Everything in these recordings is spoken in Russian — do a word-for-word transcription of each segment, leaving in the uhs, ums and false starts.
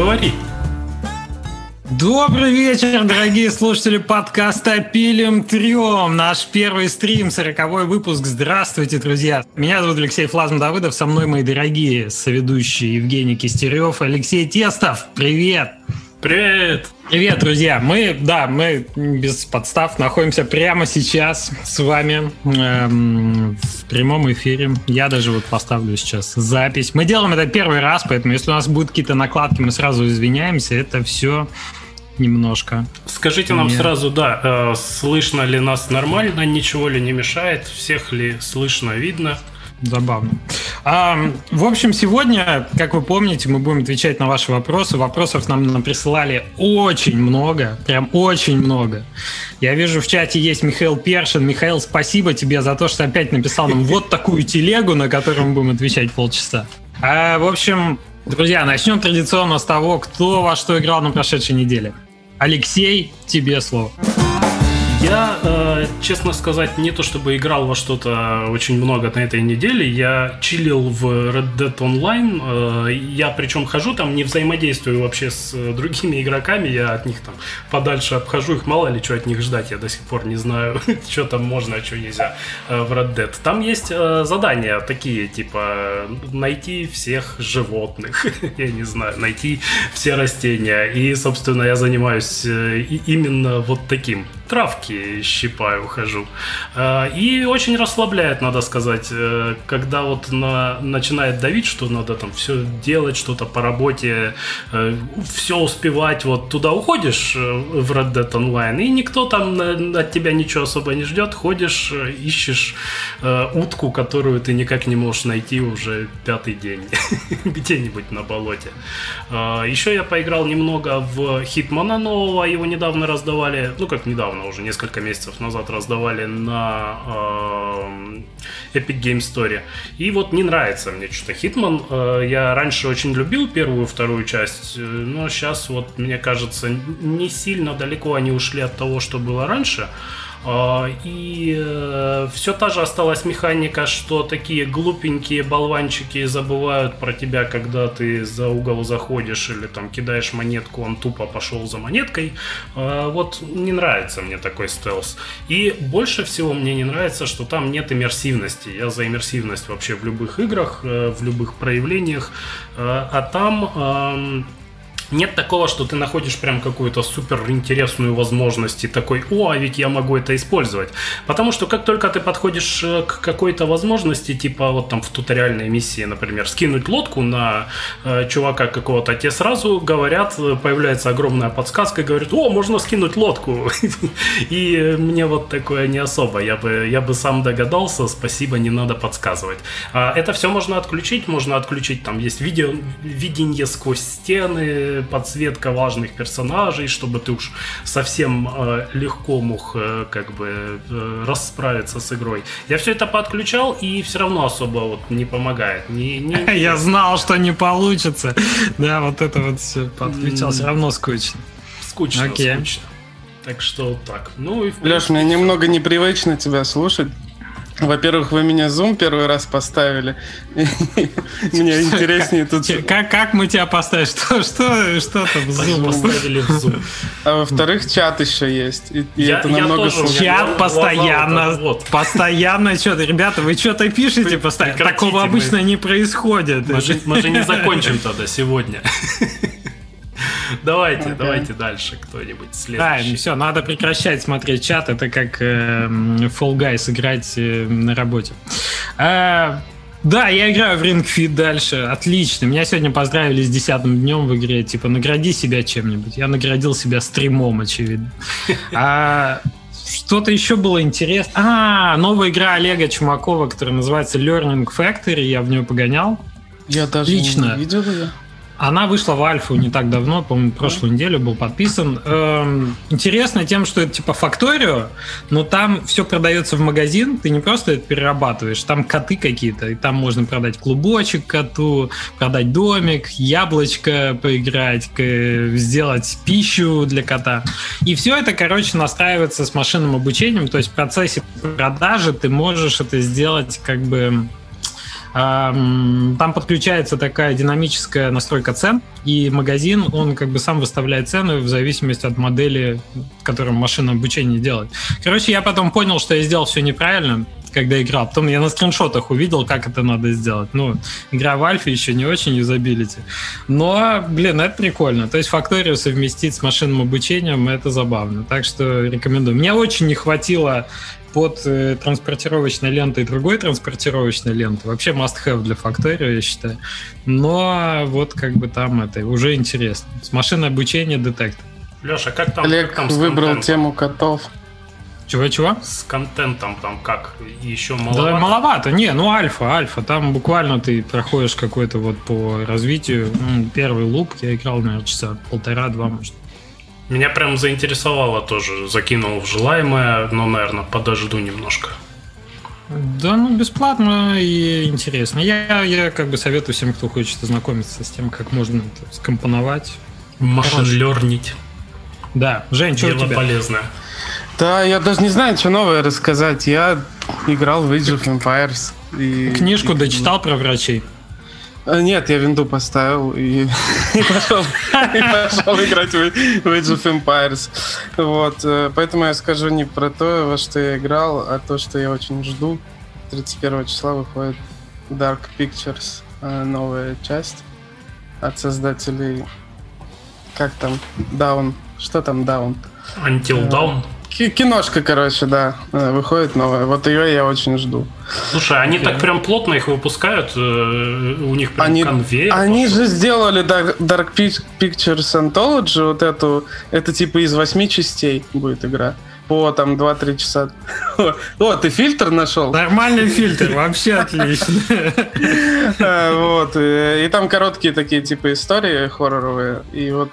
говори. Добрый вечер, дорогие слушатели подкаста «Пилим трем». Наш первый стрим, сороковой выпуск. Здравствуйте, друзья. Меня зовут Алексей Флазм-Давыдов. Со мной мои дорогие соведущие Евгений Кистерев, Алексей Тестов. Привет. Привет. Привет, друзья. Мы, да, мы без подстав находимся прямо сейчас с вами эм, в прямом эфире. Я даже вот поставлю сейчас запись. Мы делаем это первый раз, поэтому если у нас будут какие-то накладки, мы сразу извиняемся. Это все немножко. Скажите нам Нет. сразу, да, э, слышно ли нас нормально, ничего ли не мешает, всех ли слышно, видно? Забавно. А, в общем, сегодня, как вы помните, мы будем отвечать на ваши вопросы. Вопросов нам, нам присылали очень много, прям очень много. Я вижу, в чате есть Михаил Першин. Михаил, спасибо тебе за то, что опять написал нам вот такую телегу, на которую мы будем отвечать полчаса. А, в общем, друзья, начнем традиционно с того, кто во что играл на прошедшей неделе. Алексей, тебе слово. Я, э, честно сказать, не то чтобы играл во что-то очень много на этой неделе. Я чилил в Red Dead Online. Э, я причем хожу там, не взаимодействую вообще с другими игроками. Я от них там подальше обхожу. Их мало ли что от них ждать. Я до сих пор не знаю, что там можно, а что нельзя э, в Red Dead. Там есть э, задания такие, типа найти всех животных. Я не знаю, найти все растения. И, собственно, я занимаюсь э, именно вот таким. Травки щипаю, хожу. И очень расслабляет, надо сказать, когда вот на, начинает давить, что надо там все делать, что-то по работе, все успевать. Вот туда уходишь в Red Dead Online, и никто там от тебя ничего особо не ждет. Ходишь, ищешь утку, которую ты никак не можешь найти уже пятый день где-нибудь на болоте. Еще я поиграл немного в Хитмана нового, его недавно раздавали, ну как недавно, уже несколько месяцев назад раздавали на э, Epic Game Store. И вот не нравится мне что-то Hitman. Э, я раньше очень любил первую, вторую часть, но сейчас вот, мне кажется, не сильно далеко они ушли от того, что было раньше. И э, все та же осталась механика, что такие глупенькие болванчики забывают про тебя, когда ты за угол заходишь или там кидаешь монетку, он тупо пошел за монеткой. Э, вот не нравится мне такой стелс. И больше всего мне не нравится, что там нет иммерсивности. Я за иммерсивность вообще в любых играх, э, в любых проявлениях. Э, а там... Э, Нет такого, что ты находишь прям какую-то супер интересную возможность и такой, о, а ведь я могу это использовать. Потому что как только ты подходишь к какой-то возможности, типа вот там в туториальной миссии, например, скинуть лодку на э, чувака какого-то, тебе сразу говорят, появляется огромная подсказка и говорят, о, можно скинуть лодку. И мне вот такое не особо. Я бы, я бы сам догадался, спасибо, не надо подсказывать. Это все можно отключить, можно отключить, там есть видео, видение сквозь стены, подсветка важных персонажей, чтобы ты уж совсем э, легко мог э, как бы э, расправиться с игрой. Я все это подключал, и все равно особо вот не помогает. Не, не... Я знал, что не получится. Да, вот это вот все подключал, все равно скучно. Скучно, okay. скучно. Так что вот так. Ну, и Леш, мне немного непривычно тебя слушать. Во-первых, вы меня Zoom первый раз поставили. Мне интереснее тут... Как, как мы тебя поставили? Что, что, что там Zoom поставили в Zoom? А во-вторых, чат еще есть. И, и я, это я намного тоже, чат постоянно, вот. постоянно что-то. Ребята, вы что-то пишете постоянно? Такого обычно мы... не происходит. Мы же, мы же не закончим тогда сегодня. Давайте, okay. давайте дальше кто-нибудь следующий. Да, все, надо прекращать смотреть чат. Это как э, Fall Guys играть э, на работе. А, да, я играю в Ring Fit дальше. Отлично. Меня сегодня поздравили с десятым днем в игре. Типа, награди себя чем-нибудь. Я наградил себя стримом, очевидно. А, что-то еще было интересно. А, новая игра Олега Чумакова, которая называется Learning Factory. Я в нее погонял. Я даже Лично. не видел ее. Она вышла в альфу не так давно, по-моему, прошлую неделю был подписан. Эм, интересно тем, что это типа Factorio, но там все продается в магазин, ты не просто это перерабатываешь, там коты какие-то, и там можно продать клубочек коту, продать домик, яблочко поиграть, сделать пищу для кота. И все это, короче, настраивается с машинным обучением, то есть в процессе продажи ты можешь это сделать как бы... Там подключается такая динамическая настройка цен, и магазин, он как бы сам выставляет цены в зависимости от модели, которую машина обучения делает. Короче, я потом понял, что я сделал все неправильно, когда играл. Потом я на скриншотах увидел, как это надо сделать. Ну, игра в альфе еще не очень юзабилити. Но, блин, это прикольно. То есть факторию совместить с машинным обучением, это забавно. Так что рекомендую. Мне очень не хватило под э, транспортировочной лентой другой транспортировочной ленты. Вообще must-have для факторию, я считаю. Но вот как бы там это уже интересно. С машинным обучением детектор. Леша, как там? Олег как там с выбрал контентом? тему котов. Чего-чего? С контентом там как? Еще маловато? Да, маловато. Не, ну альфа, альфа. Там буквально ты проходишь какой-то вот по развитию. Ну, первый луп я играл, наверное, часа полтора-два, может. Меня прям заинтересовало тоже. Закинул в желаемое, но, наверное, подожду немножко. Да, ну, бесплатно и интересно. Я, я как бы советую всем, кто хочет ознакомиться с тем, как можно это скомпоновать. Машин-лернить. Да. Жень, что у Дело тебя? полезное. Да, я даже не знаю, что новое рассказать. Я играл в Age of Empires. И... Книжку дочитал про врачей? Нет, я винду поставил и, и, пошел, и пошел играть в, в Age of Empires. Вот, поэтому я скажу не про то, во что я играл, а то, что я очень жду. тридцать первого числа выходит Dark Pictures, новая часть от создателей... Как там? Down. Что там Down? Until Dawn. Киношка, короче, да, выходит новая. Вот ее я очень жду. Слушай, они okay. так прям плотно их выпускают, у них прям они, конвейер. Они пошел. же сделали Dark Pictures Anthology, вот эту, это типа из восьми частей будет игра. По там два-три часа. О, ты фильтр нашел? Нормальный фильтр, вообще отлично. Вот, и там короткие такие типа истории хорроровые, и вот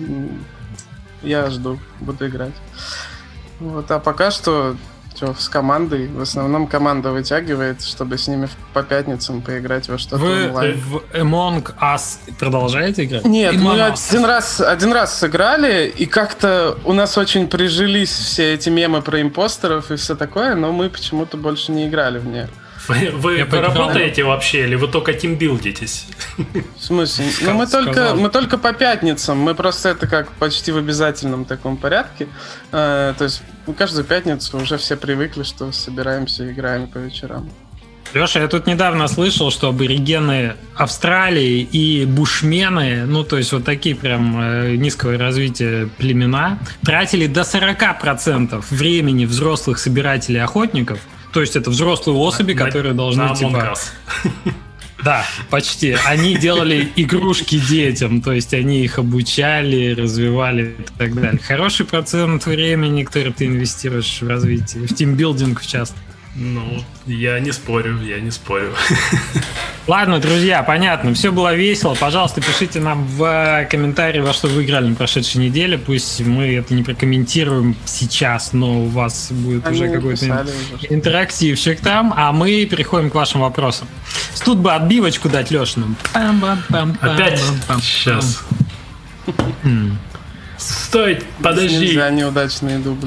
я жду, буду играть. Вот, а пока что, что с командой, в основном команда вытягивает, чтобы с ними по пятницам поиграть во что-то Вы онлайн. в Among Us продолжаете играть? Нет, Among мы Us. один раз, один раз сыграли, и как-то у нас очень прижились все эти мемы про импостеров и все такое, но мы почему-то больше не играли в нее. Вы, вы, вы работаете вообще или вы только тимбилдитесь? В смысле? Ну, мы только, мы только по пятницам. Мы просто это как почти в обязательном таком порядке. Э, то есть каждую пятницу уже все привыкли, что собираемся и играем по вечерам. Леша, я тут недавно слышал, что аборигены Австралии и бушмены, ну, то есть вот такие прям э, низкого развития племена, тратили до сорок процентов времени взрослых собирателей-охотников. То есть это взрослые особи, на, которые должны на типа... Да, почти. Они делали игрушки детям, то есть они их обучали, развивали и так далее. Хороший процент времени, который ты инвестируешь в развитие, в тимбилдинг в частности. Ну, я не спорю, я не спорю. Ладно, друзья, понятно, все было весело. Пожалуйста, пишите нам в комментарии, во что вы играли на прошедшей неделе. Пусть мы это не прокомментируем сейчас, но у вас будет Они уже какой-то ин- интерактивчик там, а мы переходим к вашим вопросам. Тут бы отбивочку дать Лешину. Опять? Сейчас. Стой, подожди. Нельзя неудачные дубли.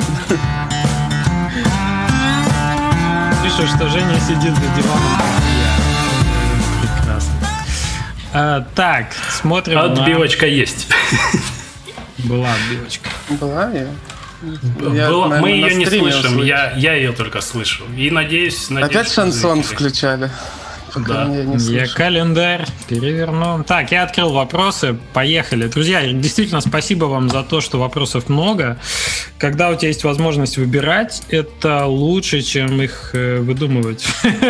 Пишут, что Женя сидит за диваном. Прекрасно. А, так, смотрим. Отбивочка на... есть. Была отбивочка. Была я? я Была, наверное, мы ее не слышим, я, я ее только слышу. И надеюсь, надеюсь опять шансон включали. Да. Я, я календарь переверну. Так, я открыл вопросы. Поехали. Друзья, действительно спасибо вам за то, что вопросов много. Когда у тебя есть возможность выбирать, это лучше, чем их выдумывать.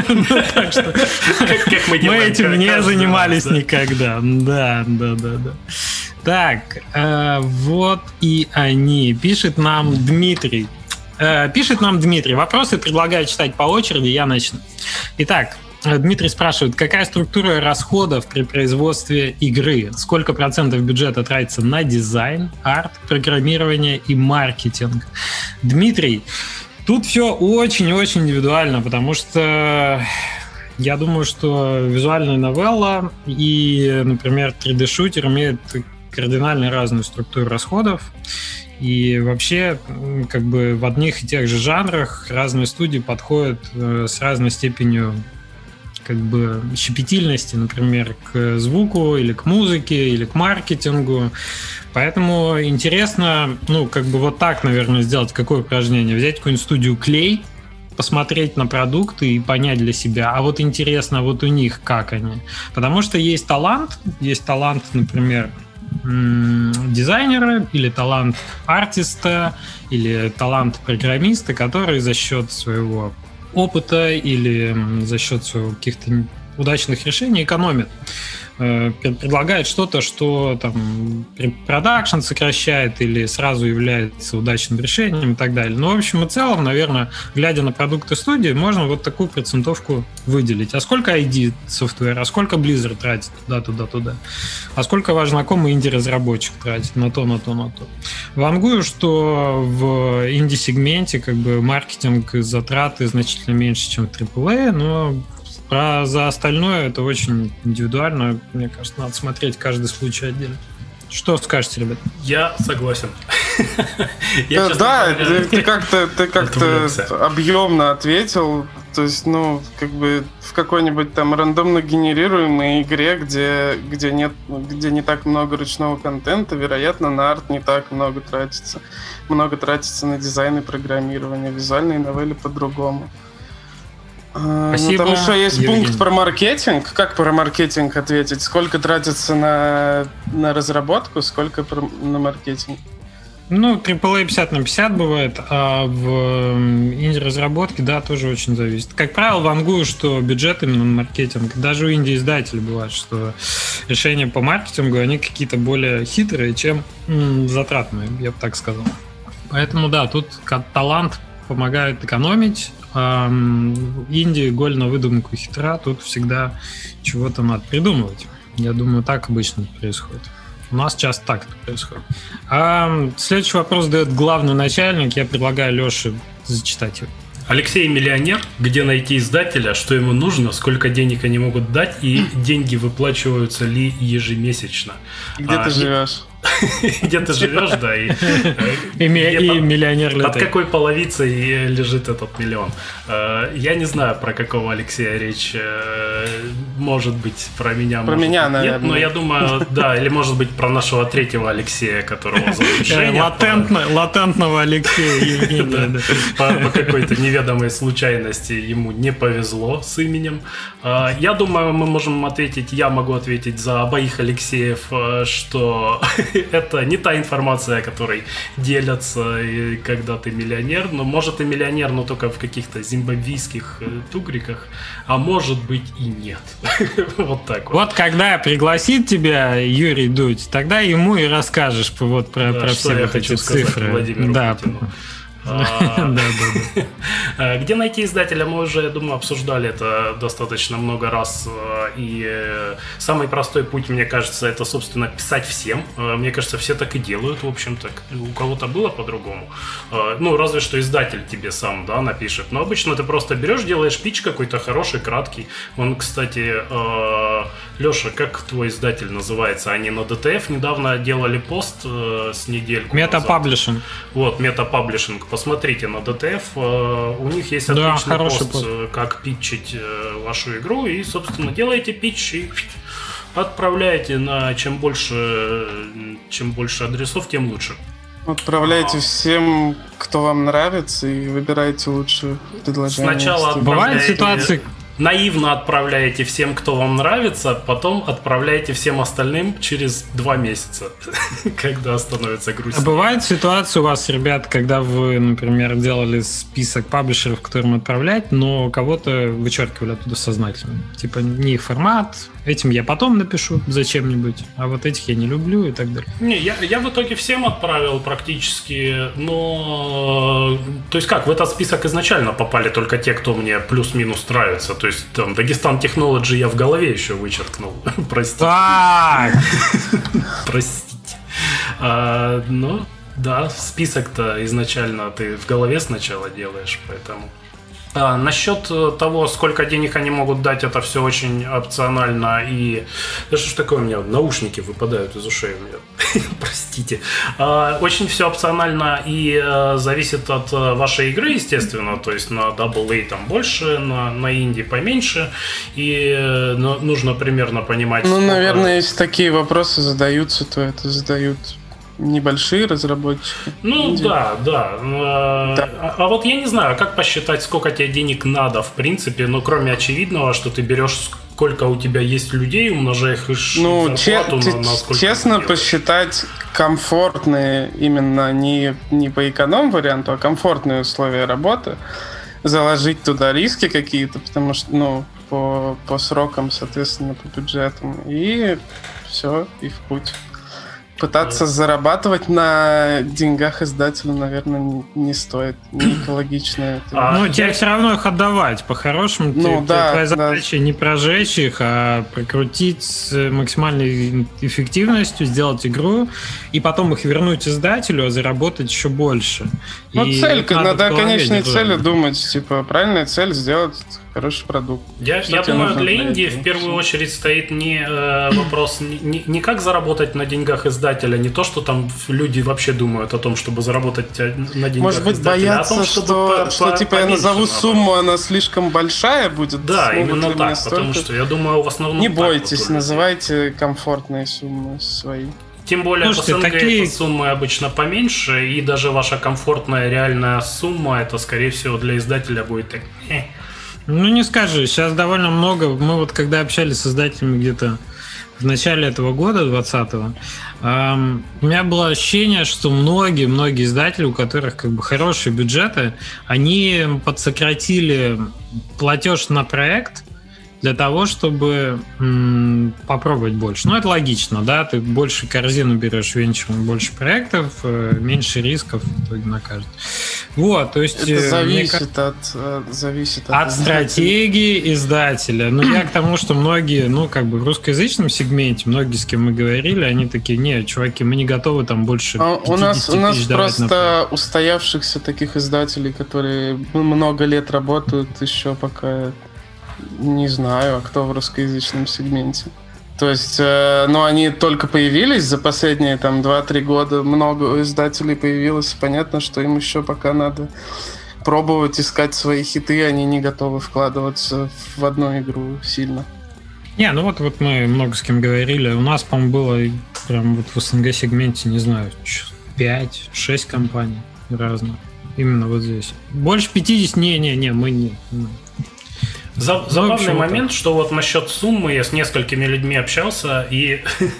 Мы этим не занимались никогда. Да, да, да, да. Так, вот и они. Пишет нам Дмитрий. Пишет нам Дмитрий. Вопросы предлагаю читать по очереди. Я начну. Итак, Дмитрий спрашивает, какая структура расходов при производстве игры? Сколько процентов бюджета тратится на дизайн, арт, программирование и маркетинг? Дмитрий, тут все очень-очень индивидуально, потому что я думаю, что визуальная новелла и, например, три дэ-шутер имеют кардинально разную структуру расходов. И вообще, как бы в одних и тех же жанрах разные студии подходят с разной степенью как бы щепетильности, например, к звуку или к музыке, или к маркетингу. Поэтому интересно, ну, как бы вот так, наверное, сделать какое упражнение. Взять какую-нибудь студию Клей, посмотреть на продукты и понять для себя, а вот интересно, вот у них как они. Потому что есть талант, есть талант, например, дизайнера или талант артиста или талант программиста, который за счет своего опыта или за счет своих каких-то удачных решений экономит. Предлагает что-то, что там продакшн сокращает или сразу является удачным решением и так далее. Но в общем и целом, наверное, глядя на продукты студии, можно вот такую процентовку выделить. А сколько ай ди софтвера, а сколько Blizzard тратит туда, туда, туда, а сколько ваш знакомый инди-разработчик тратит на то, на то, на то. Вангую, что в инди-сегменте как бы маркетинг и затраты значительно меньше, чем в трипл эй, но а за остальное это очень индивидуально. Мне кажется, надо смотреть каждый случай отдельно. Что скажете, ребят? Я согласен. Да, ты как-то ты как-то объемно ответил. То есть, ну, как бы в какой-нибудь там рандомно генерируемой игре, где, где, нет, где не так много ручного контента, вероятно, на арт не так много тратится. Много тратится на дизайн и программирование. Визуальные новеллы по-другому. Спасибо, ну, потому что есть Евгений. пункт про маркетинг. Как про маркетинг ответить? Сколько тратится на, на разработку, сколько про, на маркетинг? Ну, трипл эй пятьдесят на пятьдесят бывает, а в инди-разработке, да, тоже очень зависит. Как правило, вангую, что бюджет именно на маркетинг. Даже у инди-издателей бывает, что решения по маркетингу, они какие-то более хитрые, чем м, затратные, я бы так сказал. Поэтому, да, тут талант помогает экономить. Инди, голь на выдумку хитра, тут всегда чего-то надо придумывать. Я думаю, так обычно происходит. У нас часто так это происходит. А следующий вопрос дает главный начальник. Я предлагаю Леше зачитать его. Алексей миллионер. Где найти издателя, что ему нужно, сколько денег они могут дать и деньги выплачиваются ли ежемесячно? Где а, ты живешь? Где ты живешь, да, и, и, и под, миллионер летает. Под какой половицей лежит этот миллион? Я не знаю, про какого Алексея речь. Может быть, про меня. Про может, меня, нет, наверное. Но я думаю, да, или может быть про нашего третьего Алексея, которого зовут Женя. Латентно, по... Латентного Алексея Евгения. да. по, по какой-то неведомой случайности ему не повезло с именем. Я думаю, мы можем ответить, я могу ответить за обоих Алексеев, что это не та информация, которой делятся, и когда ты миллионер. Но может и миллионер, но только в каких-то зимбабвийских тугриках, а может быть и нет. Вот так вот. Вот когда пригласит тебя Юрий Дудь, тогда ему и расскажешь вот про, да, про все вот эти цифры. Владимиру да. Путину. Где найти издателя, мы уже, я думаю, обсуждали это достаточно много раз. И самый простой путь, мне кажется, это, собственно, писать всем. Мне кажется, все так и делают, в общем-то. У кого-то было по-другому. Ну, разве что издатель тебе сам, да, напишет. Но обычно ты просто берешь, делаешь пич какой-то хороший, краткий. Он, кстати, Леша, как твой издатель называется? Они на ди ти эф недавно делали пост с недельку назад. Мета-паблишинг. Вот, мета-паблишинг. Посмотрите на ди ти эф, у них есть отличный да, пост, пост, как питчить вашу игру, и, собственно, делаете питч и отправляете на чем больше, чем больше адресов, тем лучше. Отправляйте а. всем, кто вам нравится, и выбирайте лучшее предложение. Сначала бывают ситуации. Наивно отправляете всем, кто вам нравится, потом отправляете всем остальным через два месяца, когда становится грустно. А бывает ситуация у вас, ребят, когда вы, например, делали список паблишеров, которым отправлять, но кого-то вычеркивали оттуда сознательно. Типа не их формат, этим я потом напишу зачем-нибудь, а вот этих я не люблю и так далее. Не, я, я в итоге всем отправил практически, но... То есть как, в этот список изначально попали только те, кто мне плюс-минус нравится. То есть там Дагестан Technology я в голове еще вычеркнул. Простите. Простите. А, ну, да, список-то изначально ты в голове сначала делаешь, поэтому... А, насчет того, сколько денег они могут дать, это все очень опционально. И да что ж такое, у меня наушники выпадают из ушей. Простите. А, очень все опционально и а, зависит от а, вашей игры, естественно. То есть на дабл эй там больше, на, на инди поменьше. И а, ну, нужно примерно понимать... Ну, сколько... наверное, если такие вопросы задаются, то это задают... небольшие разработчики. Ну Инди. да, да. да. А, а вот я не знаю, как посчитать, сколько тебе денег надо, в принципе, ну кроме очевидного, что ты берешь, сколько у тебя есть людей, умножаешь их ну, зарплату че- на, на сколько. Честно посчитать комфортные, именно не, не по эконом-варианту, а комфортные условия работы, заложить туда риски какие-то, потому что, ну, по, по срокам, соответственно, по бюджетам, и все, и в путь. Пытаться зарабатывать на деньгах издателя, наверное, не стоит. Не экологично это. А, ну, тебе я... все равно их отдавать. По-хорошему, ну, ты, да, твоя задача да. не прожечь их, а прокрутить с максимальной эффективностью, сделать игру, и потом их вернуть издателю, а заработать еще больше. Ну, и цель, надо о конечной держать. цели думать. Типа, правильная цель — сделать хороший продукт. Я, я думаю, для Индии в первую очередь стоит не э, вопрос не, не, не как заработать на деньгах издателя, не то, что там люди вообще думают о том, чтобы заработать на деньгах Может быть, издателя, боятся, а том, что, по, что по, типа я назову сумму, она слишком большая будет. Да, именно так, столько... потому что я думаю, в основном не так бойтесь, вот называйте комфортные суммы свои. Тем более Слушайте, по СНГ такие... суммы обычно поменьше, и даже ваша комфортная реальная сумма, это, скорее всего, для издателя будет так... Ну, не скажи, сейчас довольно много. Мы вот когда общались с издателями где-то в начале этого года, двадцатого, эм, у меня было ощущение, что многие-многие издатели, у которых как бы хорошие бюджеты, они подсократили платеж на проект для того, чтобы м, попробовать больше. Ну, это логично, да, ты больше корзину берешь венчуром, больше проектов, э, меньше рисков в итоге на каждый. Вот, то есть... Это зависит, мне... от, э, зависит от... От стратегии издателя. Но я к тому, что многие, ну, как бы в русскоязычном сегменте, многие, с кем мы говорили, они такие, не, чуваки, мы не готовы там больше а у нас У нас просто на... устоявшихся таких издателей, которые много лет работают, еще пока... Не знаю, а кто в русскоязычном сегменте. То есть, э, ну, они только появились за последние там два-три года. Много издателей появилось. Понятно, что им еще пока надо пробовать искать свои хиты. Они не готовы вкладываться в одну игру сильно. Не, ну вот, вот мы много с кем говорили. У нас, по-моему, было прям вот в СНГ-сегменте, не знаю, пять-шесть компаний разных. Именно вот здесь. Больше пятьдесят, не-не-не, мы не... За, забавный момент, что вот насчет суммы я с несколькими людьми общался и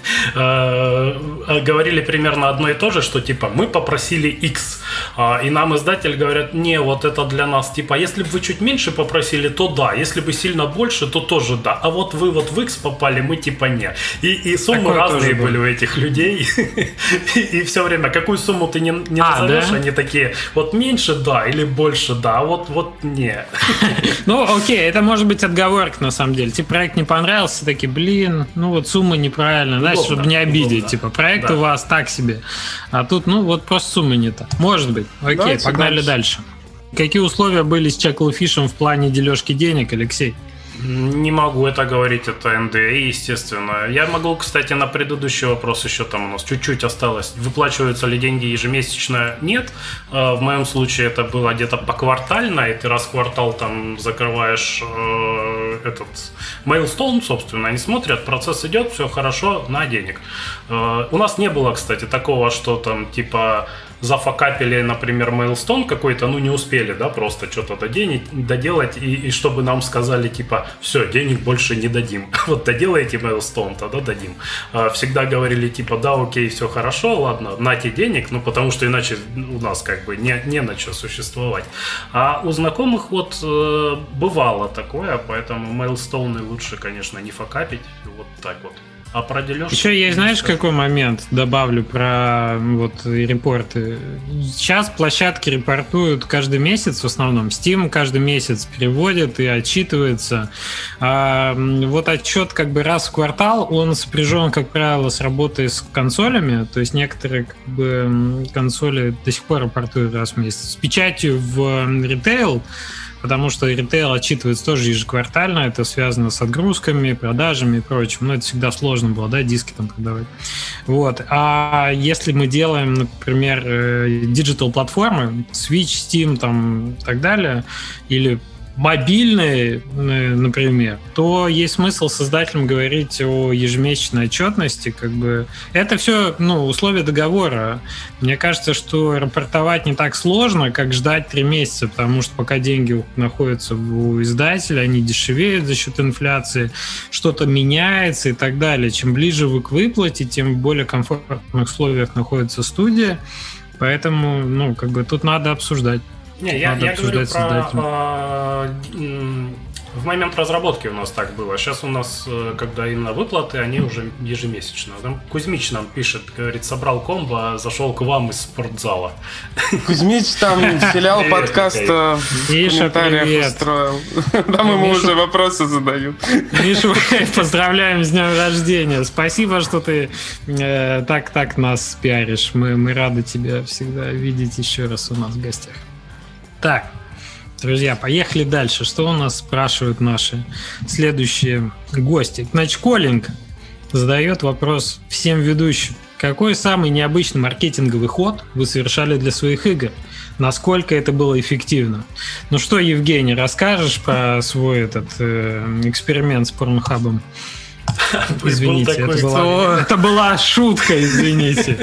э, говорили примерно одно и то же, что типа мы попросили X, э, и нам издатель говорят, не, вот это для нас, типа, если бы вы чуть меньше попросили, то да, если бы сильно больше, то тоже да, а вот вы вот в X попали, мы типа не. И, и суммы такое разные были у этих людей, и все время, какую сумму ты не, не а, назовешь, да? Они такие, вот меньше да, или больше да, а вот, вот не. Ну окей, это может быть отговорка, на самом деле. Типа, проект не понравился, такие, блин, ну вот сумма неправильная, знаешь, удобно, чтобы не обидеть. Удобно. Типа, проект да. у вас так себе. А тут, ну, вот просто сумма не та. Может быть. Окей, давайте погнали дальше. дальше. Какие условия были с Chucklefish в плане дележки денег, Алексей? Не могу это говорить, это эн дэ а, естественно. Я могу, кстати, на предыдущий вопрос еще там у нас чуть-чуть осталось. Выплачиваются ли деньги ежемесячно? Нет. В моем случае это было где-то поквартально, и ты раз в квартал там закрываешь э, этот мейлстоун, собственно, они смотрят, процесс идет, все хорошо, на денег. Э, у нас не было, кстати, такого, что там типа зафакапили, например, мейлстоун какой-то, ну не успели, да, просто что-то доденить, доделать, и, и чтобы нам сказали, типа, все, денег больше не дадим. Вот доделаете мейлстоун, тогда дадим. Всегда говорили, типа, да, окей, все хорошо, ладно, нате денег, ну потому что иначе у нас как бы не, не на что существовать. А у знакомых вот э, бывало такое, поэтому мейлстоуны лучше, конечно, не факапить, вот так вот. А про дележ... Еще есть, знаешь, какой момент, добавлю про вот репорты. Сейчас площадки репортуют каждый месяц в основном. Steam каждый месяц переводит и отчитывается. А вот отчет как бы раз в квартал, он сопряжен, как правило, с работой с консолями. То есть некоторые как бы консоли до сих пор репортуют раз в месяц. С печатью в ритейл потому что ритейл отчитывается тоже ежеквартально, это связано с отгрузками, продажами и прочим. Но это всегда сложно было, да, диски там продавать. Вот. А если мы делаем, например, диджитал-платформы, Switch, Steam там, и так далее, или мобильные, например, то есть смысл создателям говорить о ежемесячной отчетности. Как бы это все, ну, условия договора. Мне кажется, что рапортовать не так сложно, как ждать три месяца, потому что пока деньги находятся у издателя, они дешевеют за счет инфляции, что-то меняется и так далее. Чем ближе вы к выплате, тем в более комфортных условиях находится студия. Поэтому, ну, как бы тут надо обсуждать. Не, я, я говорю про... Э, в момент разработки у нас так было. Сейчас у нас, когда именно выплаты, они уже ежемесячно. Там Кузьмич нам пишет, говорит, собрал комбо, зашел к вам из спортзала. Кузьмич там филиал подкаста в комментариях устроил. Там ему уже вопросы задают. Мишу, поздравляем с днем рождения. Спасибо, что ты так-так нас пиаришь. Мы рады тебя всегда видеть еще раз у нас в гостях. Так, друзья, поехали дальше. Что у нас спрашивают наши следующие гости? Ночколлинг задает вопрос всем ведущим. Какой самый необычный маркетинговый ход вы совершали для своих игр? Насколько это было эффективно? Ну что, Евгений, расскажешь про свой этот э, эксперимент с Порнхабом? Извините, это была, это была шутка, извините.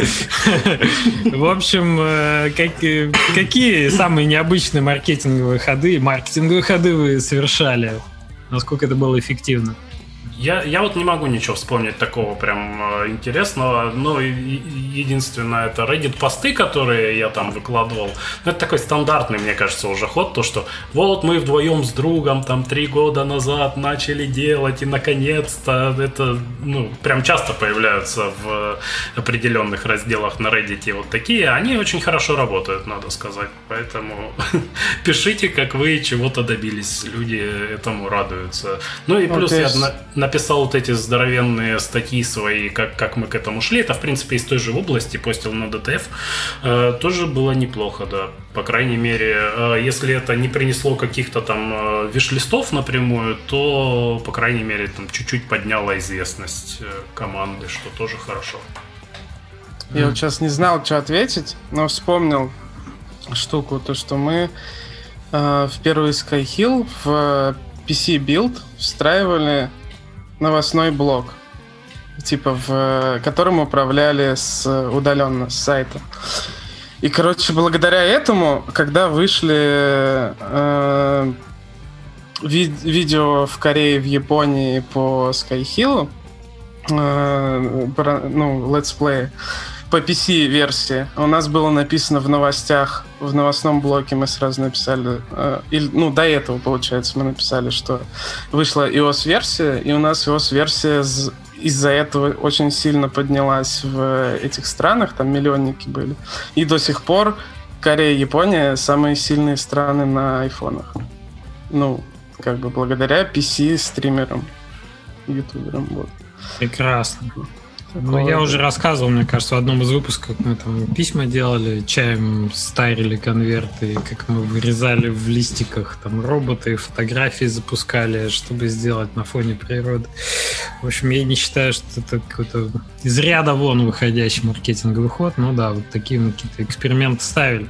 В общем, как, какие самые необычные маркетинговые ходы, маркетинговые ходы вы совершали? Насколько это было эффективно? Я, я вот не могу ничего вспомнить такого прям интересного, но единственное, это Reddit-посты, которые я там выкладывал. Это такой стандартный, мне кажется, уже ход, то, что вот мы вдвоем с другом там три года назад начали делать, и наконец-то это, ну, прям часто появляются в определенных разделах на Reddit вот такие, они очень хорошо работают, надо сказать, поэтому пишите, как вы чего-то добились, люди этому радуются. Ну и плюс я написал вот эти здоровенные статьи свои, как, как мы к этому шли. Это, в принципе, из той же области, постил на ди ти эф. Э, тоже было неплохо, да. По крайней мере, э, если это не принесло каких-то там э, виш-листов напрямую, то, по крайней мере, там чуть-чуть подняло известность э, команды, что тоже хорошо. Я вот сейчас не знал, что ответить, но вспомнил штуку, то, что мы э, в первый Skyhill в пи си-билд встраивали новостной блок, типа в которым управляли с, удаленно с сайта. И, короче, благодаря этому, когда вышли э, ви- видео в Корее, в Японии по Skyhill, э, про, ну, летсплей, по пи си-версии, у нас было написано в новостях, в новостном блоке мы сразу написали, э, или, ну, до этого, получается, мы написали, что вышла iOS-версия, и у нас iOS-версия из-за этого очень сильно поднялась в этих странах, там миллионники были. И до сих пор Корея и Япония самые сильные страны на айфонах. Ну, как бы благодаря пи си-стримерам, ютуберам, вот. Прекрасно. Ну, я уже рассказывал, мне кажется, в одном из выпусков, как мы там письма делали, чаем старили конверты, как мы вырезали в листиках там роботы, фотографии запускали, чтобы сделать на фоне природы. В общем, я не считаю, что это какой-то из ряда вон выходящий маркетинговый ход. Ну да, вот такие мы какие-то эксперименты ставили.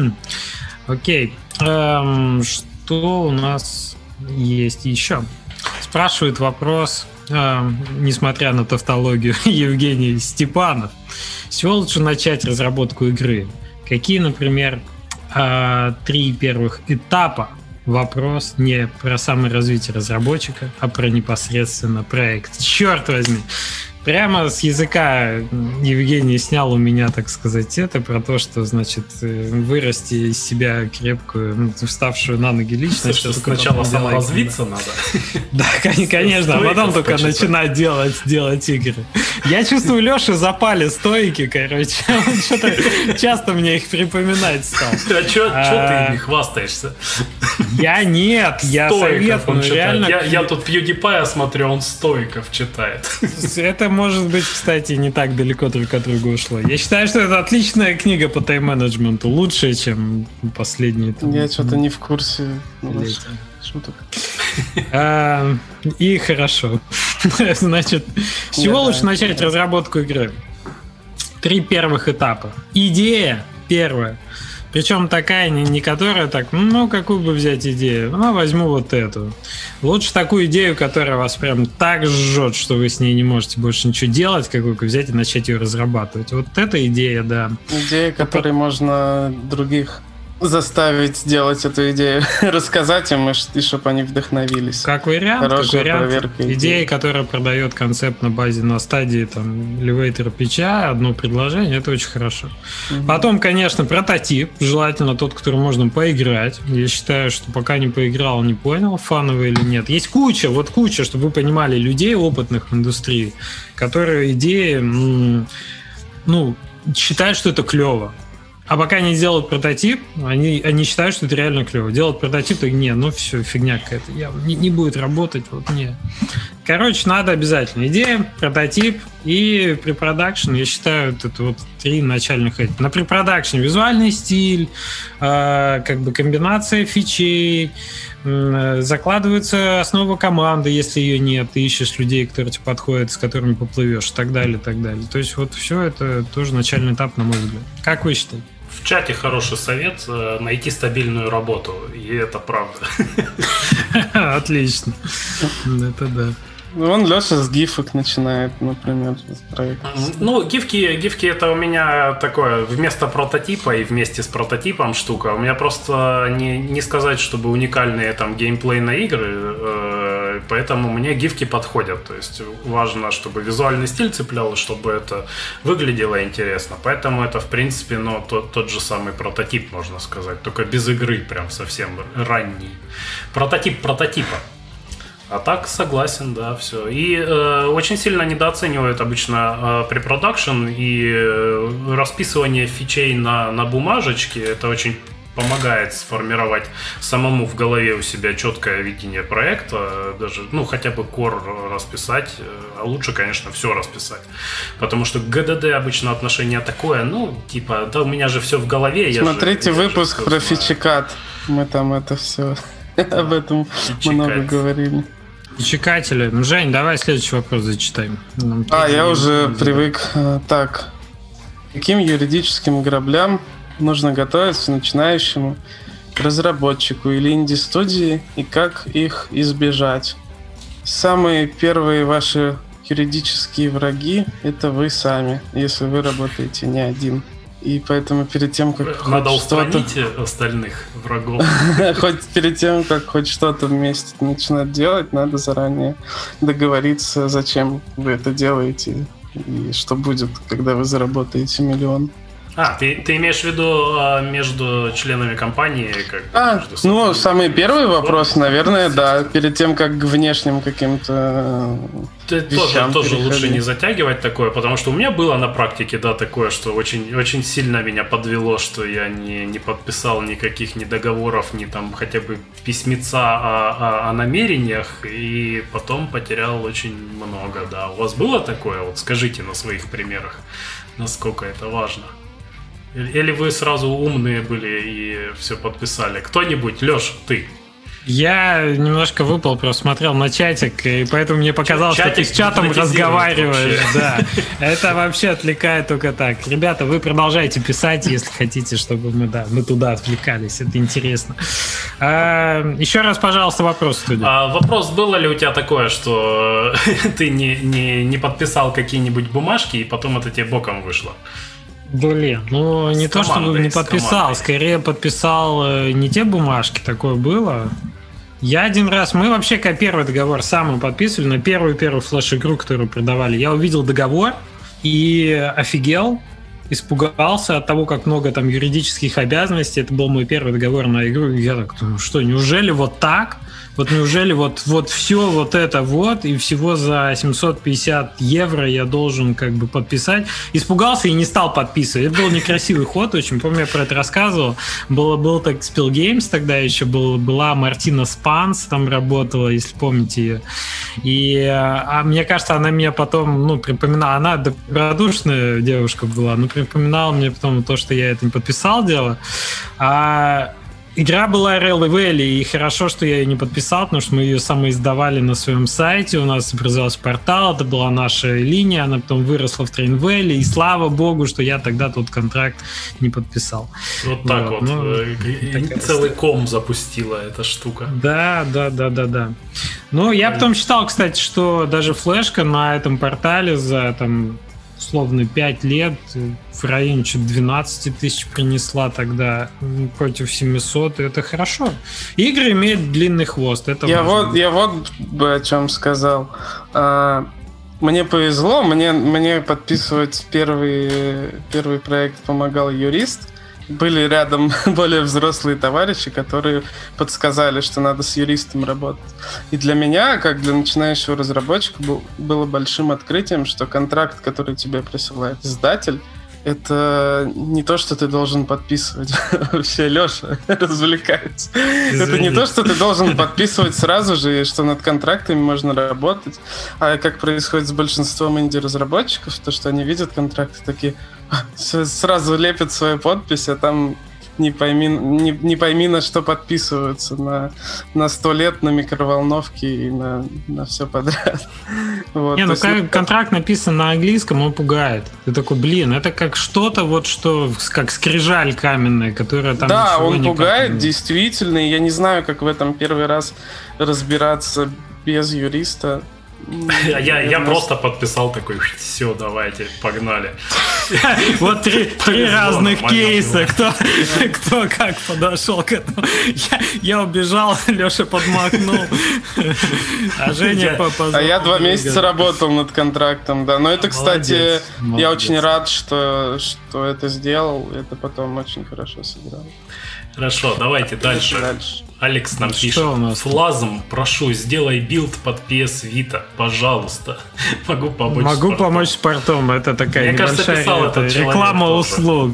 Окей. Эм, что у нас есть еще? Спрашивает вопрос... Uh, несмотря на тавтологию, Евгений Степанов. С чего лучше начать разработку игры? Какие, например, uh, три первых этапа? Вопрос не про саморазвитие разработчика, а про непосредственно проект. Черт возьми! Прямо с языка Евгений снял у меня, так сказать, это про то, что, значит, вырасти из себя крепкую, ну, вставшую на ноги личность. Слушай, сначала саморазвиться надо. Да, конечно, а потом только начинать делать, делать игры. Я чувствую, Леша запали стойки, короче. Он что-то часто мне их припоминать стал. А что ты ими хвастаешься? Я нет, я советую. Я тут PewDiePie смотрю, он стойков читает. Это может быть, кстати, не так далеко друг от друга ушло. Я считаю, что это отличная книга по тайм-менеджменту, лучшая, чем последние. Там, Я что-то не в курсе. Шуток. А, и хорошо. Значит, с чего лучше начать разработку игры? Три первых этапа. Идея первая. Причем такая, не, не которая так, ну, какую бы взять идею? Ну, возьму вот эту. Лучше такую идею, которая вас прям так жжет, что вы с ней не можете больше ничего делать, какую взять и начать ее разрабатывать. Вот эта идея, да. Идея, которой можно других заставить сделать эту идею, рассказать им, и чтобы они вдохновились. Как вариант, как вариант идеи, которая продает концепт на базе, на стадии там элевейтора питча, одно предложение, это очень хорошо. Угу. Потом, конечно, прототип, желательно тот, который можно поиграть. Я считаю, что пока не поиграл, не понял, фановый или нет. Есть куча, вот куча, чтобы вы понимали, людей опытных в индустрии, которые идеи, ну, считают, что это клево. А пока они делают прототип, они, они считают, что это реально клево. Делают прототип, и не, ну все, фигня какая-то. Я, не, не будет работать, вот не. Короче, надо обязательно. Идея, прототип и препродакшн. Я считаю, это вот три начальных. На препродакшн визуальный стиль, э, как бы комбинация фичей, э, закладывается основа команды, если ее нет, ты ищешь людей, которые тебе подходят, с которыми поплывешь, и так далее, и так далее. То есть вот все это тоже начальный этап, на мой взгляд. Как вы считаете? В чате хороший совет – найти стабильную работу, и это правда. Отлично. Это да. Вон Леша с гифок начинает, например, проект. Ну, гифки, гифки это у меня такое вместо прототипа и вместе с прототипом штука. У меня просто не, не сказать, чтобы уникальные там геймплейные игры, э, поэтому мне гифки подходят. То есть важно, чтобы визуальный стиль цеплял, чтобы это выглядело интересно. Поэтому это, в принципе, ну, тот, тот же самый прототип, можно сказать, только без игры, прям совсем ранний. Прототип прототипа. А так согласен, да, все. И э, очень сильно недооценивают обычно э, препродакшн и э, расписывание фичей на, на бумажечке. Это очень помогает сформировать самому в голове у себя четкое видение проекта, даже, ну, хотя бы кор расписать, а лучше, конечно, все расписать. Потому что к ГДД обычно отношение такое, ну, типа, да у меня же все в голове. Смотрите я же, выпуск я же про фичекат. Мы там это все об этом много говорили. Чекатели. Ну, Жень, давай следующий вопрос зачитаем. Нам а, я уже привык. Так. Каким юридическим граблям нужно готовиться начинающему разработчику или инди-студии и как их избежать? Самые первые ваши юридические враги — это вы сами, если вы работаете не один. И поэтому перед тем, как надо устранить остальных врагов. Хоть перед тем, как хоть что-то вместе начинать делать, надо заранее договориться, зачем вы это делаете и что будет, когда вы заработаете миллион. А, ты, ты имеешь в виду а, между членами компании? Как а, ну, самый первый вопрос, наверное, да, перед тем, как к внешним каким-то ты тоже, тоже лучше не затягивать такое, потому что у меня было на практике, да, такое, что очень, очень сильно меня подвело, что я не, не подписал никаких ни договоров, ни там хотя бы письмеца о, о, о намерениях, и потом потерял очень много, да. У вас было такое? Вот скажите на своих примерах, насколько это важно. Или вы сразу умные были и все подписали? Кто-нибудь? Лёш, ты. Я немножко выпал, просто смотрел на чатик, и поэтому мне показалось, Чатик что ты с чатом разговариваешь. Да. Это вообще отвлекает только так. Ребята, вы продолжайте писать, если хотите, чтобы мы, да, мы туда отвлекались. Это интересно. А, еще раз, пожалуйста, вопрос, студия. А, вопрос, было ли у тебя такое, что ты не, не, не подписал какие-нибудь бумажки, и потом это тебе боком вышло? Блин, ну не с то, чтобы не подписал, скорее подписал э, не те бумажки, такое было. Я один раз, мы вообще как первый договор сам мы подписывали на первую-первую флеш-игру, которую продавали. Я увидел договор и офигел, испугался от того, как много там юридических обязанностей. Это был мой первый договор на игру. И я так думаю, что, неужели вот так? Вот неужели вот, вот все вот это вот, и всего за семьсот пятьдесят евро я должен как бы подписать? Испугался и не стал подписывать. Это был некрасивый ход очень. Помню, я про это рассказывал. Было, был так Spill Games тогда еще, был, была Мартина Спанс там работала, если помните ее. И а, мне кажется, она меня потом, ну, припоминала. Она добродушная девушка была, но припоминала мне потом то, что я это не подписал дело. А игра была Railway Valley, и хорошо, что я ее не подписал, потому что мы ее самоиздавали на своем сайте, у нас образовался портал, это была наша линия, она потом выросла в Train Valley, и слава богу, что я тогда тот контракт не подписал. Вот так вот, вот. Ну, целый ком запустила эта штука. Да, да, да, да, да. Ну, я потом считал, кстати, что даже флешка на этом портале за там условно пять лет в районе двенадцать тысяч принесла тогда против семисот, это хорошо. Игры имеют длинный хвост, это я вот, я вот бы о чем сказал. А, мне повезло, мне, мне подписывать первый, первый проект помогал юрист. Были рядом более взрослые товарищи, которые подсказали, что надо с юристом работать. И для меня, как для начинающего разработчика, был, было большим открытием, что контракт, который тебе присылает издатель, это не то, что ты должен подписывать. Вообще, Леша развлекается. Извините. Это не то, что ты должен подписывать сразу же, и что над контрактами можно работать. А как происходит с большинством инди-разработчиков, то, что они видят контракты, такие сразу лепят свою подпись, а там не пойми, не, не пойми на что подписываются. На, на сто лет, на микроволновки и на, на все подряд. Вот, не, ну есть, как, контракт написан на английском, он пугает. Ты такой, блин, это как что-то вот что, как скрижаль каменная, которая там... Да, он пугает, не... действительно. Я не знаю, как в этом первый раз разбираться без юриста. Я, я, я просто подписал такой, все, давайте, погнали. Вот три, три разных кейса, кто, кто как подошел к этому. Я, я убежал, Леша подмахнул, а Женя позвал. А я два месяца работал над контрактом, да. Но это, кстати, молодец, молодец. Я очень рад, что, что это сделал. Это потом очень хорошо сыграл. Хорошо, давайте дальше. дальше. Алекс нам пишет. Флазм, прошу, сделай билд под пи эс Vita, пожалуйста. Могу помочь Могу с портом. помочь с портом. Это такая Мне небольшая кажется, это, реклама услуг.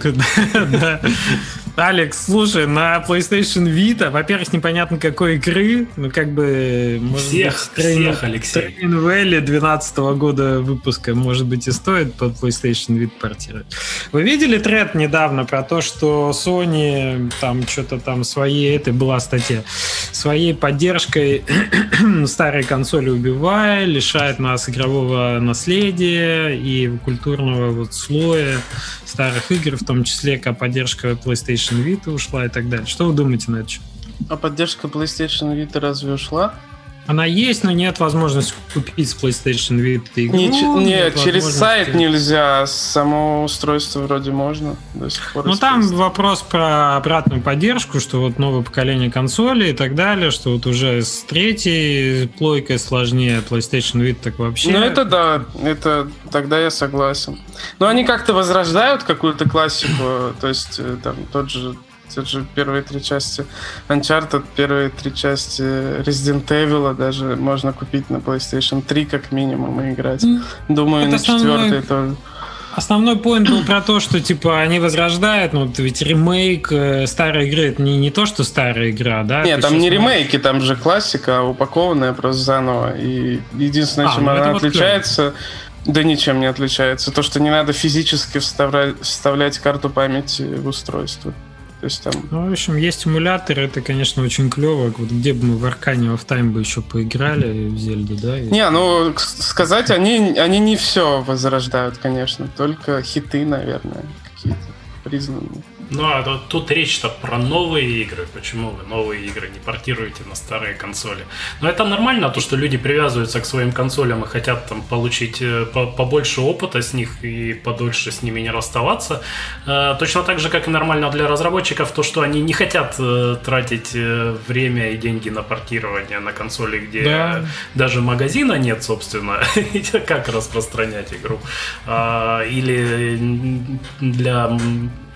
Алекс, слушай, на PlayStation Vita, во-первых, непонятно какой игры, ну как бы... Всех, всех, Алексей. Train Valley двенадцатого года выпуска, может быть, и стоит под PlayStation Vita портировать. Вы видели тред недавно про то, что Sony там что-то там своей, это была статья, своей поддержкой старые консоли убивая, лишает нас игрового наследия и культурного вот слоя старых игр, в том числе как поддержка PlayStation Vita ушла и так далее. Что вы думаете на это? А поддержка PlayStation Vita разве ушла? Она есть, но нет возможности купить с PlayStation Vita игру. Не, нет, нет через сайт нельзя, само устройство вроде можно до сих пор. Ну там вопрос про обратную поддержку, что вот новое поколение консолей и так далее, что вот уже с третьей плойкой сложнее, PlayStation Vita так вообще. Ну это да, это тогда я согласен. Но они как-то возрождают какую-то классику, то есть там тот же Те же первые три части Uncharted, первые три части Resident Evil даже можно купить на PlayStation три как минимум и играть. Mm. Думаю, это на четвертой тоже. Основной поинт был про то, что типа они возрождают, ну ведь ремейк э, старой игры, это не, не то, что старая игра, да? Нет, там не ремейки, там же классика, упакованная просто заново. И единственное, а, чем ну она вот отличается... Клево. Да ничем не отличается. То, что не надо физически вставлять, вставлять карту памяти в устройство. То есть там... Ну, в общем, есть эмуляторы, это, конечно, очень клево. Вот где бы мы в Аркане of Time бы еще поиграли в Зельду, да? И... Не, ну, сказать, они, они не все возрождают, конечно. Только хиты, наверное, какие-то признанные. Ну, а тут, тут речь-то про новые игры. Почему вы новые игры не портируете на старые консоли? Но это нормально, то, что люди привязываются к своим консолям и хотят там получить побольше опыта с них и подольше с ними не расставаться. Точно так же, как и нормально для разработчиков, то, что они не хотят тратить время и деньги на портирование на консоли, где да. даже магазина нет, собственно, как распространять игру. Или для...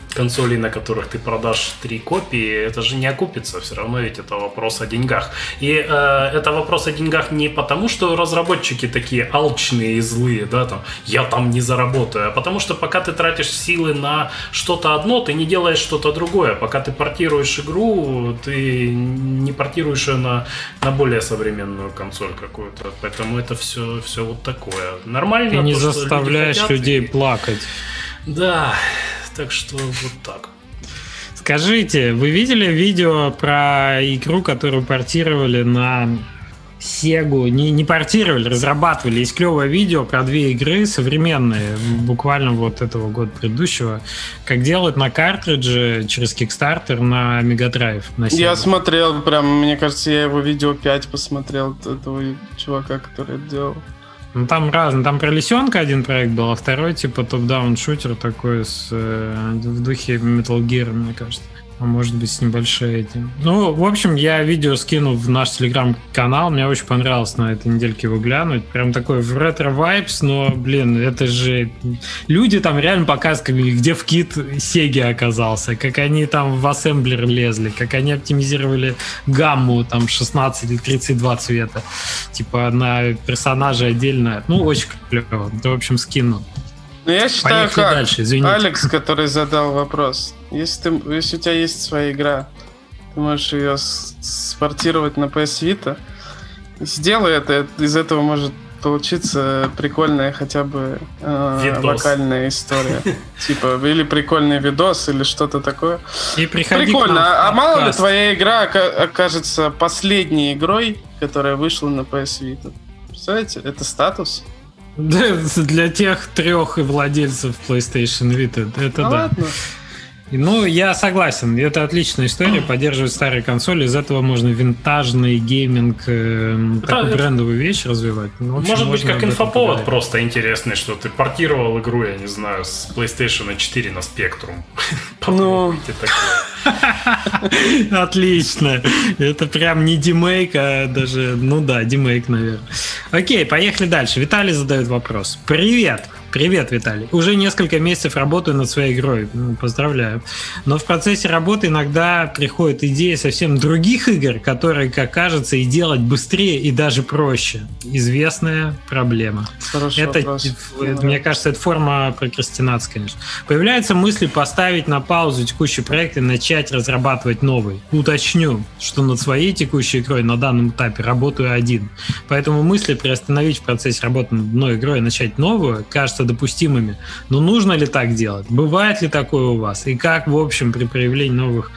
консолей, на которых ты продашь три копии, это же не окупится, все равно ведь это вопрос о деньгах. И э, это вопрос о деньгах не потому, что разработчики такие алчные и злые, да, там, я там не заработаю, а потому что пока ты тратишь силы на что-то одно, ты не делаешь что-то другое. Пока ты портируешь игру, ты не портируешь ее на, на более современную консоль какую-то, поэтому это все, все вот такое. Нормально. Ты не то, заставляешь хотят, людей и... плакать. Да, так что вот так. Скажите, вы видели видео про игру, которую портировали на Sega? Не, не портировали, разрабатывали. Есть клевое видео про две игры современные, буквально вот этого года предыдущего, как делают на картридже через Kickstarter на Mega Drive. На я смотрел, прям, мне кажется, я его видео пять посмотрел, этого чувака, который это делал. Ну, там разные. Там про лисенка один проект был, а второй типа топ-даун шутер такой с, э, в духе Metal Gear, мне кажется. А может быть, с небольшой этим. Ну, в общем, я видео скину в наш телеграм-канал. Мне очень понравилось на этой недельке его глянуть. Прям такой в ретро-вайбс, но, блин, это же... Люди там реально показывали, где в кит Сеги оказался, как они там в ассемблер лезли, как они оптимизировали гамму там шестнадцать или тридцать два цвета. Типа на персонажа отдельно. Ну, очень клево. Это, в общем, скину. Ну, я считаю, Поехали как дальше, извините. Алекс, который задал вопрос. Если, ты, если у тебя есть своя игра, ты можешь ее спортировать на пи эс Vita, сделай это, из этого может получиться прикольная хотя бы э, вокальная история. Типа, или прикольный видос, или что-то такое. И прикольно. А мало ли твоя игра окажется последней игрой, которая вышла на пи эс Vita? Представляете? Это статус. Для тех трех владельцев PlayStation Vita, это ну, да. Ладно. Ну, я согласен, это отличная история, поддерживать старые консоли, из этого можно винтажный гейминг, э, такую брендовую вещь развивать. Ну, общем, может быть, как инфоповод поговорить. просто интересный, что ты портировал игру, я не знаю, с PlayStation четыре на Spectrum. Ну... Отлично. Это прям не демейк, а даже, ну да, демейк, наверное. Окей, поехали дальше. Виталий задает вопрос. Привет. Привет, Виталий. Уже несколько месяцев работаю над своей игрой. Ну, поздравляю. Но в процессе работы иногда приходят идеи совсем других игр, которые, как кажется, и делать быстрее и даже проще. Известная проблема. Хороший это, вопрос. это, мне кажется, это форма прокрастинации, конечно. Появляются мысли поставить на паузу текущий проект и начать разрабатывать новый. Уточню, что над своей текущей игрой на данном этапе работаю один. Поэтому мысли приостановить в процессе работы над одной игрой и начать новую кажется допустимыми. Но нужно ли так делать? Бывает ли такое у вас? И как, в общем, при проявлении новых,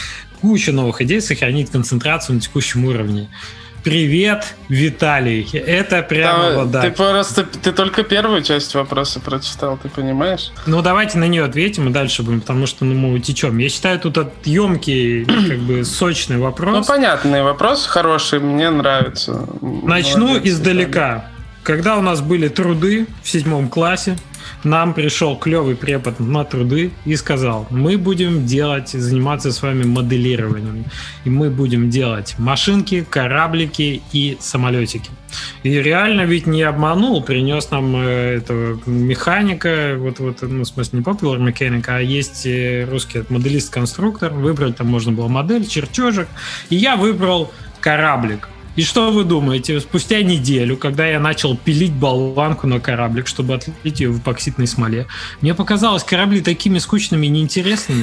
кучи новых идей сохранить концентрацию на текущем уровне? Привет, Виталий. Это прямо да, вот, да. Ты просто ты только первую часть вопроса прочитал, ты понимаешь? Ну, давайте на нее ответим и дальше будем, потому что ну, мы утечем. Я считаю, тут емкий, как бы сочный вопрос. Ну, понятный вопрос, хороший, мне нравится. Начну Молодец, издалека. Виталий. Когда у нас были труды в седьмом классе, нам пришел клевый препод на труды и сказал, мы будем делать, заниматься с вами моделированием. И мы будем делать машинки, кораблики и самолетики. И реально ведь не обманул, принес нам э, этого механика, вот, вот, ну, в смысле не popular mechanic, а есть русский моделист-конструктор, выбрать там можно было модель, чертежик, и я выбрал кораблик. И что вы думаете? Спустя неделю, когда я начал пилить болванку на кораблик, чтобы отлить ее в эпоксидной смоле, мне показалось корабли такими скучными и неинтересными.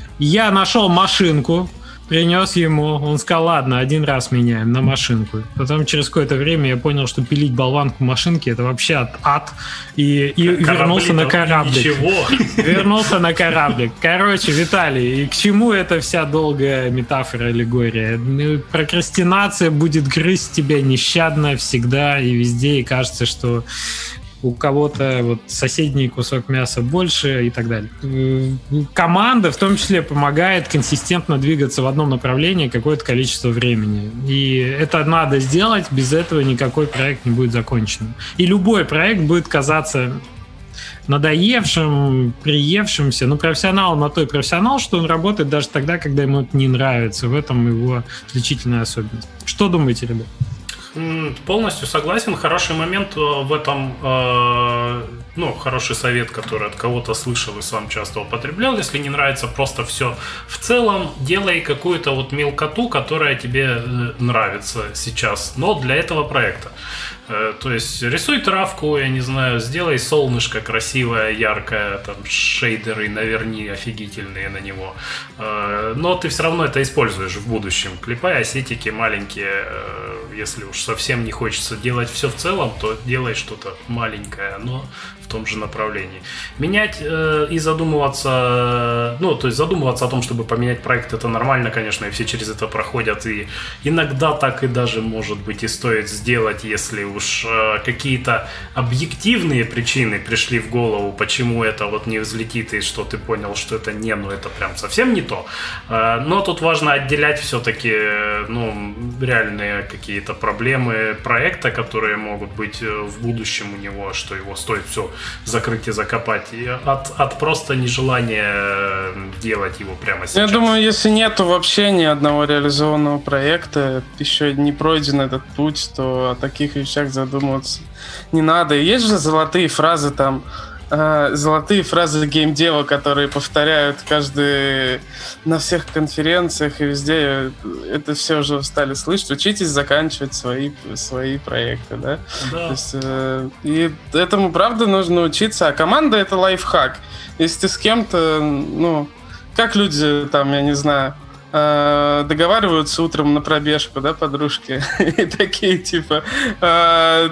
Я нашел машинку, принес ему, он сказал, ладно, один раз меняем на машинку. Потом через какое-то время я понял, что пилить болванку машинки это вообще ад, ад и, и вернулся на кораблик. Ничего. Вернулся на кораблик. Короче, Виталий, и к чему эта вся долгая метафора, аллегория? Прокрастинация будет грызть тебя нещадно всегда и везде, и кажется, что у кого-то вот соседний кусок мяса больше и так далее. Команда в том числе помогает консистентно двигаться в одном направлении какое-то количество времени. И это надо сделать, без этого никакой проект не будет закончен. И любой проект будет казаться надоевшим, приевшимся, но профессионал на то и профессионал, что он работает даже тогда, когда ему это не нравится. В этом его отличительная особенность. Что думаете, ребят? Полностью согласен. Хороший момент в этом, ну, хороший совет, который от кого-то слышал и сам часто употреблял. Если не нравится просто все в целом, делай какую-то вот мелкоту, которая тебе нравится сейчас, но для этого проекта. То есть рисуй травку, я не знаю, сделай солнышко красивое, яркое, там шейдеры наверни офигительные на него. Но ты все равно это используешь в будущем. Клепай ассетики маленькие, если уж совсем не хочется делать все в целом, то делай что-то маленькое, но в том же направлении. Менять э, и задумываться, ну, то есть задумываться о том, чтобы поменять проект, это нормально, конечно, и все через это проходят, и иногда так и даже, может быть, и стоит сделать, если уж э, какие-то объективные причины пришли в голову, почему это вот не взлетит, и что ты понял, что это не, ну, это прям совсем не то. Э, но тут важно отделять все-таки, ну, реальные какие-то проблемы проекта, которые могут быть в будущем у него, что его стоит все закрыть и закопать, и от, от просто нежелания делать его прямо сейчас. Я думаю, если нету вообще ни одного реализованного проекта, еще не пройден этот путь, то о таких вещах задумываться не надо. И есть же золотые фразы там, э, золотые фразы геймдева, которые повторяют каждый на всех конференциях и везде. Это все уже стали слышать. Учитесь заканчивать свои, свои проекты, да? Да. То есть, э, и этому, правда, нужно учиться. А команда — это лайфхак. Если ты с кем-то, ну, как люди там, я не знаю, э, договариваются утром на пробежку, да, подружки, и такие, типа, э,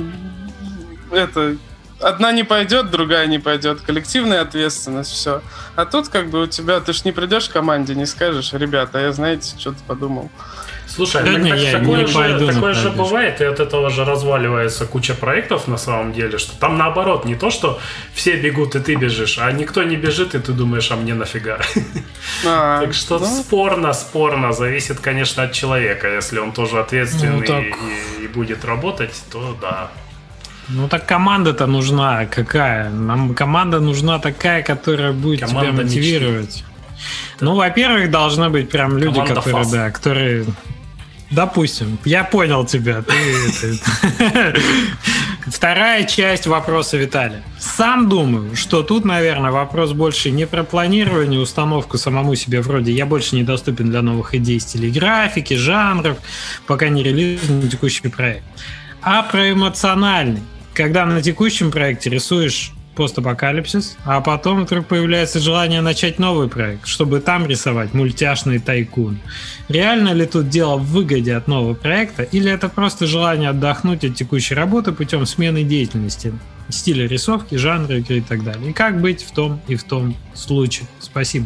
это... Одна не пойдет, другая не пойдет. Коллективная ответственность, все. А тут как бы у тебя, ты ж не придешь к команде, не скажешь: ребята, я, знаете, что-то подумал. Слушай, да ну, не, так, я такое, не же, такое же пробежку. бывает, и от этого же разваливается куча проектов на самом деле, что там наоборот, не то, что все бегут и ты бежишь, а никто не бежит, и ты думаешь, а мне нафига. А, так что ну... спорно, спорно, зависит, конечно, от человека. Если он тоже ответственный ну, так... и, и будет работать, то да. Ну так команда-то нужна какая? Нам команда нужна такая, которая будет команда тебя мотивировать. Да. Ну, во-первых, должны быть прям люди, команда которые, фас. да, которые... Допустим, я понял тебя. Вторая часть вопроса Виталия. Сам думаю, что тут, наверное, вопрос больше не про планирование, установку самому себе вроде «я больше недоступен для новых идей, стилей графики, жанров, пока не релизован текущий проект», а про эмоциональный. Когда на текущем проекте рисуешь постапокалипсис, а потом вдруг появляется желание начать новый проект, чтобы там рисовать мультяшный тайкун. Реально ли тут дело в выгоде от нового проекта, или это просто желание отдохнуть от текущей работы путем смены деятельности, стиля рисовки, жанра игры и так далее? И как быть в том и в том случае? Спасибо.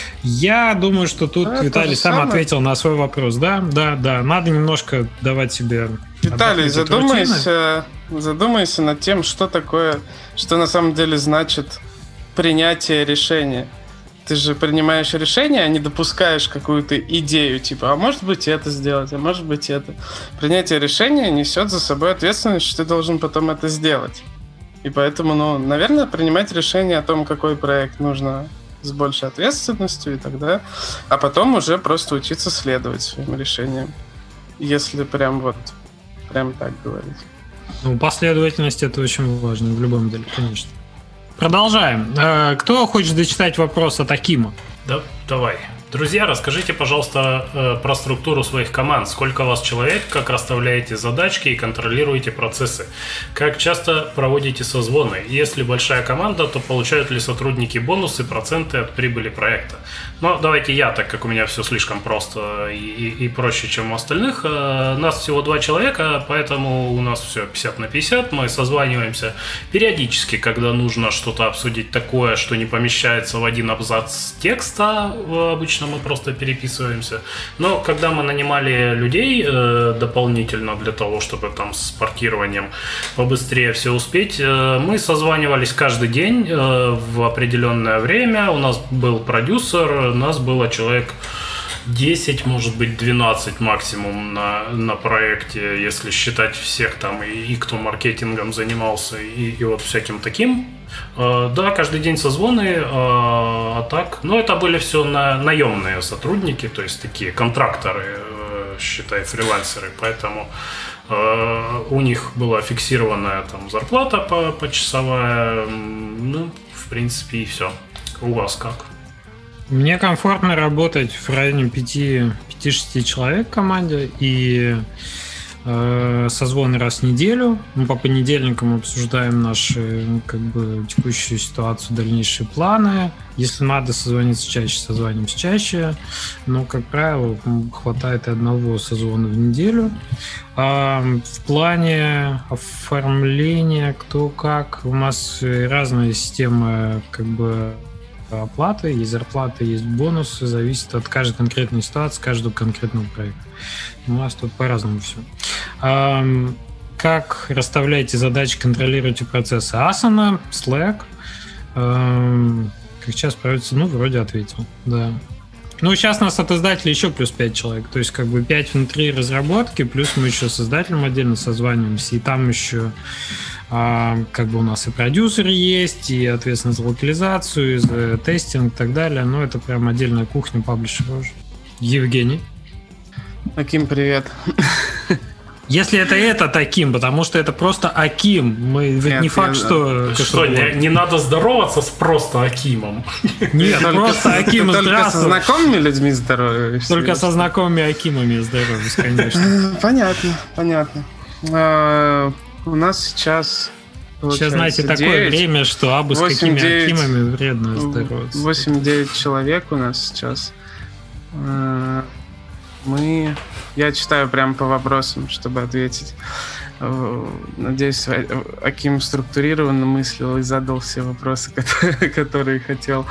Я думаю, что тут а Виталий сам самое. ответил на свой вопрос. Да, да, да. Надо немножко давать себе... Виталий, задумайся, задумайся над тем, что такое, что на самом деле значит принятие решения. Ты же принимаешь решение, а не допускаешь какую-то идею, типа, а может быть это сделать, а может быть это. Принятие решения несет за собой ответственность, что ты должен потом это сделать. И поэтому, ну, наверное, принимать решение о том, какой проект нужно с большей ответственностью и так далее, а потом уже просто учиться следовать своим решениям. Если прям вот, прям так говорить. Ну, последовательность — это очень важно в любом деле, конечно. Продолжаем. Кто хочет дочитать вопрос от Акима? Да, давай. Друзья, расскажите, пожалуйста, про структуру своих команд. Сколько у вас человек, как расставляете задачки и контролируете процессы? Как часто проводите созвоны? Если большая команда, то получают ли сотрудники бонусы, проценты от прибыли проекта? Но давайте я, так как у меня все слишком просто и, и, и проще, чем у остальных. Нас всего два человека, поэтому у нас все пятьдесят на пятьдесят. Мы созваниваемся периодически, когда нужно что-то обсудить такое, что не помещается в один абзац текста обычно. Мы просто переписываемся. Но когда мы нанимали людей э, дополнительно для того, чтобы там с паркированием побыстрее все успеть, э, мы созванивались каждый день э, в определенное время. У нас был продюсер, у нас было человек десять, может быть, двенадцать максимум на, на проекте, если считать всех там и, и кто маркетингом занимался, и, и вот всяким таким. Uh, да, каждый день созвоны, uh, а так, но это были все на, наемные сотрудники, то есть такие контракторы, uh, считай, фрилансеры, поэтому У них была фиксированная там зарплата по почасовая. Ну, в принципе, и все. У вас как? Мне комфортно работать в районе пяти-шести человек в команде, и э, созвоны раз в неделю. Мы по понедельникам обсуждаем наши, как бы, текущую ситуацию, дальнейшие планы. Если надо созвониться чаще, созвонимся чаще. Но, как правило, хватает и одного созвона в неделю. А в плане оформления, кто как, у нас разные системы, как бы, оплаты, есть зарплаты, есть бонусы, зависит от каждой конкретной ситуации, каждого конкретного проекта. У нас тут по-разному все. А, как расставляете задачи, контролируете процессы? Asana, Slack. А, как сейчас проводится? Ну, вроде ответил, да. Ну, сейчас у нас от издателя еще плюс пять человек, то есть как бы пять внутри разработки, плюс мы еще с издателем отдельно созваниваемся, и там еще а, как бы у нас и продюсеры есть, и ответственность за локализацию, и за тестинг и так далее, но это прям отдельная кухня паблишера уже. Евгений. Аким, привет. Если это это Аким, потому что это просто Аким. Мы, ведь Нет, не факт, я... что... Что, не, не надо здороваться с просто Акимом? Нет, просто Аким, здравствуй. Только со знакомыми людьми здороваешься? Только со знакомыми Акимами здороваюсь, конечно. Понятно, понятно. У нас сейчас... Сейчас, знаете, такое время, что абы с какими Акимами вредно здороваться. восемь-девять человек у нас сейчас. Мы... Я читаю прямо по вопросам, чтобы ответить. Надеюсь, Аким структурированно мыслил и задал все вопросы, которые, которые хотел.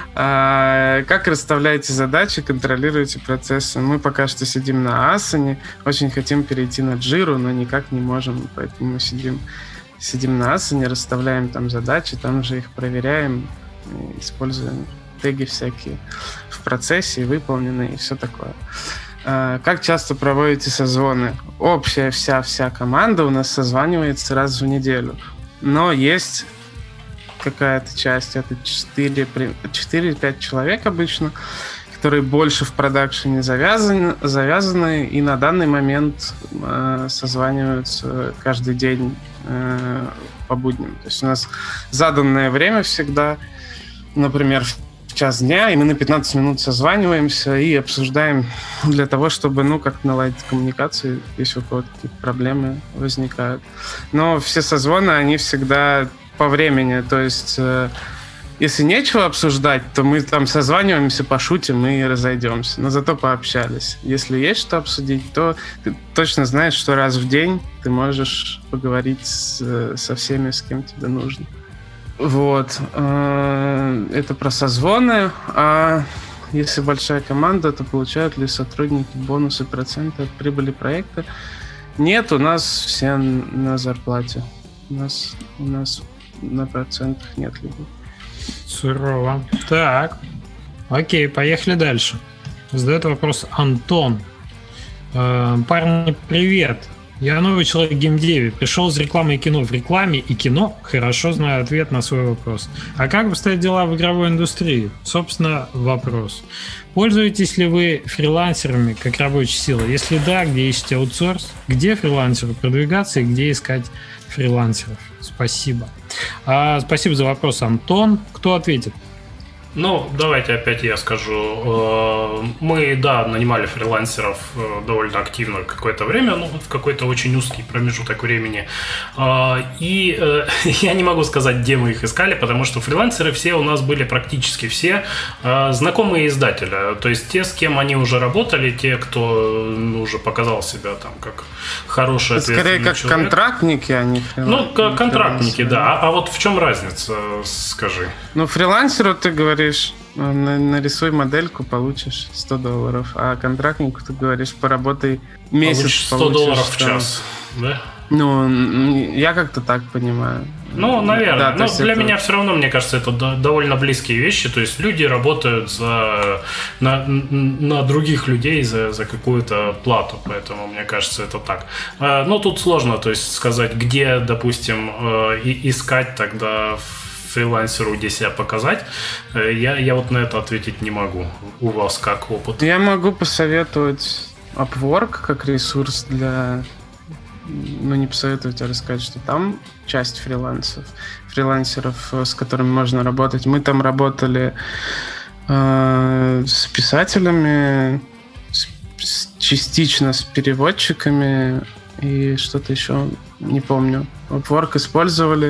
А, как расставляете задачи, контролируете процессы? Мы пока что сидим на Asana, очень хотим перейти на Jira, но никак не можем, поэтому мы сидим, сидим на Asana, расставляем там задачи, там же их проверяем, используем теги всякие в процессе, выполненные и все такое. Как часто проводите созвоны? Общая вся-вся команда у нас созванивается раз в неделю. Но есть какая-то часть, это четыре-пять человек обычно, которые больше в продакшене завязаны, завязаны и на данный момент э, созваниваются каждый день э, по будням. То есть у нас заданное время всегда, например, час дня, и мы на пятнадцать минут созваниваемся и обсуждаем для того, чтобы, ну, как наладить коммуникацию, если у кого-то какие-то проблемы возникают. Но все созвоны, они всегда по времени, то есть э, если нечего обсуждать, то мы там созваниваемся, пошутим и разойдемся, но зато пообщались. Если есть что обсудить, то ты точно знаешь, что раз в день ты можешь поговорить с, со всеми, с кем тебе нужно. Вот. Это про созвоны. А если большая команда, то получают ли сотрудники бонусы, проценты от прибыли проекта? Нет, у нас все на зарплате. У нас, у нас на процентах нет людей. Сурово. Так. Окей, поехали дальше. Задает вопрос Антон. Парни, привет. Я новый человек в геймдеве, пришел из рекламы и кино. В рекламе и кино хорошо знаю ответ на свой вопрос. А как обстоят дела в игровой индустрии? Собственно, вопрос. Пользуетесь ли вы фрилансерами как рабочей силой? Если да, где ищете аутсорс? Где фрилансеру продвигаться и где искать фрилансеров? Спасибо. А, спасибо за вопрос, Антон. Кто ответит? Ну, давайте опять я скажу. Мы, да, нанимали фрилансеров довольно активно какое-то время, ну, в какой-то очень узкий промежуток времени. И я не могу сказать, где мы их искали, потому что фрилансеры все у нас были практически все знакомые издателя. То есть те, с кем они уже работали, те, кто уже показал себя там как хороший, ответственный человек. Скорее, как человек. Контрактники, а не фрилансеры. Ну, как контрактники, да. А, а вот в чем разница, скажи? Ну, фрилансеру ты говоришь, нарисуй модельку, получишь сто долларов, а контрактнику ты говоришь, поработай месяц, получишь сто долларов в час, да? Ну, я как-то так понимаю. Ну, наверное. Да, но для это... меня все равно, мне кажется, это довольно близкие вещи. То есть люди работают за, на, на других людей за, за какую-то плату. Поэтому, мне кажется, это так. Но тут сложно, то есть сказать, где, допустим, искать тогда фрилансеру, где себя показать. Я, я вот на это ответить не могу. У вас как опыт? Я могу посоветовать Upwork как ресурс для ну, не посоветовать, а рассказать, что там часть фрилансеров, фрилансеров, с которыми можно работать. Мы там работали э, с писателями, с, с, частично с переводчиками и что-то еще, не помню. Upwork использовали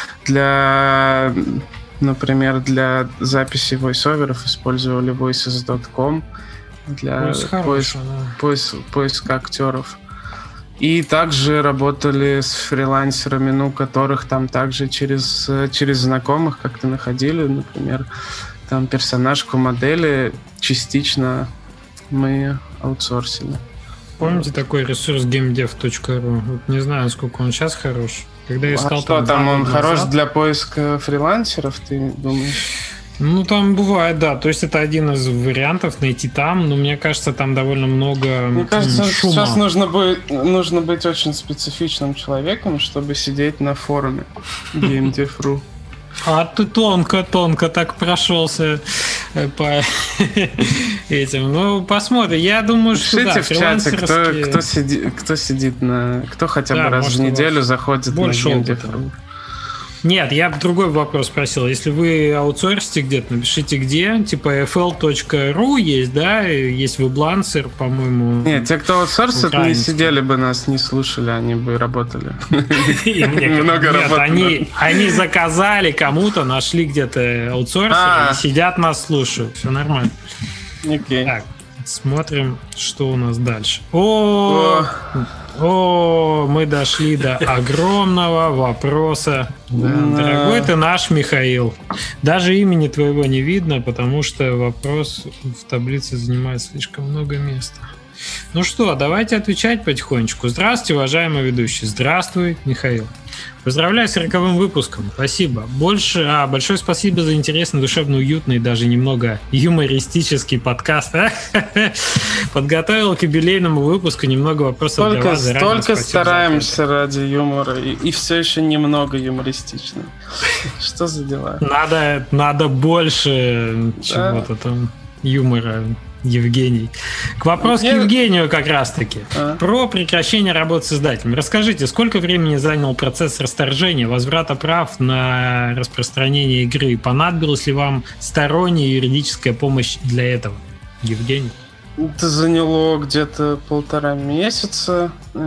для, например, для записи войсоверов использовали voices точка ком для поиск, да. поиск, поиска актеров. И также работали с фрилансерами, ну, которых там также через, через знакомых как-то находили. Например, там персонажку модели частично мы аутсорсили. Помните такой ресурс геймдев точка ру? Вот не знаю, насколько он сейчас хорош. Когда я искал, а что там, он назад... хорош для поиска фрилансеров, ты думаешь? Ну, там бывает, да. То есть это один из вариантов найти там, но мне кажется, там довольно много Мне кажется, шума. Сейчас нужно быть, нужно быть очень специфичным человеком, чтобы сидеть на форуме геймдев точка ру. А ты тонко-тонко так прошелся по этим. Ну, посмотрим. Я думаю, что Пишите да, в чате, кто, кто, сиди, кто сидит на... Кто хотя бы да, раз в неделю заходит на геймдев точка ру. Нет, я другой вопрос спросил. Если вы аутсорсите где-то, напишите где. Типа эф эл точка ру есть, да? Есть веблансер, по-моему. Нет, те, кто аутсорсит, не сидели бы нас, не слушали, они бы работали. Много работали. Они заказали кому-то, нашли где-то аутсорсера и сидят, нас слушают. Все нормально. Окей. Так, смотрим, что у нас дальше. О, О, мы дошли до огромного вопроса. Да, да. Дорогой ты наш Михаил. Даже имени твоего не видно, потому что вопрос в таблице занимает слишком много места. Ну что, давайте отвечать потихонечку. Здравствуйте, уважаемый ведущий. Здравствуй, Михаил. Поздравляю с сороковым выпуском. Спасибо. Больше, а, большое спасибо за интересный, душевно уютный, даже немного юмористический подкаст. Подготовил к юбилейному выпуску немного вопросов только, для вас. Только стараемся ради юмора, и, и все еще немного юмористично. Что за дела? Надо, надо больше чего-то там юмора. Евгений. К вопросу Нет. к Евгению как раз-таки. А? Про прекращение работы с издателем. Расскажите, сколько времени занял процесс расторжения, возврата прав на распространение игры? Понадобилась ли вам сторонняя юридическая помощь для этого? Евгений? Это заняло где-то полтора месяца,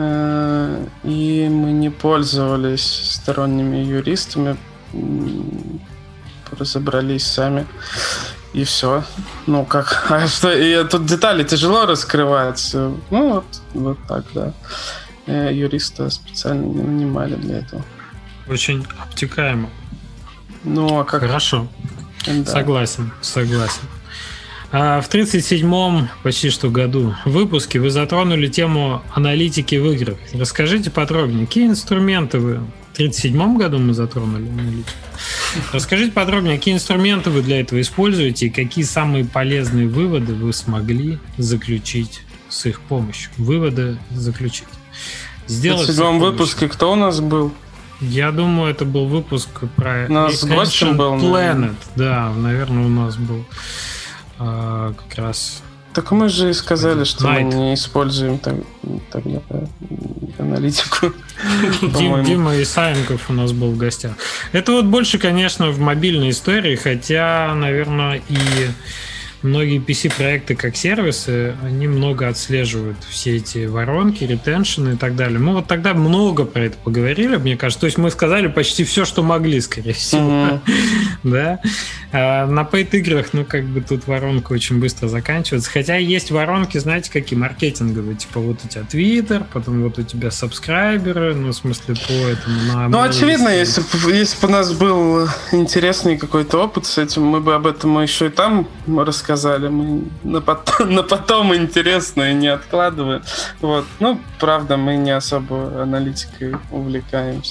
и мы не пользовались сторонними юристами, разобрались сами. И все. Ну, как... А что? И тут детали тяжело раскрывать. Ну, вот, вот так, да. Юриста специально не нанимали для этого. Очень обтекаемо. Ну, а как... Хорошо. Да. Согласен, согласен. А в тридцать седьмом почти что году выпуске вы затронули тему аналитики в играх. Расскажите подробнее, какие инструменты вы... В тридцать седьмом году мы затронули аналитику. Расскажите подробнее, какие инструменты вы для этого используете и какие самые полезные выводы вы смогли заключить с их помощью. Выводы заключить. Сделать в тридцать седьмом выпуске кто у нас был? Я думаю, это был выпуск про у нас гостем был, Planet. Да, наверное, у нас был а, как раз... Так мы же и сказали, что Night. Мы не используем так, тогда аналитику. Дим, Дима Исаенков у нас был в гостях. Это вот больше, конечно, в мобильной истории, хотя, наверное, и многие пи си-проекты как сервисы, они много отслеживают все эти воронки, ретеншены и так далее. Мы вот тогда много про это поговорили, мне кажется. То есть мы сказали почти все, что могли, скорее всего. Mm-hmm. Да? А на пейд-играх, ну, как бы тут воронка очень быстро заканчивается. Хотя есть воронки, знаете, какие маркетинговые. Типа вот у тебя Twitter, потом вот у тебя сабскрайберы, ну, в смысле, по этому... На ну, очевидно, если, если бы у нас был интересный какой-то опыт с этим, мы бы об этом еще и там рассказали. Мы на потом, на потом интересное не откладываем. Вот. Ну, правда, мы не особо аналитикой увлекаемся.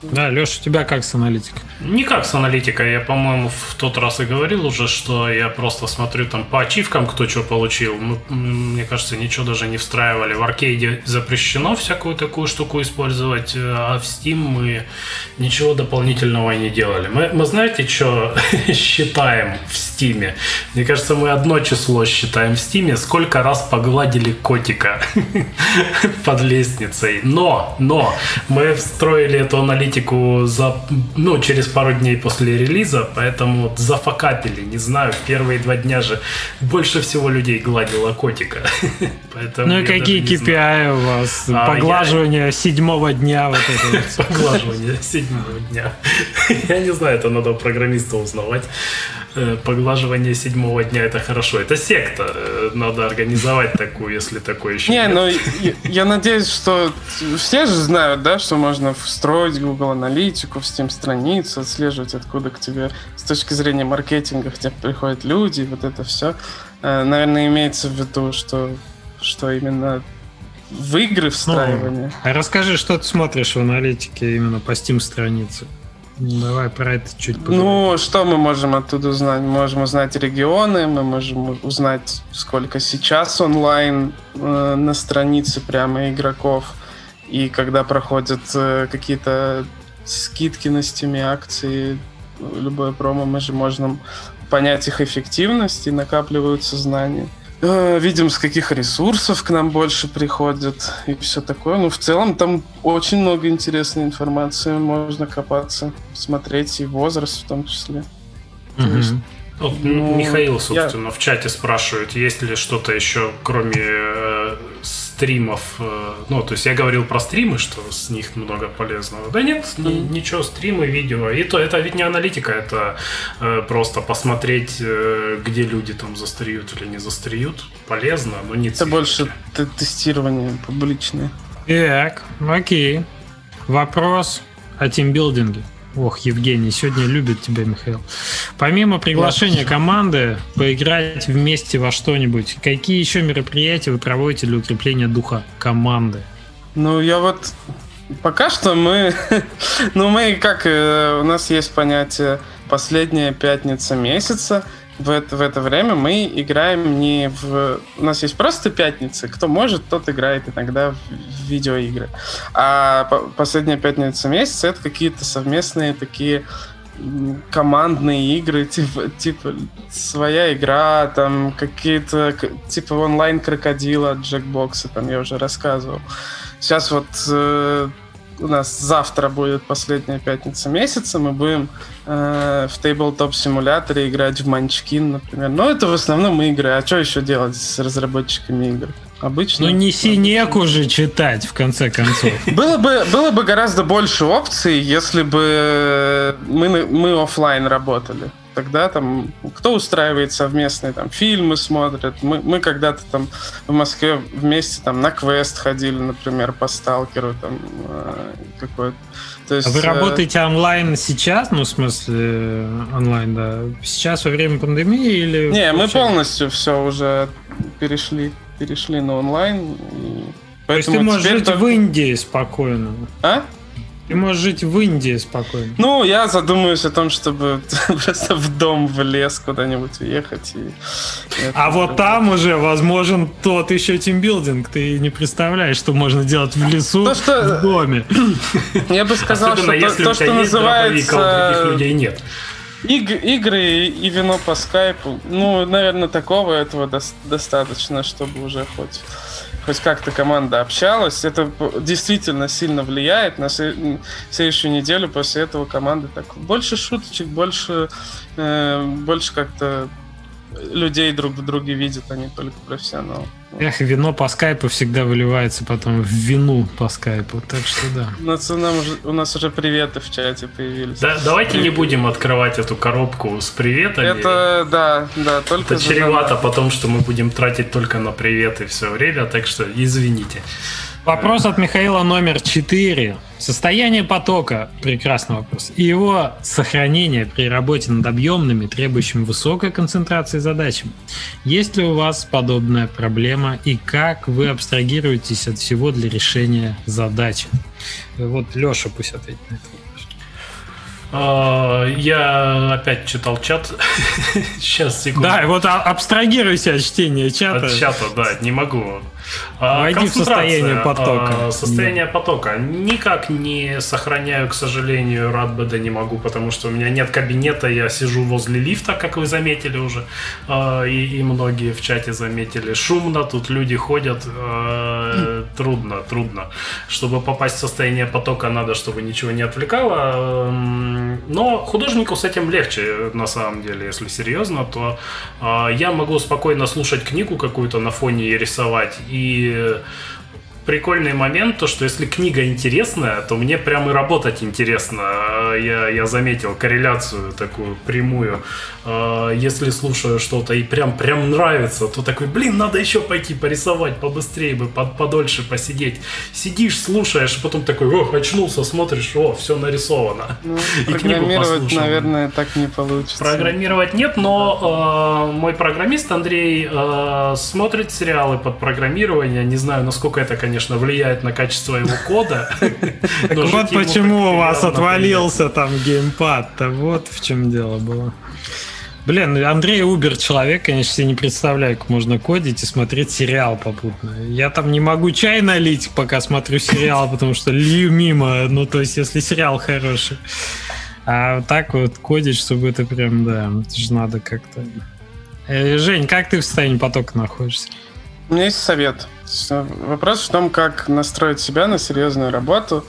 Да, Леша, у тебя как с аналитикой? Не как с аналитикой. Я, по-моему, в тот раз и говорил уже, что я просто смотрю там по ачивкам, кто что получил. Мы, мне кажется, ничего даже не встраивали. В аркейде запрещено всякую такую штуку использовать, а в Steam мы ничего дополнительного и не делали. Мы, мы знаете, что считаем в Steam? Мне кажется, мы одно число считаем в Steam, сколько раз погладили котика под лестницей. Но, но, мы встроили эту аналитику за, ну, через пару дней после релиза, поэтому вот зафакапили, не знаю, в первые два дня же больше всего людей гладило котика. Ну и какие кей пи ай у вас? А, Поглаживание я... седьмого дня вот это. Поглаживание седьмого дня. Я не знаю, это надо у программиста узнавать. Поглаживание седьмого дня — это хорошо. Это секта. Надо организовать такую, если такое еще не, нет. ну я, я надеюсь, что все же знают, да, что можно встроить Google Аналитику в Steam-страницу, отслеживать, откуда к тебе с точки зрения маркетинга к тебе приходят люди, вот это все. Наверное, имеется в виду, что, что именно в игры встраивание. Ну, а расскажи, что ты смотришь в аналитике именно по Steam-странице? Давай про это чуть поговорим. Ну, что мы можем оттуда узнать? Мы можем узнать регионы, мы можем узнать, сколько сейчас онлайн э, на странице прямо игроков, и когда проходят э, какие-то скидки на Steam, акции, любое промо, мы же можем понять их эффективность, и накапливаются знания. Видим, с каких ресурсов к нам больше приходят и все такое. Ну, в целом, там очень много интересной информации. Можно копаться, смотреть и возраст в том числе. Mm-hmm. есть, вот, ну, Михаил, собственно, я... в чате спрашивает, есть ли что-то еще, кроме э, стримов. Э, ну, то есть я говорил про стримы, что с них много полезного. Да нет, mm-hmm. ни, ничего, стримы, видео. И то это ведь не аналитика, это э, просто посмотреть, э, где люди там застреют или не застреют. Полезно, но не это больше т- тестирование публичное. Так, окей. Вопрос о тимбилдинге. Ох, Евгений, сегодня любит тебя, Михаил. Помимо приглашения команды поиграть вместе во что-нибудь, какие еще мероприятия вы проводите для укрепления духа команды? Ну, я вот... Пока что мы... ну, мы как... У нас есть понятие «последняя пятница месяца». В это, в это время мы играем не в... У нас есть просто пятницы. Кто может, тот играет иногда в, в видеоигры. А по, последняя пятница месяца — это какие-то совместные такие командные игры, типа, типа своя игра, там какие-то типа онлайн-крокодила от Jackbox, там я уже рассказывал. Сейчас вот... Э, у нас завтра будет последняя пятница месяца, мы будем э, в тейблтоп-симуляторе играть в Munchkin, например. Но это в основном игры. А что еще делать с разработчиками игр? Обычно. Ну не синеку же читать, в конце концов. Было бы, было бы гораздо больше опций, если бы мы, мы офлайн работали. Тогда там кто устраивает совместные там фильмы смотрят. Мы, мы когда-то там в Москве вместе там на квест ходили, например, по сталкеру там э, какой-то. То есть, а вы э... работаете онлайн сейчас, ну в смысле онлайн, да? Сейчас во время пандемии или? Не, мы полностью все уже перешли, перешли на онлайн. И... То есть ты можешь жить только... в Индии спокойно? А? Ты можешь жить в Индии спокойно. Ну, я задумываюсь о том, чтобы просто в дом, в лес куда-нибудь уехать. И... А вот это... там уже возможен тот еще тимбилдинг. Ты не представляешь, что можно делать в лесу, то, что... в доме. Я бы сказал, особенно, что то, то что называется... Других людей нет. Иг- игры и вино по скайпу. Ну, наверное, такого этого до- достаточно, чтобы уже хоть... хоть как-то команда общалась. Это действительно сильно влияет. На следующую неделю после этого команда так больше шуточек, больше, э, больше как-то людей друг в друге видят, а не только профессионалов. Эх, вино по скайпу всегда выливается потом в вину по скайпу, так что да. У нас уже, у нас уже приветы в чате появились. Да, давайте не будем открывать эту коробку с приветами. Это, да, да, только... Это чревато потом, что мы будем тратить только на приветы все время, так что извините. Вопрос от Михаила номер четыре. Состояние потока. Прекрасный вопрос. И его сохранение при работе над объемными, требующими высокой концентрации задачами. Есть ли у вас подобная проблема и как вы абстрагируетесь от всего для решения задачи? Вот Леша пусть ответит на это. Я опять читал чат. Сейчас, секунду. Да, вот абстрагируйся от чтения чата. От чата, да, не могу. Войди в состояние потока. Состояние потока. Никак не сохраняю, к сожалению, Радбеда не могу, потому что у меня нет кабинета, я сижу возле лифта, как вы заметили уже, и, и многие в чате заметили. Шумно, тут люди ходят, трудно, трудно. Чтобы попасть в состояние потока, надо, чтобы ничего не отвлекало. Но художнику с этим легче, на самом деле, если серьезно, то я могу спокойно слушать книгу какую-то на фоне и рисовать. И прикольный момент, то что если книга интересная, то мне прям и работать интересно. Я, я заметил корреляцию такую прямую. Если слушаю что-то и прям, прям нравится, то такой, блин, надо еще пойти порисовать побыстрее бы, под, подольше посидеть. Сидишь, слушаешь, потом такой, о, очнулся, смотришь, о, все нарисовано. Ну, и программировать, наверное, так не получится. Программировать нет, но э, мой программист Андрей э, смотрит сериалы под программирование. Не знаю, насколько это, конечно, конечно, влияет на качество его кода. Вот почему у вас отвалился там геймпад-то. Вот в чем дело было. Блин, Андрей Убер человек, конечно, себе не представляю, как можно кодить и смотреть сериал попутно. Я там не могу чай налить, пока смотрю сериал, потому что лью мимо. Ну, то есть, если сериал хороший. А так вот кодить, чтобы это прям, да, это же надо как-то... Жень, как ты в состоянии потока находишься? У меня есть совет. Вопрос в том, как настроить себя на серьезную работу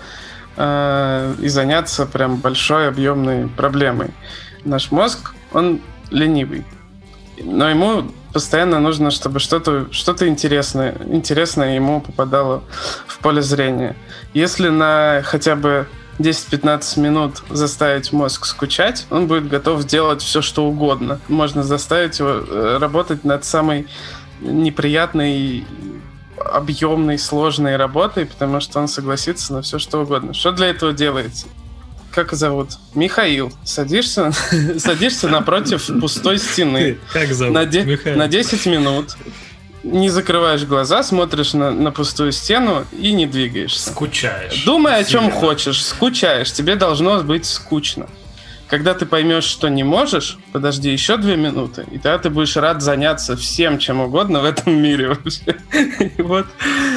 э, и заняться прям большой объемной проблемой. Наш мозг, он ленивый, но ему постоянно нужно, чтобы что-то, что-то интересное, интересное ему попадало в поле зрения. Если на хотя бы десять-пятнадцать минут заставить мозг скучать, он будет готов делать все, что угодно. Можно заставить его работать над самой неприятной, объемной, сложной работой, потому что он согласится на все, что угодно. Что для этого делаете? Как зовут? Михаил. Садишься, садишься напротив пустой стены. Как зовут? На, де- на десять минут. Не закрываешь глаза, смотришь на, на пустую стену и не двигаешься. Скучаешь. Думай, о чем хочешь. Скучаешь. Тебе должно быть скучно. Когда ты поймешь, что не можешь, подожди еще две минуты, и тогда ты будешь рад заняться всем, чем угодно в этом мире вообще. Вот,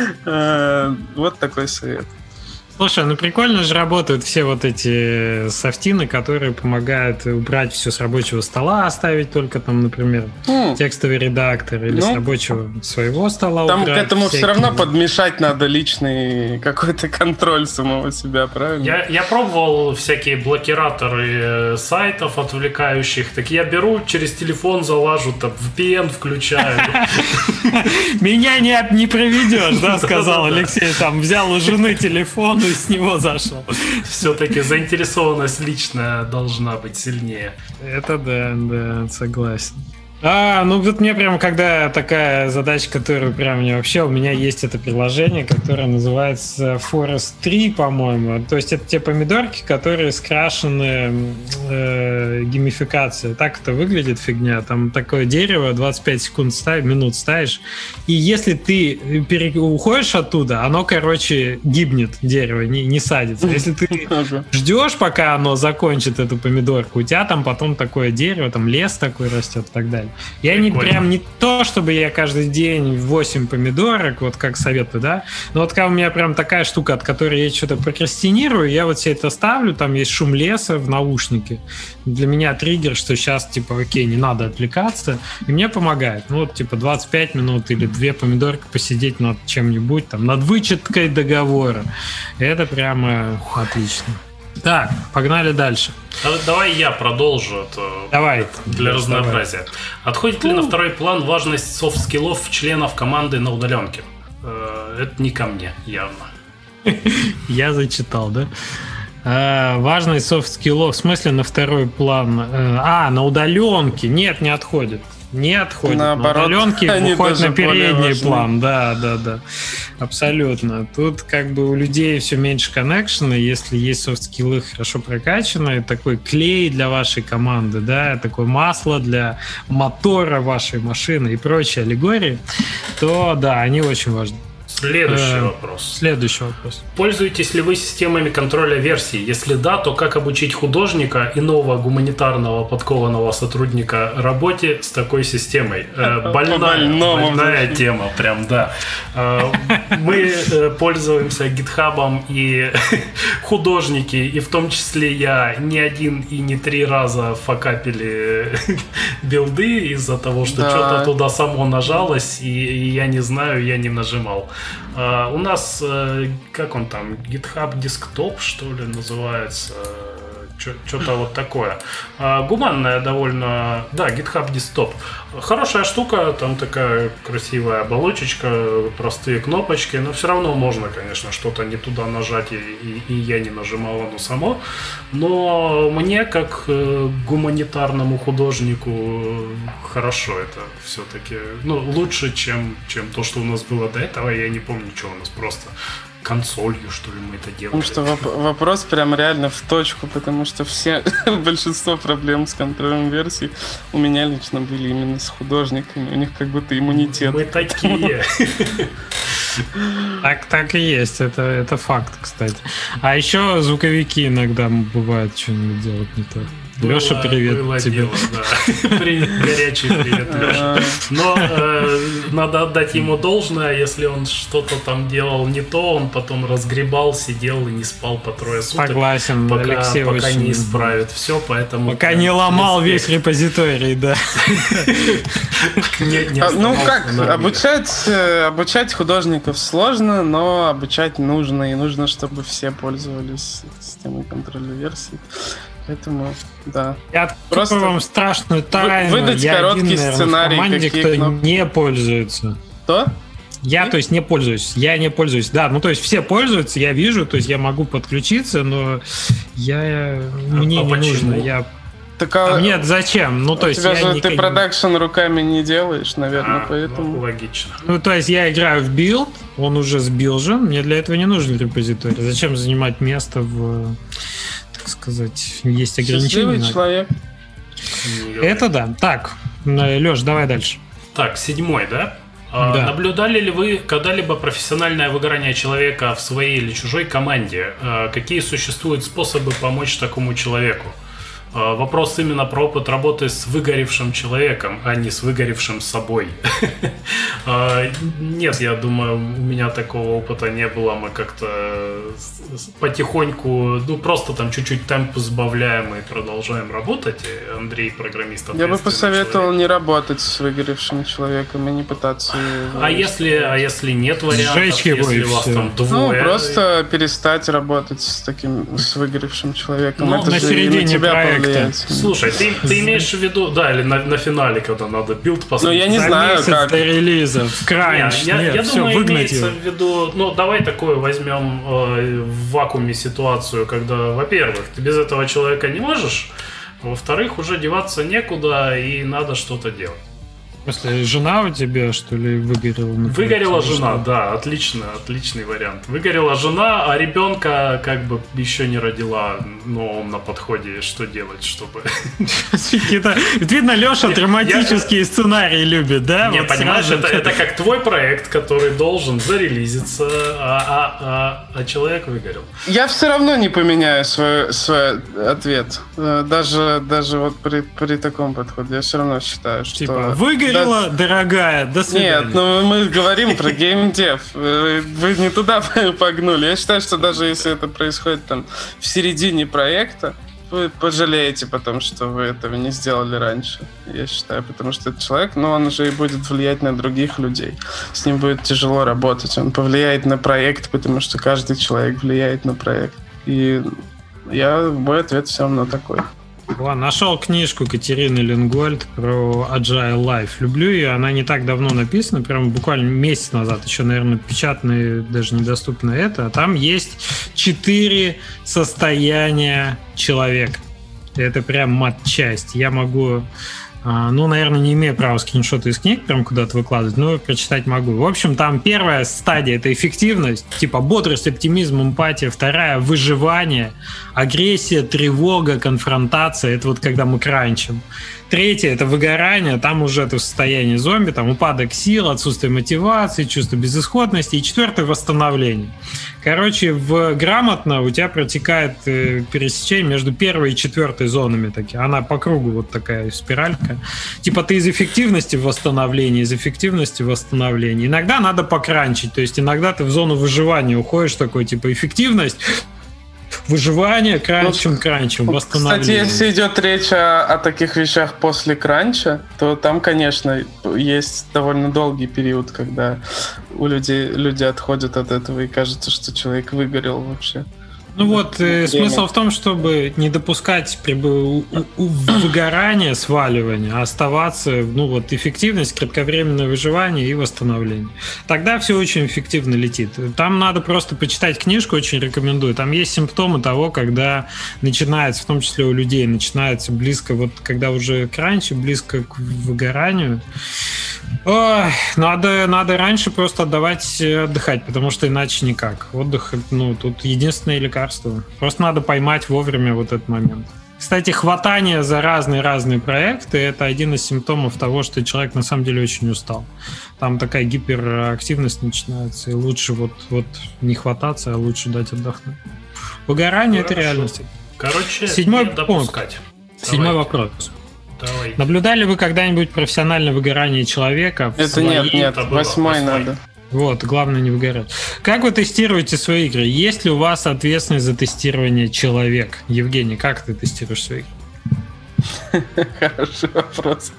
э, вот такой совет. Слушай, ну прикольно же работают все вот эти софтины, которые помогают убрать все с рабочего стола, оставить только там, например, mm. текстовый редактор или ну, с рабочего своего стола там убрать. Там к этому всякие... все равно подмешать надо личный какой-то контроль самого себя, правильно? Я, я пробовал всякие блокираторы сайтов отвлекающих, так я беру через телефон, залажу, там ви пи эн включаю. Меня не проведешь, да, сказал Алексей, там взял у жены телефон и с него зашел. Все-таки заинтересованность личная должна быть сильнее. Это да, да, согласен. А, ну вот мне прям, когда такая задача, которая прям мне вообще, у меня есть это приложение, которое называется Forest три, по-моему. То есть это те помидорки, которые скрашены э, геймификацией. Так это выглядит фигня. Там такое дерево, двадцать пять секунд ставишь, минут ставишь. И если ты пере... уходишь оттуда, оно, короче, гибнет, дерево, не, не садится. Если ты ждешь, пока оно закончит эту помидорку, у тебя там потом такое дерево, там лес такой растет и так далее. Я не прям не то, чтобы я каждый день восемь помидорок, вот как советую, да, но вот когда у меня прям такая штука, от которой я что-то прокрастинирую, я вот все это ставлю, там есть шум леса в наушнике. Для меня триггер, что сейчас, типа, окей, не надо отвлекаться, и мне помогает. Ну, вот, типа, двадцать пять минут или две помидорки посидеть над чем-нибудь, там, над вычеткой договора. Это прямо отлично. Так, погнали дальше. Давай я продолжу это. Давай. Для разнообразия. Давай. Отходит ли на второй план важность софт-скиллов членов команды на удаленке? Это не ко мне, явно. Я зачитал, да? Важность софт-скиллов, в смысле на второй план? А, на удаленке. Нет, не отходит. Не отходит. Наоборот, на удаленке выходит на передний план. Да, да, да. Абсолютно. Тут как бы у людей все меньше коннекшена. Если есть софт-скиллы хорошо прокачанные, такой клей для вашей команды, да, такое масло для мотора вашей машины и прочие аллегории, то да, они очень важны. Следующий э, вопрос. Следующий вопрос. Пользуетесь ли вы системами контроля версий? Если да, то как обучить художника и нового гуманитарного подкованного сотрудника работе с такой системой? Э, больная, больная тема, прям, да. Э, мы пользуемся GitHub'ом, и художники, и в том числе я, не один и не три раза факапили билды из-за того, что да. что-то туда само нажалось, и, и я не знаю, я не нажимал. Uh, у нас, uh, как он там, GitHub Desktop, что ли, называется, что-то вот такое. Uh, гуманная довольно, да, GitHub Desktop. Хорошая штука, там такая красивая оболочечка, простые кнопочки, но все равно можно, конечно, что-то не туда нажать, и, и, и я не нажимал оно само. Но мне, как э, гуманитарному художнику, хорошо это все-таки. Ну, лучше, чем, чем то, что у нас было до этого. Я не помню, что у нас просто консолью, что ли, мы это делали. Потому что воп- вопрос прям реально в точку, потому что все, большинство проблем с контролем версий у меня лично были именно с художниками. У них как будто иммунитет. Мы такие. Так, так и есть, это, это факт, кстати. А еще звуковики иногда бывает что-нибудь делать не так. Было, Леша, привет было тебе. Дело, да. Привет, горячий привет, Леша. Но э, надо отдать ему должное, если он что-то там делал не то, он потом разгребал, сидел и не спал по трое суток. Согласен, пока, Алексей пока очень... не исправит все, поэтому... Пока не ломал весь репозиторий, да. Ну как, обучать, обучать художников сложно, но обучать нужно, и нужно, чтобы все пользовались системой контроля версий. Поэтому, да. Я открою Просто вам страшную тайну. Выдать я короткий один, наверное, сценарий, в команде, кто кнопки? Не пользуется. Кто? Я, Ты? то есть, не пользуюсь. Я не пользуюсь. Да, ну, то есть, все пользуются, я вижу, то есть, я могу подключиться, но я... А, мне а не почему? Нужно. Я... Так, а... а нет, зачем? Ну, то есть, тебя я же никак... ты продакшн руками не делаешь, наверное, а, поэтому... Ну, логично. Ну, то есть, я играю в билд, он уже сбилжен, мне для этого не нужен репозиторий. Зачем занимать место в... сказать, есть ограничения. Счастливый человек. Это да. Так, Лёш, давай дальше. Так, седьмой, да? А, да. Наблюдали ли вы когда-либо профессиональное выгорание человека в своей или чужой команде? А, какие существуют способы помочь такому человеку? А, вопрос именно про опыт работы с выгоревшим человеком, а не с выгоревшим собой. Нет, я думаю, у меня такого опыта не было. Мы как-то потихоньку, ну просто там чуть-чуть темп сбавляем и продолжаем работать. Андрей, программист, я бы посоветовал человек. Не работать с выгоревшим человеком и не пытаться... А если, а если нет вариантов, если у вас там двое? Ну, просто перестать работать с таким, с выгоревшим человеком. Ну, это на же середине и на тебя проекта. Повлияет. Слушай, ты, ты имеешь в виду, да, или на, на финале, когда надо билд Ну, посмотреть? я не За знаю, месяц как. До релиза, в кранч. Нет, я, Нет, я все, думаю, выгнать имеется его. в виду, ну, давай такую возьмем э, в вакууме ситуацию, когда, во-первых, ты без этого человека не можешь, а во-вторых, уже деваться некуда и надо что-то делать. В смысле, жена у тебя, что ли, выгорела? Например, Выгорела жена, что? Да, отлично, отличный вариант. Выгорела жена, а ребенка как бы еще не родила, но он на подходе. Что делать, чтобы... Видно, Леша драматические сценарии любит, да? Не, понимаешь, это как твой проект, который должен зарелизиться, а человек выгорел. Я все равно не поменяю свой ответ. Даже вот при таком подходе. Я все равно считаю, что... Выгорел. Да. Дорогая, до свидания. Нет, ну мы говорим про геймдев. Вы не туда погнули. Я считаю, что даже если это происходит там в середине проекта, вы пожалеете потом, что вы этого не сделали раньше. Я считаю, потому что этот человек, ну, он уже и будет влиять на других людей. С ним будет тяжело работать. Он повлияет на проект, потому что каждый человек влияет на проект. И я, мой ответ все равно такой. Ладно, нашел книжку Катерины Ленгольд про Agile Life. Люблю ее, она не так давно написана, прям буквально месяц назад, еще, наверное, печатные, даже недоступно это. А там есть четыре состояния человека. Это прям матчасть. Я могу Ну, наверное, не имею права скриншоты из книг прям куда-то выкладывать, но прочитать могу. В общем, там первая стадия — это эффективность, типа бодрость, оптимизм, эмпатия. Вторая — выживание, агрессия, тревога, конфронтация. Это вот когда мы кранчим. Третье — это выгорание, там уже ты в состоянии зомби, там упадок сил, отсутствие мотивации, чувство безысходности. И четвертое — восстановление. Короче, в грамотно у тебя протекает э, пересечение между первой и четвертой зонами. Таки. Она по кругу вот такая спиралька. Типа ты из эффективности в восстановлении, из эффективности в восстановлении. Иногда надо покранчить, то есть иногда ты в зону выживания уходишь, такой типа эффективность, выживание, кранчим, ну, кранчим, восстановление. Кстати, если идет речь о, о таких вещах после кранча, то там, конечно, есть довольно долгий период, когда у людей люди отходят от этого и кажется, что человек выгорел вообще. Ну вот, э, смысл в том, чтобы не допускать прибы- выгорания, сваливания, а оставаться, ну вот, эффективность, кратковременное выживание и восстановление. Тогда все очень эффективно летит. Там надо просто почитать книжку, очень рекомендую. Там есть симптомы того, когда начинается, в том числе у людей, начинается близко, вот когда уже кранч, близко к выгоранию. Ой, надо, надо раньше просто отдавать отдыхать, потому что иначе никак. Отдых, ну, тут единственное лекарство. Просто надо поймать вовремя вот этот момент. Кстати, хватание за разные-разные проекты — это один из симптомов того, что человек на самом деле очень устал. Там такая гиперактивность начинается, и лучше вот, вот не хвататься, а лучше дать отдохнуть. Выгорание — это реальность. Короче, седьмой не допускать. Седьмой Давай. вопрос. Давай. Наблюдали вы когда-нибудь профессиональное выгорание человека? Это своей... нет, нет, Это было, восьмой восьмой. надо. Вот, главное не выгорать. Как вы тестируете свои игры? Есть ли у вас ответственность за тестирование человек? Евгений, как ты тестируешь свои игры? Хороший вопрос.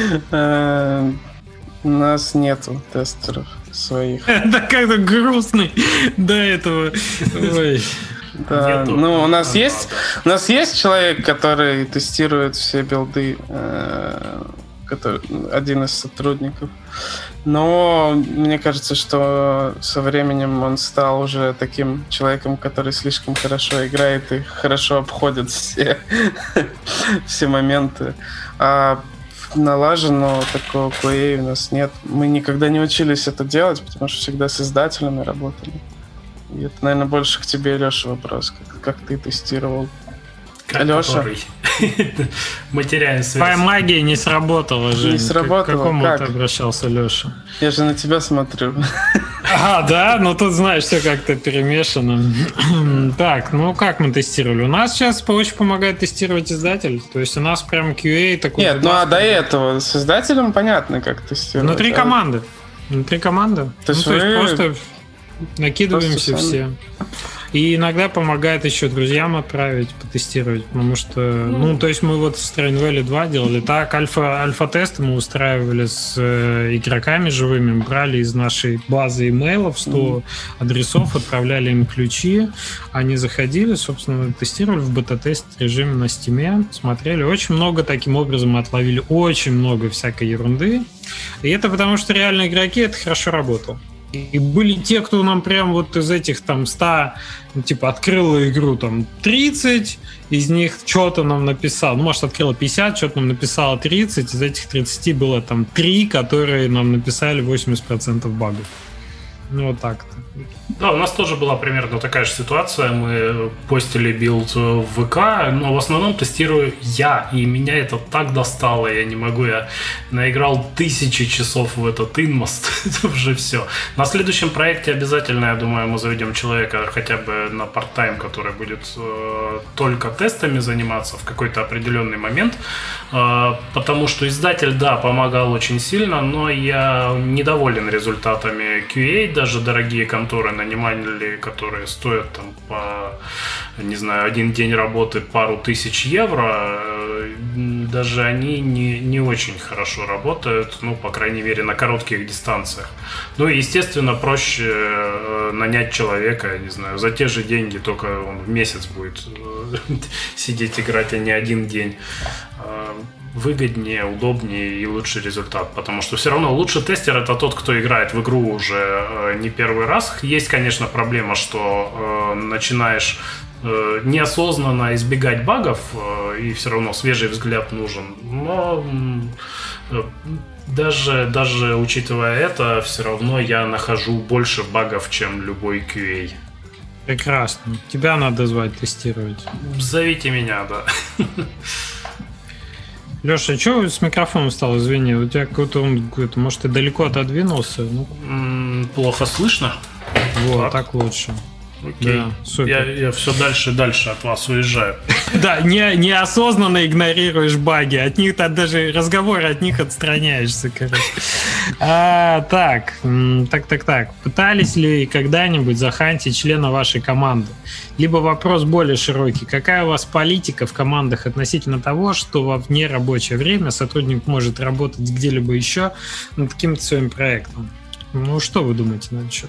У нас нету тестеров своих. Это как-то грустный до этого. Ой. Да, Нету. ну у нас А, есть, у нас есть человек, который тестирует все билды, э, который, один из сотрудников. Но мне кажется, что со временем он стал уже таким человеком, который слишком хорошо играет и хорошо обходит все, все моменты. А налаженного такого кью эй у нас нет. Мы никогда не учились это делать, потому что всегда с издателями работали. И это, наверное, больше к тебе, Леша, вопрос. Как, как ты тестировал? Как Леша? Мы теряем связь. Твоя магия не сработала, Женя. Не сработала? К какому Как? ты обращался, Леша? Я же на тебя смотрю. А, да? Ну тут, знаешь, все как-то перемешано. Так, ну как мы тестировали? У нас сейчас очень помогает тестировать издатель. То есть у нас прям кью эй такой... Нет, ну а до этого с издателем понятно, как тестировать. Внутри А команды. Внутри команды. То Ну, есть то есть вы просто накидываемся просто все. И иногда помогает еще друзьям отправить, потестировать, потому что, ну, ну то есть мы вот с Train Valley два делали так, альфа, альфа-тесты мы устраивали с э, игроками живыми, брали из нашей базы имейлов сто mm. адресов, отправляли им ключи, они заходили, собственно, тестировали в бета-тест режиме на Steam, смотрели, очень много таким образом отловили, очень много всякой ерунды, и это потому что реально игроки, это хорошо работало. И были те, кто нам прям вот из этих там ста, ну, типа, открыла игру там тридцать, из них что-то нам написал, ну, может, открыла пятьдесят, что-то нам написало тридцать, из этих тридцати было там три, которые нам написали восемьдесят процентов багов. Ну, вот так-то. Да, у нас тоже была примерно такая же ситуация. Мы постили билд в ВК, но в основном тестирую я, и меня это так достало, я не могу. Я наиграл тысячи часов в этот инмост, это уже все. На следующем проекте обязательно, я думаю, мы заведем человека хотя бы на парт-тайм, который будет э, только тестами заниматься в какой-то определенный момент, э, потому что издатель, да, помогал очень сильно, но я недоволен результатами кью эй, даже дорогие конторы нанимали, которые стоят там по, не знаю, один день работы пару тысяч евро, даже они не, не очень хорошо работают, ну, по крайней мере, на коротких дистанциях. Ну, и, естественно, проще нанять человека, я не знаю, за те же деньги, только он в месяц будет сидеть играть, а не один день. Выгоднее, удобнее и лучший результат, потому что все равно лучший тестер — это тот, кто играет в игру уже э, не первый раз. Есть, конечно, проблема, что э, начинаешь э, неосознанно избегать багов, э, и все равно свежий взгляд нужен. Но даже, даже учитывая это, все равно я нахожу больше багов, чем любой кью эй. Прекрасно. Тебя надо звать тестировать. Зовите меня, да. Леша, что с микрофоном стало? Извини, у тебя какой-то он, какой-то, может, ты далеко отодвинулся? Ну... Плохо слышно? Вот, так, так лучше. Окей. Да, супер. Я, я все дальше и дальше от вас уезжаю. Да, не, неосознанно игнорируешь баги. От них даже разговоры от них отстраняешься, короче. А, так, так, так, так. Пытались ли когда-нибудь захантить члена вашей команды? Либо вопрос более широкий. Какая у вас политика в командах относительно того, что во внерабочее время сотрудник может работать где-либо еще над каким-то своим проектом? Ну, что вы думаете на этот счет?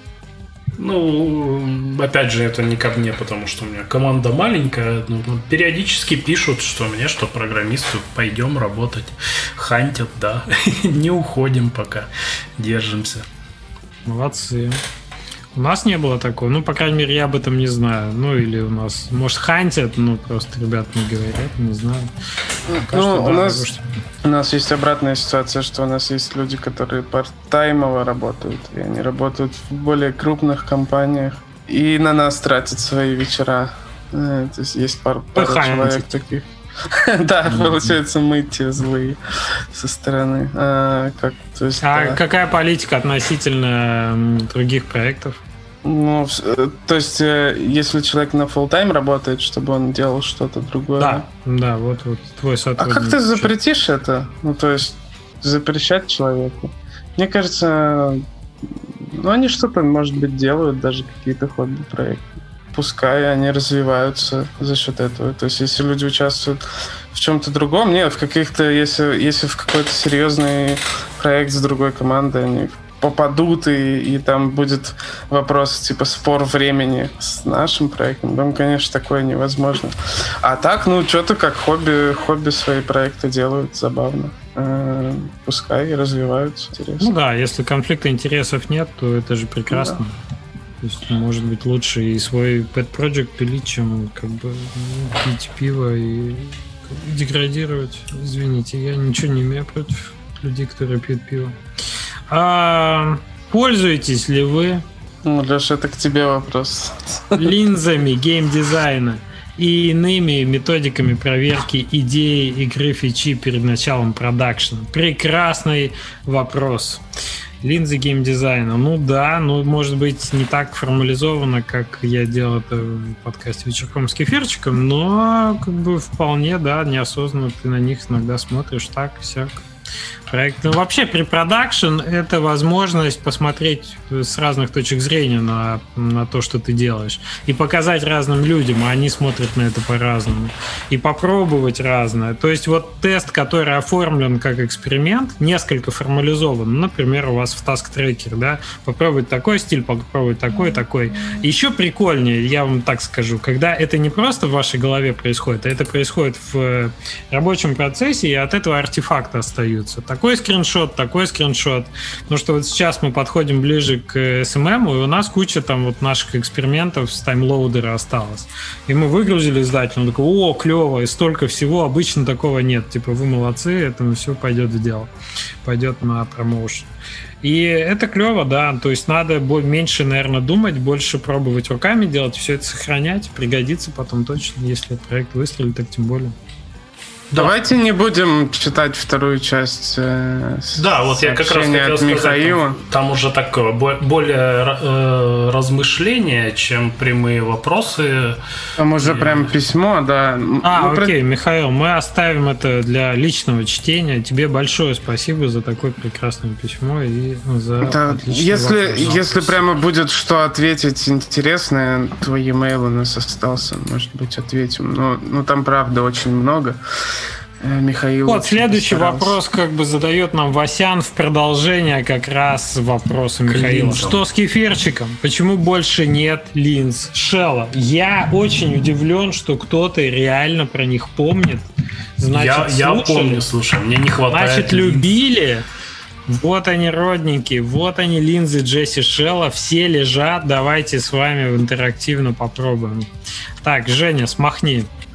Ну, опять же, это не ко мне, потому что у меня команда маленькая. Ну, периодически пишут, что мне, что программисту, пойдем работать. Хантят, да. Не уходим пока. Держимся. Молодцы. У нас не было такого. Ну, по крайней мере, я об этом не знаю. Ну, или у нас, может, хантят, но просто ребят не говорят, не знаю. Пока ну, что, у, да, нас, что... у нас есть обратная ситуация, что у нас есть люди, которые парт-таймово работают, и они работают в более крупных компаниях, и на нас тратят свои вечера. То есть есть пар, пара человек таких. Да, получается, мы те злые со стороны. А какая политика относительно других проектов? Ну, то есть, если человек на фулл-тайм работает, чтобы он делал что-то другое. Да, да, вот, вот твой сотрудник. А как ты запретишь это? Ну, то есть, запрещать человеку? Мне кажется, ну, они что-то, может быть, делают, даже какие-то хобби-проекты. Пускай они развиваются за счет этого. То есть, если люди участвуют в чем-то другом, нет, в каких-то, если, если в какой-то серьезный проект с другой командой они попадут, и, и там будет вопрос, типа, спор времени с нашим проектом, там, конечно, такое невозможно. А так, ну, что-то как хобби, хобби свои проекты делают, забавно. Э, пускай развиваются, интересно. Ну да, если конфликта интересов нет, то это же прекрасно. Да. То есть, может быть, лучше и свой pet project пилить, чем как бы ну, пить пиво и деградировать. Извините, я ничего не имею против людей, которые пьют пиво. А пользуетесь ли вы ну, Леша, это к тебе вопрос. Линзами геймдизайна и иными методиками проверки идеи игры фичи перед началом продакшена? Прекрасный вопрос. Линзы геймдизайна. Ну да, ну может быть не так формализовано, как я делал это в подкасте «Вечерком с кефирчиком», но как бы вполне, да, неосознанно ты на них иногда смотришь так, сяк. Проект. Ну, вообще, препродакшн — это возможность посмотреть с разных точек зрения на, на то, что ты делаешь, и показать разным людям, а они смотрят на это по-разному, и попробовать разное. То есть вот тест, который оформлен как эксперимент, несколько формализован. Например, у вас в Task Tracker, да, попробовать такой стиль, попробовать такой, такой. Еще прикольнее, я вам так скажу, когда это не просто в вашей голове происходит, а это происходит в рабочем процессе, и от этого артефакты остаются. Такой скриншот, такой скриншот. Потому что вот сейчас мы подходим ближе к эс эм эм, и у нас куча там вот наших экспериментов с таймлоудера осталось. И мы выгрузили издатель, он такой: о, клево, и столько всего, обычно такого нет. Типа, вы молодцы, это все пойдет в дело. Пойдет на промоушен. И это клево, да. То есть надо меньше, наверное, думать, больше пробовать руками делать, все это сохранять, пригодится потом точно. Если проект выстрелит, так тем более. Давайте не будем читать вторую часть э, да, вот я как раз хотел от сказать, Михаила. Там, там уже такое более э, размышление, чем прямые вопросы. Там уже и... прям письмо, да. А, ну, окей, про... Михаил, мы оставим это для личного чтения. Тебе большое спасибо за такое прекрасное письмо и за да, отличный если, вопрос. Если прямо будет что ответить интересное, твой e-mail у нас остался, может быть, ответим. Но, но там, правда, очень много. Михаил. Вот следующий постарался. Вопрос как бы задает нам Васян в продолжение как раз вопроса Михаила. Что с кефирчиком? Почему больше нет линз Шелла? Я очень удивлен, что кто-то реально про них помнит. Значит, я, я помню, слушай, мне не хватает. Значит, любили. Вот они, родненькие, вот они, линзы Джесси Шелла, все лежат. Давайте с вами интерактивно попробуем. Так, Женя, смахни.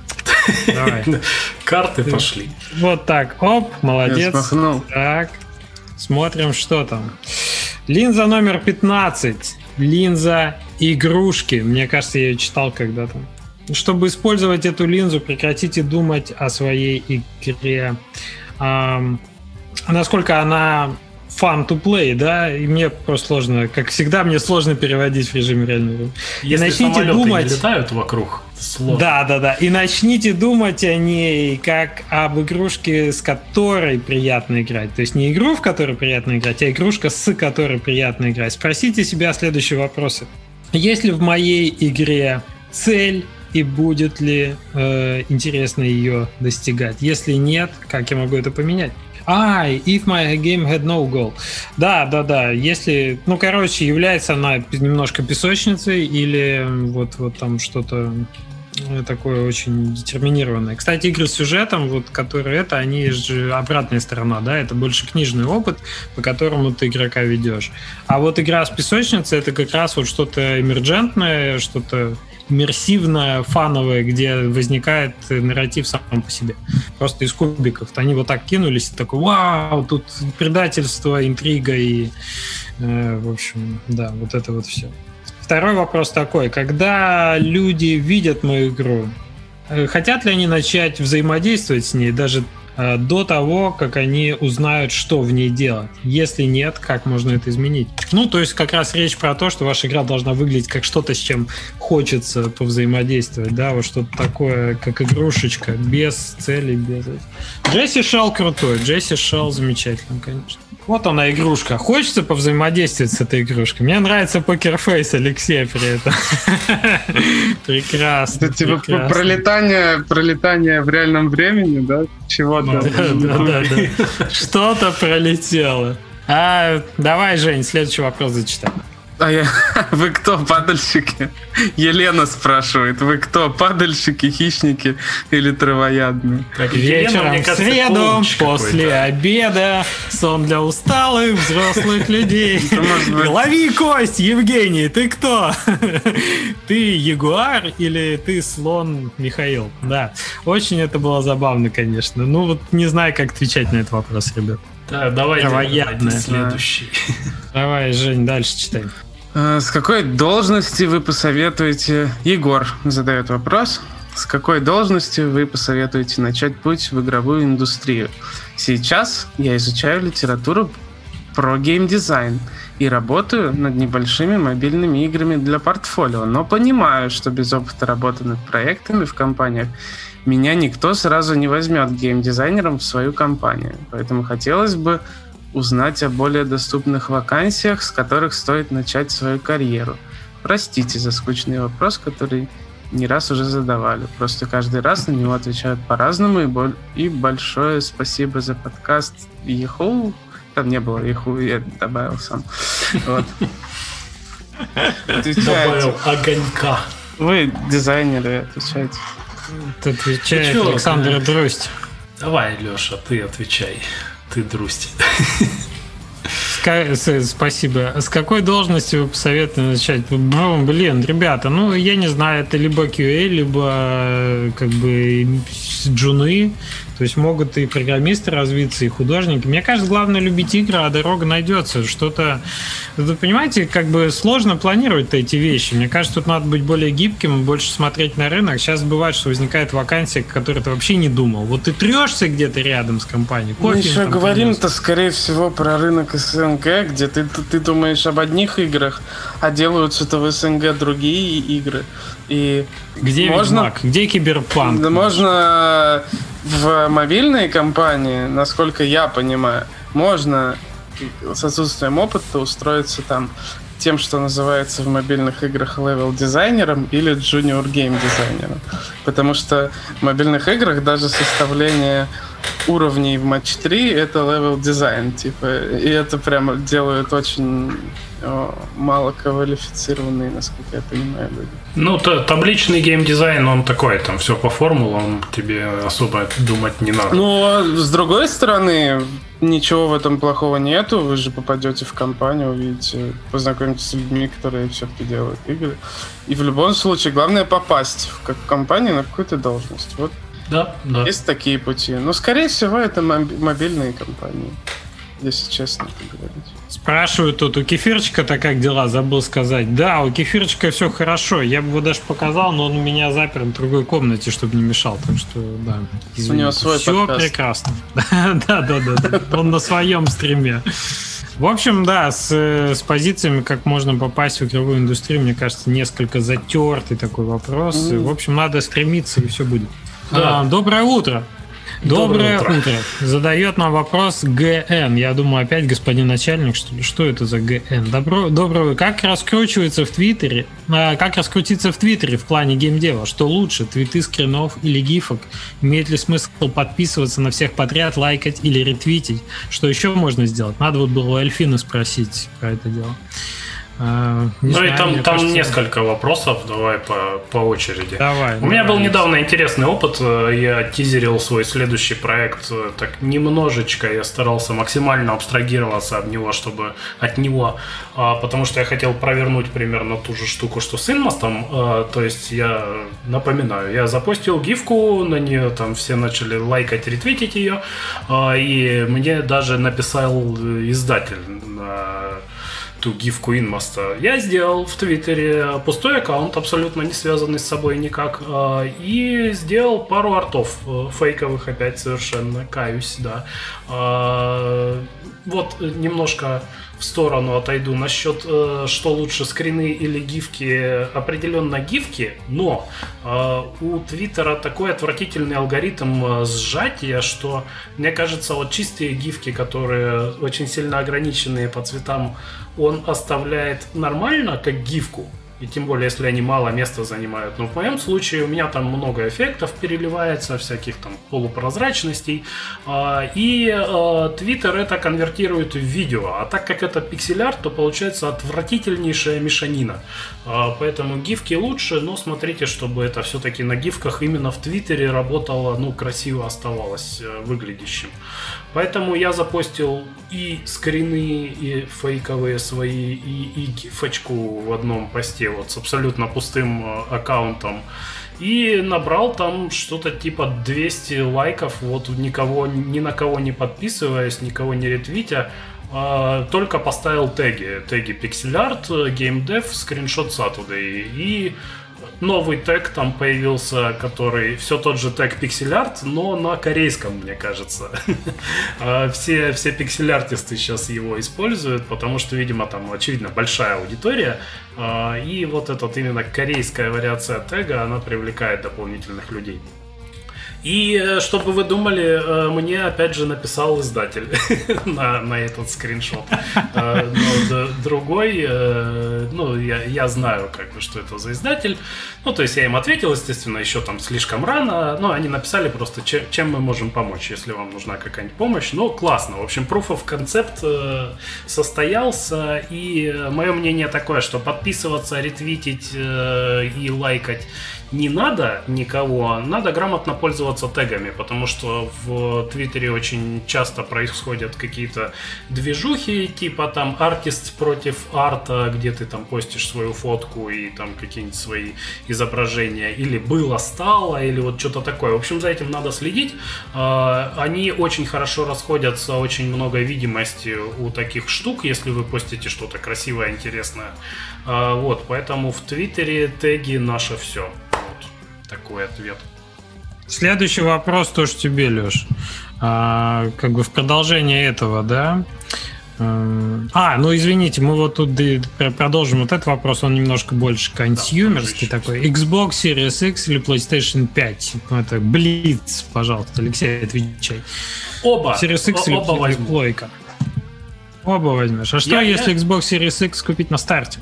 Давай. Карты пошли. Вот так, оп, молодец. Так, смотрим, что там. Линза номер пятнадцать. Линза игрушки. Мне кажется, я ее читал когда-то. Чтобы использовать эту линзу, прекратите думать о своей игре. А, насколько она fun to play, да? И мне просто сложно, как всегда, мне сложно переводить в режиме реального времени. Если и начните думать, не летают вокруг, сложно. Да, да, да. И начните думать о ней как об игрушке, с которой приятно играть. То есть не игру, в которой приятно играть, а игрушка, с которой приятно играть. Спросите себя следующие вопросы. Есть ли в моей игре цель? И будет ли э, интересно ее достигать? Если нет, как я могу это поменять? А, if my game had no goal. Да, да, да. Если, ну, короче, является она немножко песочницей или вот, вот там что-то такое очень детерминированное. Кстати, игры с сюжетом, вот, которые это, они же обратная сторона, да, это больше книжный опыт, по которому ты игрока ведешь. А вот игра с песочницей это как раз вот что-то эмерджентное, что-то иммерсивное, фановое, где возникает нарратив сам по себе. Просто из кубиков. Они вот так кинулись, и такой, вау, тут предательство, интрига и, э, в общем, да, вот это вот все. Второй вопрос такой. Когда люди видят мою игру, хотят ли они начать взаимодействовать с ней даже э, до того, как они узнают, что в ней делать? Если нет, как можно это изменить? Ну, то есть как раз речь про то, что ваша игра должна выглядеть как что-то, с чем хочется повзаимодействовать, да, вот что-то такое, как игрушечка, без цели, без... Джесси Шелл крутой, Джесси Шелл замечательный, конечно. Вот она, игрушка. Хочется повзаимодействовать с этой игрушкой. Мне нравится покерфейс Алексея при этом. Прекрасно. Это типа пролетание, пролетание в реальном времени, да? Чего-то. Да, да, да. Что-то пролетело. А, давай, Жень, следующий вопрос зачитай. А я... Вы кто, падальщики? Елена спрашивает. Вы кто, падальщики, хищники или травоядные? Так, вечером в среду, после обеда, сон для усталых взрослых людей. Лови кость, Евгений, ты кто? Ты ягуар или ты слон, Михаил? Да, очень это было забавно, конечно. Ну вот не знаю, как отвечать на этот вопрос, ребят. Да, давай следующий. Давай, Жень, дальше читай. С какой должности вы посоветуете... Егор задает вопрос. С какой должности вы посоветуете начать путь в игровую индустрию? Сейчас я изучаю литературу про геймдизайн и работаю над небольшими мобильными играми для портфолио, но понимаю, что без опыта работы над проектами в компаниях меня никто сразу не возьмет геймдизайнером в свою компанию. Поэтому хотелось бы узнать о более доступных вакансиях, с которых стоит начать свою карьеру. Простите за скучный вопрос, который не раз уже задавали. Просто каждый раз на него отвечают по-разному. И, боль... и большое спасибо за подкаст Еху. Там не было Еху, я добавил сам. Вот. Добавил огонька. Вы дизайнеры, отвечаете. Отвечает Александр Друсть. Давай, Леша, ты отвечай. Ты Друсть. Спасибо. С какой должности вы посоветуете начать? Блин, ребята, ну, я не знаю, это либо кью эй, либо как бы джуны. То есть могут и программисты развиться, и художники. Мне кажется, главное любить игры, а дорога найдется. Что-то... Вы понимаете, как бы сложно планировать эти вещи. Мне кажется, тут надо быть более гибким, больше смотреть на рынок. Сейчас бывает, что возникает вакансия, о которой ты вообще не думал. Вот ты трешься где-то рядом с компанией. Мы еще говорим-то, скорее всего, про рынок СНГ, где ты, ты, ты думаешь об одних играх, а делаются-то в СНГ другие игры. И где можно... Ведьмак? Где Киберпанк? Да, можно в мобильной компании, насколько я понимаю, можно с отсутствием опыта устроиться там тем, что называется в мобильных играх левел-дизайнером или джуниор-гейм-дизайнером. Потому что в мобильных играх даже составление уровней в матч три — это левел-дизайн. Типа, и это прямо делают очень о, мало квалифицированные, насколько я понимаю, люди. Ну, то, табличный геймдизайн, он такой, там все по формулам, тебе особо думать не надо. Ну, с другой стороны, ничего в этом плохого нету. Вы же попадете в компанию, увидите, познакомитесь с людьми, которые все-таки делают игры. И в любом случае, главное попасть в компанию на какую-то должность. Вот Да, да. Есть такие пути. Но, скорее всего, это мобильные компании, если честно говорить. Спрашивают тут, у Кефирчика-то как дела? Забыл сказать. Да, у Кефирчика все хорошо. Я бы его даже показал, но он у меня запер в другой комнате, чтобы не мешал. Так что, да. Извините. У него свой все подкаст. Прекрасно. Да, да, да. Он на своем стриме. В общем, да, с, с позициями, как можно попасть в игровую индустрию, мне кажется, несколько затертый такой вопрос. Mm. В общем, надо стремиться, и все будет. Да. А, доброе утро. Доброе, Доброе утро. утро. Задает нам вопрос ГН. Я думаю, опять господин начальник, что ли? Что это за ГН? Добро, доброго. Как раскручивается в Твиттере? А, как раскрутиться в Твиттере в плане геймдева? Что лучше, твиты, скринов или гифок? Имеет ли смысл подписываться на всех подряд, лайкать или ретвитить? Что еще можно сделать? Надо вот было у Альфины спросить про это дело. А, ну знаю, и там, там кажется... несколько вопросов, давай по, по очереди. Давай, У давай, меня был недавно интересный опыт, я тизерил свой следующий проект, так немножечко я старался максимально абстрагироваться от него, чтобы от него, потому что я хотел провернуть примерно ту же штуку, что с Инмостом, то есть я напоминаю, я запостил гифку, на нее там все начали лайкать, ретвитить ее, и мне даже написал издатель ту гифку Инмоста. Я сделал в Твиттере пустой аккаунт, абсолютно не связанный с собой никак, и сделал пару артов, фейковых опять совершенно, каюсь, да. Вот немножко в сторону отойду насчет, что лучше, скрины или гифки. Определенно гифки, но у Твиттера такой отвратительный алгоритм сжатия, что, мне кажется, вот чистые гифки, которые очень сильно ограниченные по цветам, он оставляет нормально, как гифку, и тем более, если они мало места занимают. Но в моем случае у меня там много эффектов переливается, всяких там полупрозрачностей, и Twitter это конвертирует в видео. А так как это пиксель-арт, то получается отвратительнейшая мешанина. Поэтому гифки лучше, но смотрите, чтобы это все-таки на гифках именно в Твиттере работало, ну, красиво оставалось выглядящим. Поэтому я запостил и скрины, и фейковые свои, и, и гифочку в одном посте, вот с абсолютно пустым аккаунтом. И набрал там что-то типа двести лайков, вот никого, ни на кого не подписываясь, никого не ретвитя, а только поставил теги. Теги пиксель-арт, геймдев, скриншот Saturday. И новый тег там появился, который все тот же тег пиксель-арт, но на корейском, мне кажется. Все, все пиксель-артисты сейчас его используют, потому что, видимо, там, очевидно, большая аудитория. И вот эта именно корейская вариация тега, она привлекает дополнительных людей. И чтобы вы думали, мне опять же написал издатель на, на этот скриншот. Но другой, ну, я, я знаю, как бы, что это за издатель. Ну, то есть я им ответил, естественно, еще там слишком рано. Но они написали просто, чем, чем мы можем помочь, если вам нужна какая-нибудь помощь. Ну, классно. В общем, Proof of Concept состоялся. И мое мнение такое, что подписываться, ретвитить и лайкать не надо никого, надо грамотно пользоваться тегами, потому что в Твиттере очень часто происходят какие-то движухи, типа там артист против арта, где ты там постишь свою фотку и там какие-нибудь свои изображения, или было, стало, или вот что-то такое. В общем, за этим надо следить. Они очень хорошо расходятся, очень много видимости у таких штук, если вы постите что-то красивое, интересное. Вот, поэтому в Твиттере теги наше все. Такой ответ. Следующий вопрос тоже тебе, Леш. А, как бы в продолжение этого, да? А, ну извините, мы вот тут продолжим вот этот вопрос, он немножко больше консюмерский, да, такой. Xbox Series X или PlayStation пять? Ну, это Блиц, пожалуйста, Алексей, отвечай. Оба. Series X или оба возьму. Плойка? Оба возьмешь. А что, я, если я... Xbox Series X купить на старте?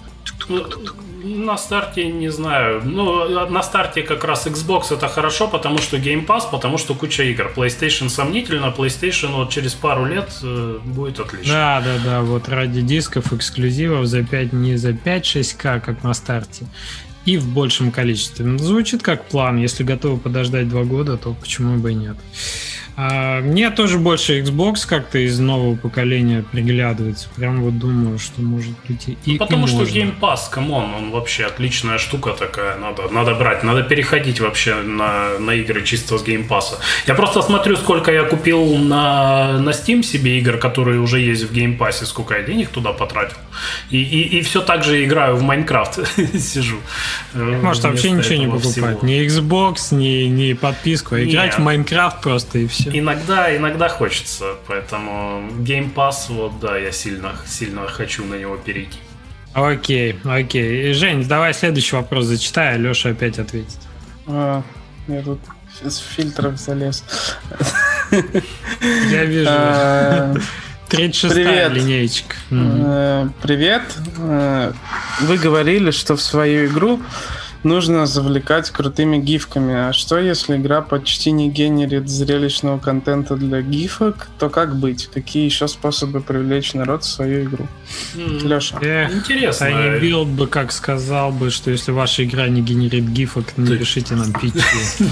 На старте не знаю. Ну, на старте как раз Xbox это хорошо, потому что Game Pass, потому что куча игр. PlayStation сомнительно, PlayStation вот через пару лет э, будет отлично. Да, да, да. Вот ради дисков, эксклюзивов за пять, не за пять-шесть ка, как на старте, и в большем количестве. Звучит как план. Если готовы подождать два года, то почему бы и нет. А, мне тоже больше Xbox как-то из нового поколения приглядывается. Прям вот думаю, что может быть и, ну, потому и что можно. Game Pass, камон, он вообще отличная штука такая. Надо, надо брать, надо переходить вообще на, на игры чисто с Game Pass. Я просто смотрю, сколько я купил на, на Steam себе игр, которые уже есть в Game Pass, сколько я денег туда потратил. И, и, и все так же играю в Майнкрафт. Сижу. Может вообще ничего не покупать. Всего. Ни Xbox, ни, ни подписку. А играть в Майнкрафт просто и все. Иногда, иногда хочется. Поэтому Game Pass, вот да, я сильно, сильно хочу на него перейти. Окей, окей. Жень, давай следующий вопрос зачитай, а Леша опять ответит. А, я тут сейчас в фильтрах залез. Я вижу. тридцать шестая линеечка. Привет. Вы говорили, что в свою игру нужно завлекать крутыми гифками. А что, если игра почти не генерит зрелищного контента для гифок, то как быть? Какие еще способы привлечь народ в свою игру? Mm. Леша. Эх, интересно. Тайни Билд бы как сказал бы, что если ваша игра не генерит гифок, напишите нам питчи.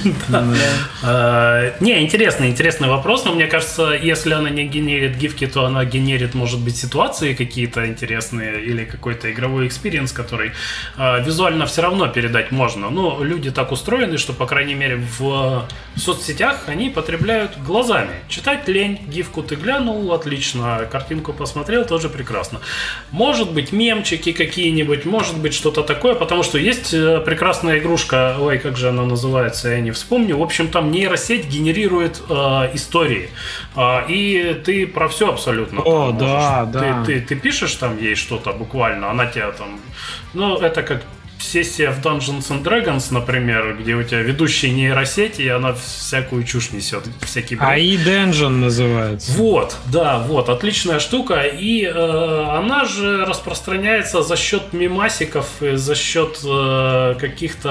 Не, интересный, интересный вопрос, но мне кажется, если она не генерит гифки, то она генерит, может быть, ситуации какие-то интересные или какой-то игровой экспириенс, который визуально все равно передает можно. Но люди так устроены, что, по крайней мере, в соцсетях они потребляют глазами. Читать лень, гифку ты глянул, отлично, картинку посмотрел, тоже прекрасно. Может быть, мемчики какие-нибудь, может быть, что-то такое, потому что есть прекрасная игрушка, ой, как же она называется, я не вспомню. В общем, там нейросеть генерирует э, истории. Э, и ты про все абсолютно. О, да, можешь. да. Ты, ты, ты пишешь там ей что-то буквально, она тебя там... Ну, это как... сессия в Dungeons and Dragons, например, где у тебя ведущая нейросеть, и она всякую чушь несет, всякий бред. эй ай Dungeon называется. Вот, да, вот, отличная штука. И э, она же распространяется за счет мемасиков, за счет э, каких-то,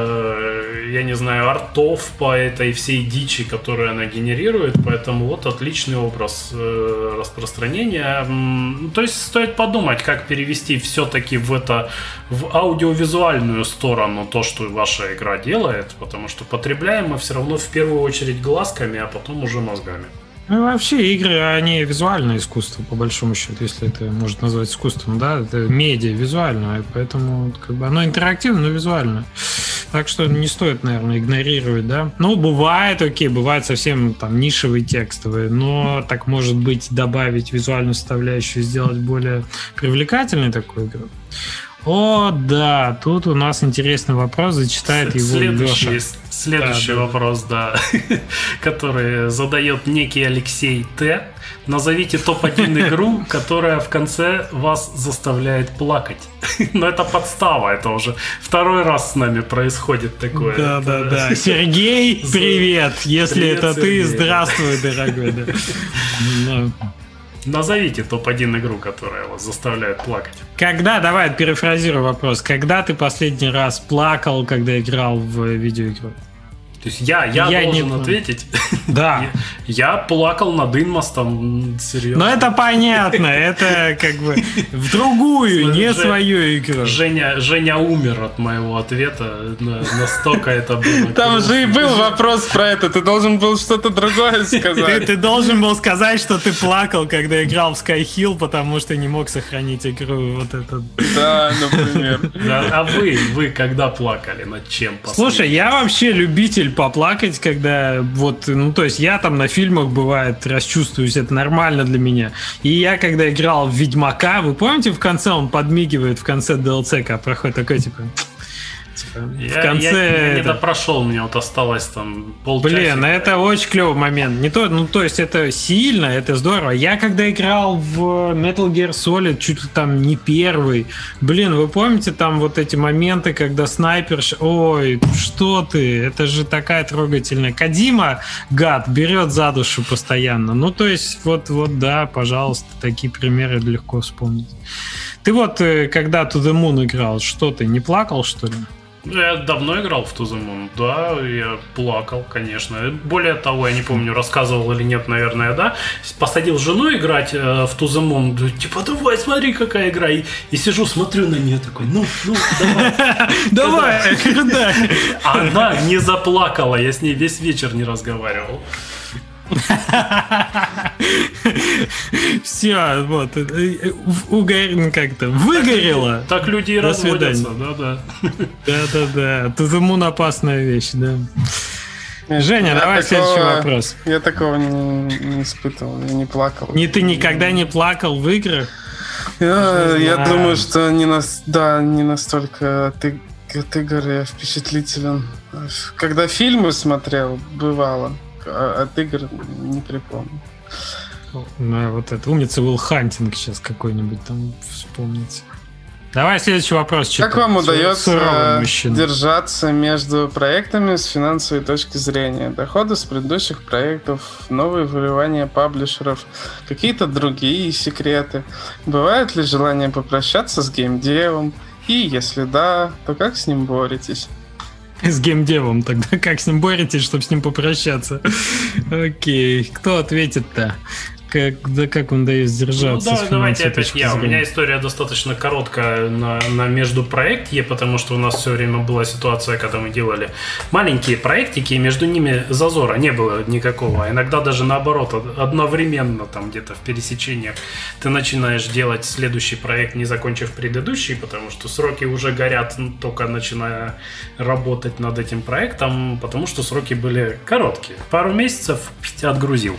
э, я не знаю, артов по этой всей дичи, которую она генерирует. Поэтому вот отличный образ э, распространения. То есть стоит подумать, как перевести все-таки в это, в аудиовизуальную визуальную сторону то, что ваша игра делает, потому что потребляем мы все равно в первую очередь глазками, а потом уже мозгами. Ну, вообще игры, они визуальное искусство, по большому счету, если это можно назвать искусством, да, это медиа визуальное, поэтому как бы оно интерактивно, но визуально. Так что не стоит, наверное, игнорировать, да. Ну, бывает, окей, бывают совсем там нишевые текстовые, но так может быть добавить визуальную составляющую, сделать более привлекательной такую игру. О, да, тут у нас интересный вопрос, зачитает его следующий, Леша. Следующий да, вопрос, да, да который задает некий Алексей Т. Назовите топ один игру, которая в конце вас заставляет плакать. Но это подстава, это уже второй раз с нами происходит такое. Да, это... да, да. Сергей, привет, если привет, это Сергей. Ты, здравствуй, дорогой. Да. Назовите топ один игру, которая вас заставляет плакать. Когда, давай перефразирую вопрос. Когда ты последний раз плакал, когда играл в видеоигру? То есть я, я, я должен не... ответить? Да. Я, я плакал над Инмостом, серьезно. Ну это понятно, это как бы в другую, не свою игру. Женя, Женя умер от моего ответа, настолько это было. Там же и был вопрос про это, ты должен был что-то другое сказать. Ты должен был сказать, что ты плакал, когда играл в Skyhill, потому что не мог сохранить игру. Вот это. Да, например. А вы, вы когда плакали, над чем? Слушай, я вообще любитель поплакать, когда вот, ну, то есть я там на фильмах, бывает, расчувствуюсь, это нормально для меня. И я, когда играл в Ведьмака, вы помните, в конце он подмигивает, в конце ди эл си, когда проходит такой, типа... Я, в конце я, я не это... допрошел, мне вот осталось там полчаса. Блин, это очень клевый момент. Не то, ну то есть это сильно, это здорово. Я когда играл в Metal Gear Solid, чуть ли там не первый. Блин, вы помните там вот эти моменты, когда снайпер... Ой, что ты? Это же такая трогательная. Кодзима, гад, берет за душу постоянно. Ну то есть вот, вот да, пожалуйста, такие примеры легко вспомнить. Ты вот когда To The Moon играл, что ты, не плакал, что ли? Я давно играл в To The Moon, да, я плакал, конечно. Более того, я не помню, рассказывал или нет, наверное, да. Посадил жену играть э, в To The Moon, типа, давай, смотри, какая игра. И, и сижу, смотрю на нее такой, ну, ну, давай. Давай, когда? Она не заплакала, я с ней весь вечер не разговаривал. Все, вот, угорно как-то, выгорело. Так люди и разводятся, да-да. Да-да-да, тут иммун опасная вещь, да. Женя, я давай такого, следующий вопрос. Я такого не, не испытывал, я не плакал. Не ты никогда не плакал в играх? Я, я думаю, что не, нас, да, не настолько от, от игр я впечатлителен. Когда фильмы смотрел, бывало, а от игр не припомню. Ну, вот это умница Уилл Хантинг сейчас какой-нибудь там вспомните. Давай следующий вопрос. Как вам удается держаться между проектами с финансовой точки зрения? Доходы с предыдущих проектов, новые вливания паблишеров, какие-то другие секреты? Бывает ли желание попрощаться с геймдевом? И если да, то как с ним боретесь? С геймдевом тогда как с ним боретесь, чтобы с ним попрощаться? Окей, кто ответит-то? Как, да как он дает сдержаться? Ну, да, давайте опять я. Зрения. У меня история достаточно короткая на, на междупроектье, потому что у нас все время была ситуация, когда мы делали маленькие проектики, и между ними зазора не было никакого. Иногда даже наоборот, одновременно там где-то в пересечениях ты начинаешь делать следующий проект, не закончив предыдущий, потому что сроки уже горят, только начиная работать над этим проектом, потому что сроки были короткие. Пару месяцев отгрузил.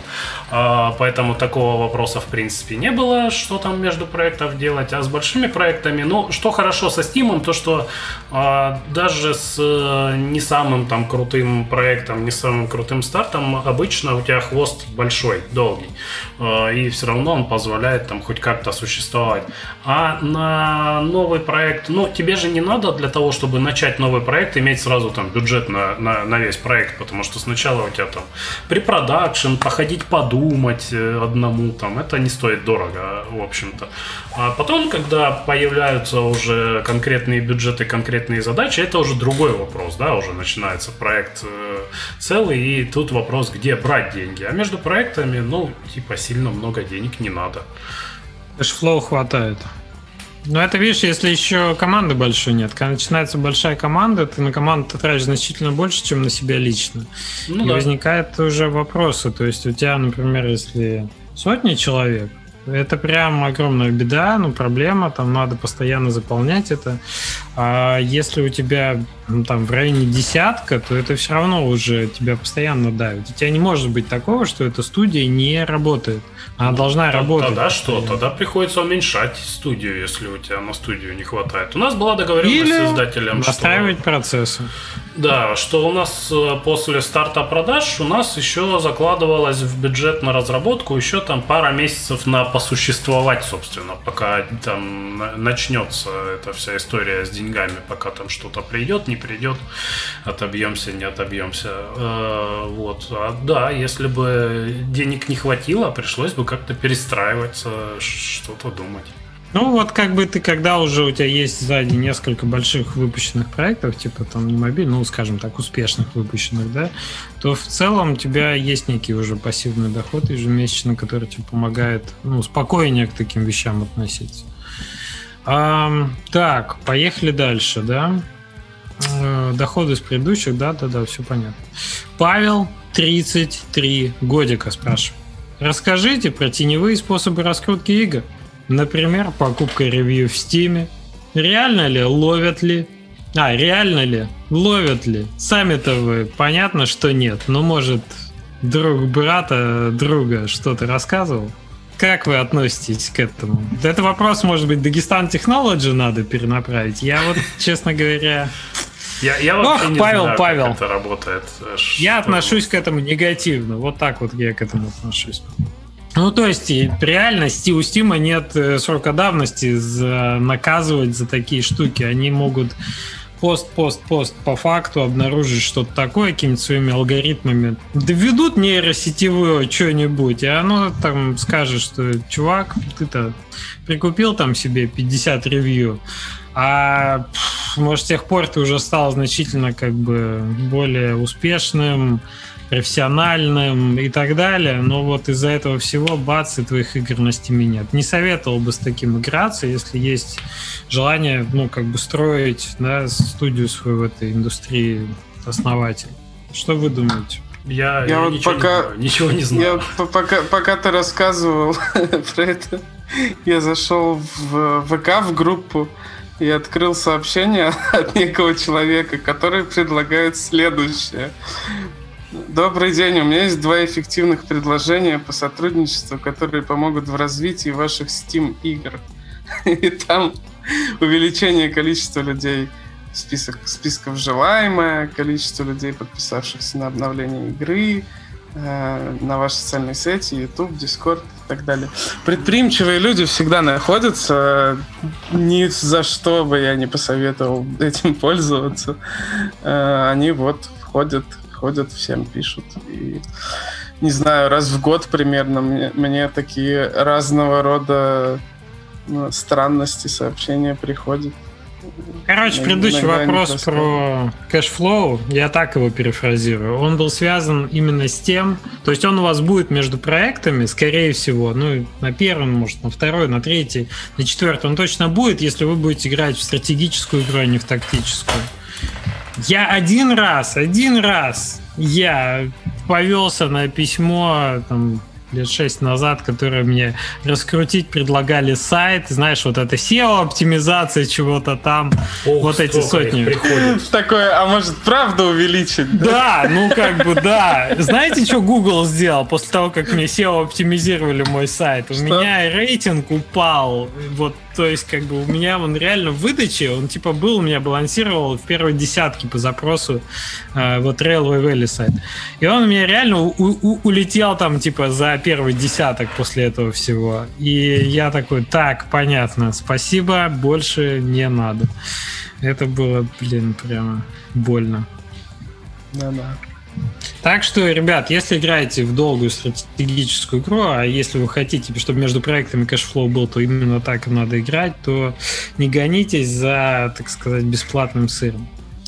Поэтому такого вопроса в принципе не было, что там между проектов делать. А с большими проектами, ну, что хорошо со Steam, то что э, даже с э, не самым там крутым проектом, не самым крутым стартом, обычно у тебя хвост большой, долгий. Э, и все равно он позволяет там хоть как-то существовать. А на новый проект, ну, тебе же не надо для того, чтобы начать новый проект, иметь сразу там бюджет на, на, на весь проект, потому что сначала у тебя там препродакшн, походить подумать одному, там, это не стоит дорого, в общем-то. А потом, когда появляются уже конкретные бюджеты, конкретные задачи, это уже другой вопрос, да, уже начинается проект э, целый, и тут вопрос, где брать деньги. А между проектами, ну, типа, сильно много денег не надо. Кэшфлоу хватает. Но это, видишь, если еще команды большой нет. Когда начинается большая команда, ты на команду ты тратишь значительно больше, чем на себя лично. Ну, и да. Возникают уже вопросы. То есть у тебя, например, если сотни человек, это прям огромная беда, ну, проблема, там надо постоянно заполнять это. А если у тебя ну, там в районе десятка, то это все равно уже тебя постоянно давит. У тебя не может быть такого, что эта студия не работает. Она ну, должна работать. Тогда что? Тогда приходится уменьшать студию, если у тебя на студию не хватает. У нас была договоренность Или с издателем, настраивать что... процессы. Да, что у нас после старта продаж у нас еще закладывалось в бюджет на разработку еще там пара месяцев на посуществовать, собственно, пока там начнется эта вся история с деньгами, пока там что-то придет, не придет, отобьемся, не отобьемся. Вот. А, да, если бы денег не хватило, пришлось бы как-то перестраиваться, что-то думать. Ну вот как бы ты, когда уже у тебя есть сзади несколько больших выпущенных проектов, типа там не мобиль, ну скажем так, успешных выпущенных, да, то в целом у тебя есть некий уже пассивный доход ежемесячный, который тебе помогает, ну, спокойнее к таким вещам относиться. А, так, поехали дальше, да. Доходы с предыдущих, да-да-да, все понятно. Павел, тридцать три годика, спрашивает. Расскажите про теневые способы раскрутки игр. Например, покупка ревью в Steam. Реально ли? Ловят ли? А, реально ли? Ловят ли? Сами-то вы, понятно, что нет. Но, может, друг брата, друга что-то рассказывал? Как вы относитесь к этому? Это вопрос, может быть, Дагестан Technology надо перенаправить. Я вот, честно говоря... Я, я вообще Ох, не Павел, знаю, Павел. как это работает. Я отношусь к этому негативно. Вот так вот я к этому отношусь. Ну, то есть, реально, у Стима нет срока давности за наказывать за такие штуки. Они могут пост-пост-пост по факту обнаружить что-то такое какими-то своими алгоритмами. Доведут нейросетевое что-нибудь, и оно там скажет, что, чувак, ты-то прикупил там себе пятьдесят ревью, а может, с тех пор ты уже стал значительно как бы более успешным, профессиональным и так далее, но вот из-за этого всего бац, и твоих игр на Steam нет. Не советовал бы с таким играться, если есть желание, ну, как бы строить, да, студию свою в этой индустрии основатель. Что вы думаете? Я, Я я вот ничего, пока- не знаю, ничего не знаю. Я п- пока, пока ты рассказывал про это, я зашел в ВК, в группу, и открыл сообщение от некого человека, который предлагает следующее. Добрый день, у меня есть два эффективных предложения по сотрудничеству, которые помогут в развитии ваших Steam игр. И там увеличение количества людей, список списков желаемое, количество людей, подписавшихся на обновление игры, э, на ваши социальные сети, YouTube, Discord и так далее. Предприимчивые люди всегда находятся, ни за что бы я не посоветовал этим пользоваться. Э, они вот входят, ходят, всем пишут. И, не знаю, раз в год примерно мне, мне такие разного рода ну, странности сообщения приходят. Короче, предыдущий вопрос про кэшфлоу, я так его перефразирую. Он был связан именно с тем, то есть он у вас будет между проектами, скорее всего, ну, на первом, может, на второй, на третий, на четвертый он точно будет, если вы будете играть в стратегическую игру, а не в тактическую. Я один раз, один раз я повелся на письмо, там, лет шесть назад, которые мне раскрутить предлагали сайт, знаешь, вот это сео-оптимизация чего-то там, Ох, вот эти сотни. Такое, а может, правда увеличить? Да, ну как бы да. Знаете, что Google сделал после того, как мне сео оптимизировали мой сайт? У Что? меня рейтинг упал. Вот, то есть, как бы у меня он реально в выдаче, он типа был, у меня балансировал в первой десятке по запросу э, вот Railway Valley сайт. И он у меня реально у- у- улетел там типа за первый десяток после этого всего. И я такой, так, понятно, спасибо, больше не надо. Это было, блин, прямо больно. Да-да. Так что, ребят, если играете в долгую стратегическую игру, а если вы хотите, чтобы между проектами кэшфлоу был, то именно так и надо играть, то не гонитесь за, так сказать, бесплатным сыром.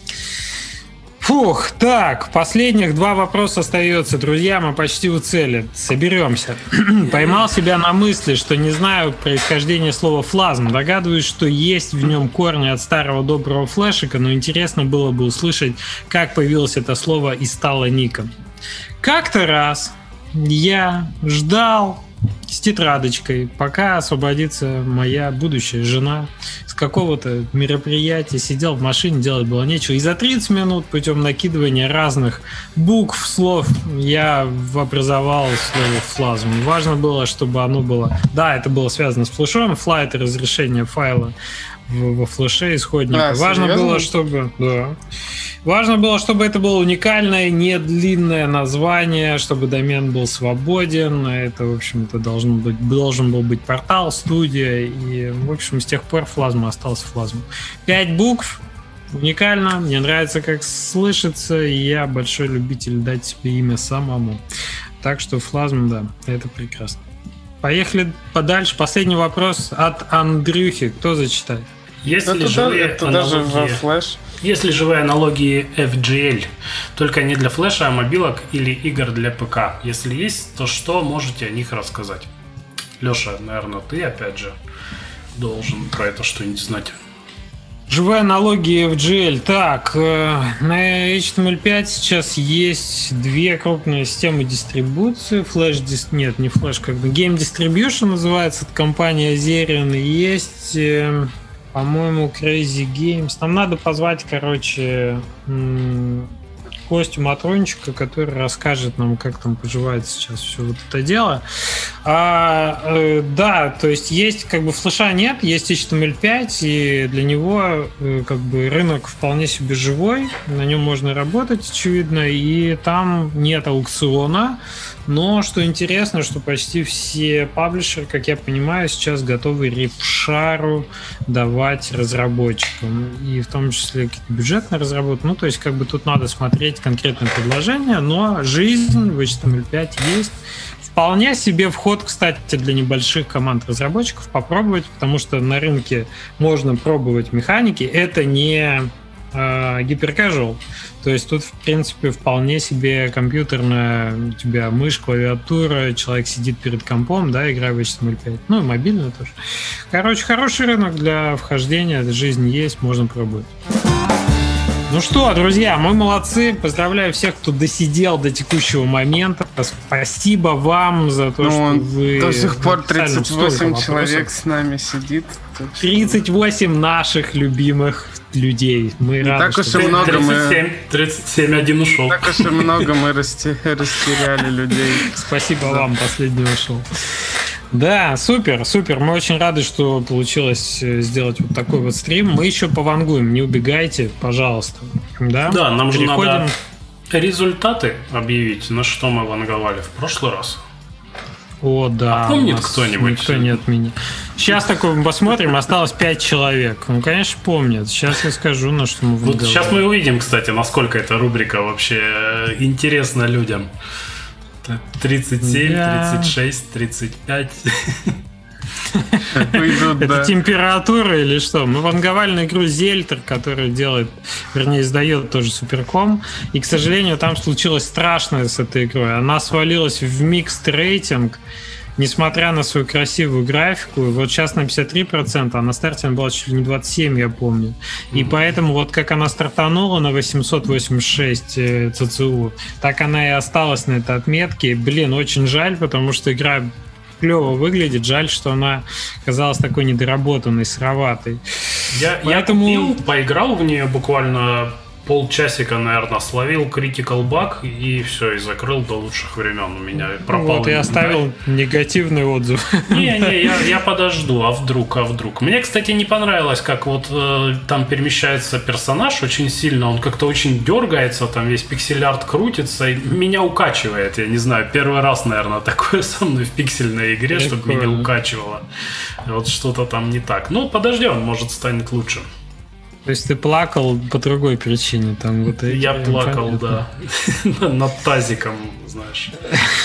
Фух, так, последних два вопроса остается, друзья, мы почти у цели, соберемся. Поймал себя на мысли, что не знаю происхождение слова флазм, догадываюсь, что есть в нем корни от старого доброго флешика, но интересно было бы услышать, как появилось это слово и стало ником. Как-то раз я ждал с тетрадочкой, пока освободится моя будущая жена с какого-то мероприятия, сидел в машине, делать было нечего. И за тридцать минут путем накидывания разных букв, слов я образовал слово флазм. Важно было, чтобы оно было... Да, это было связано с флешом. Fly — это разрешение файла во флеше исходника. А, Важно серьезно? было, чтобы... Да. Важно было, чтобы это было уникальное, не длинное название, чтобы домен был свободен. Это, в общем-то, должен быть, должен был быть портал, студия. И, в общем, с тех пор флазма остался флазмом. Пять букв. Уникально. Мне нравится, как слышится. И я большой любитель дать себе имя самому. Так что флазм, да, это прекрасно. Поехали подальше. Последний вопрос от Андрюхи. Кто зачитает? Если Это, живые это даже во аналогии, флеш. если живые аналогии эф джи эл, только не для флеша, а мобилок или игр для ПК. Если есть, то что можете о них рассказать? Леша, наверное, ты опять же должен про это что-нибудь знать. Живая аналогия эф джи эл. Так, э, на эйч ти эм эль пять сейчас есть две крупные системы дистрибуции. Flash дис... Нет, не Flash, как бы Game Distribution называется, это компания Azerion. И есть, э, по-моему, Crazy Games. Нам надо позвать, короче, м- Костю Матрончика, который расскажет нам, как там поживает сейчас все вот это дело. А, э, да, то есть есть как бы флеша нет, есть эйч ти эм эль пять, и для него э, как бы рынок вполне себе живой, на нем можно работать, очевидно, и там нет аукциона, но что интересно, что почти все паблишеры, как я понимаю, сейчас готовы репшару давать разработчикам, и в том числе какие-то бюджетные разработки, ну то есть как бы тут надо смотреть конкретное предложение, но жизнь в эйч ти эм эль пять есть. Вполне себе вход, кстати, для небольших команд разработчиков попробовать, потому что на рынке можно пробовать механики. Это не э, гиперкэжуал. То есть тут, в принципе, вполне себе компьютерная у тебя мышь, клавиатура, человек сидит перед компом, да, играя в эйч ти эм эль пять. Ну и мобильную тоже. Короче, хороший рынок для вхождения, жизнь есть, можно пробовать. Ну что, друзья, мы молодцы. Поздравляю всех, кто досидел до текущего момента. Спасибо вам за то, ну, что вы... До сих пор тридцать восемь человек с нами сидит. тридцать восемь наших любимых людей. Мы не рады, так уж что... и много тридцать семь, мы... тридцать семь, один ушел. Так уж и много мы расте... растеряли людей. Спасибо вам, последний ушел. Да, супер, супер. Мы очень рады, что получилось сделать вот такой вот стрим. Мы еще повангуем, не убегайте, пожалуйста. Да, да нам же Переходим... надо результаты объявить, на что мы ванговали в прошлый раз. О, да. А помнит кто-нибудь? Никто не отменил. Сейчас такой мы посмотрим, осталось пять человек. Ну, конечно, помнят. Сейчас я скажу, на что мы ванговали. Вот сейчас мы увидим, кстати, насколько эта рубрика вообще интересна людям. тридцать семь, тридцать шесть, тридцать пять. Это температура или что? Мы ванговали на игру Зельтер, которую делает, вернее, издает тоже Суперком. И, к сожалению, там случилось страшное с этой игрой. Она свалилась в микст рейтинг, несмотря на свою красивую графику. Вот сейчас на пятьдесят три процента, а на старте она была чуть ли не двадцать семь, я помню. И mm-hmm. поэтому вот как она стартанула на восемьсот восемьдесят шесть ЦЦУ, так она и осталась на этой отметке. Блин, очень жаль, потому что игра клево выглядит. Жаль, что она оказалась такой недоработанной, сыроватой. Я, Поэтому... я купил, поиграл в нее буквально полчасика, наверное, словил critical bug и все, и закрыл до лучших времен. У меня пропал. Вот, и оставил негативный отзыв. Не-не, я, я подожду, а вдруг, а вдруг. Мне, кстати, не понравилось, как вот э, там перемещается персонаж очень сильно, он как-то очень дергается, там весь пиксель-арт крутится, и меня укачивает, я не знаю, первый раз, наверное, такое со мной в пиксельной игре, Прикольно. Чтобы меня укачивало. Вот что-то там не так. Ну, подождем, может, станет лучше. То есть ты плакал по другой причине там вот эти, я плакал, понятно. Да. Над тазиком, знаешь.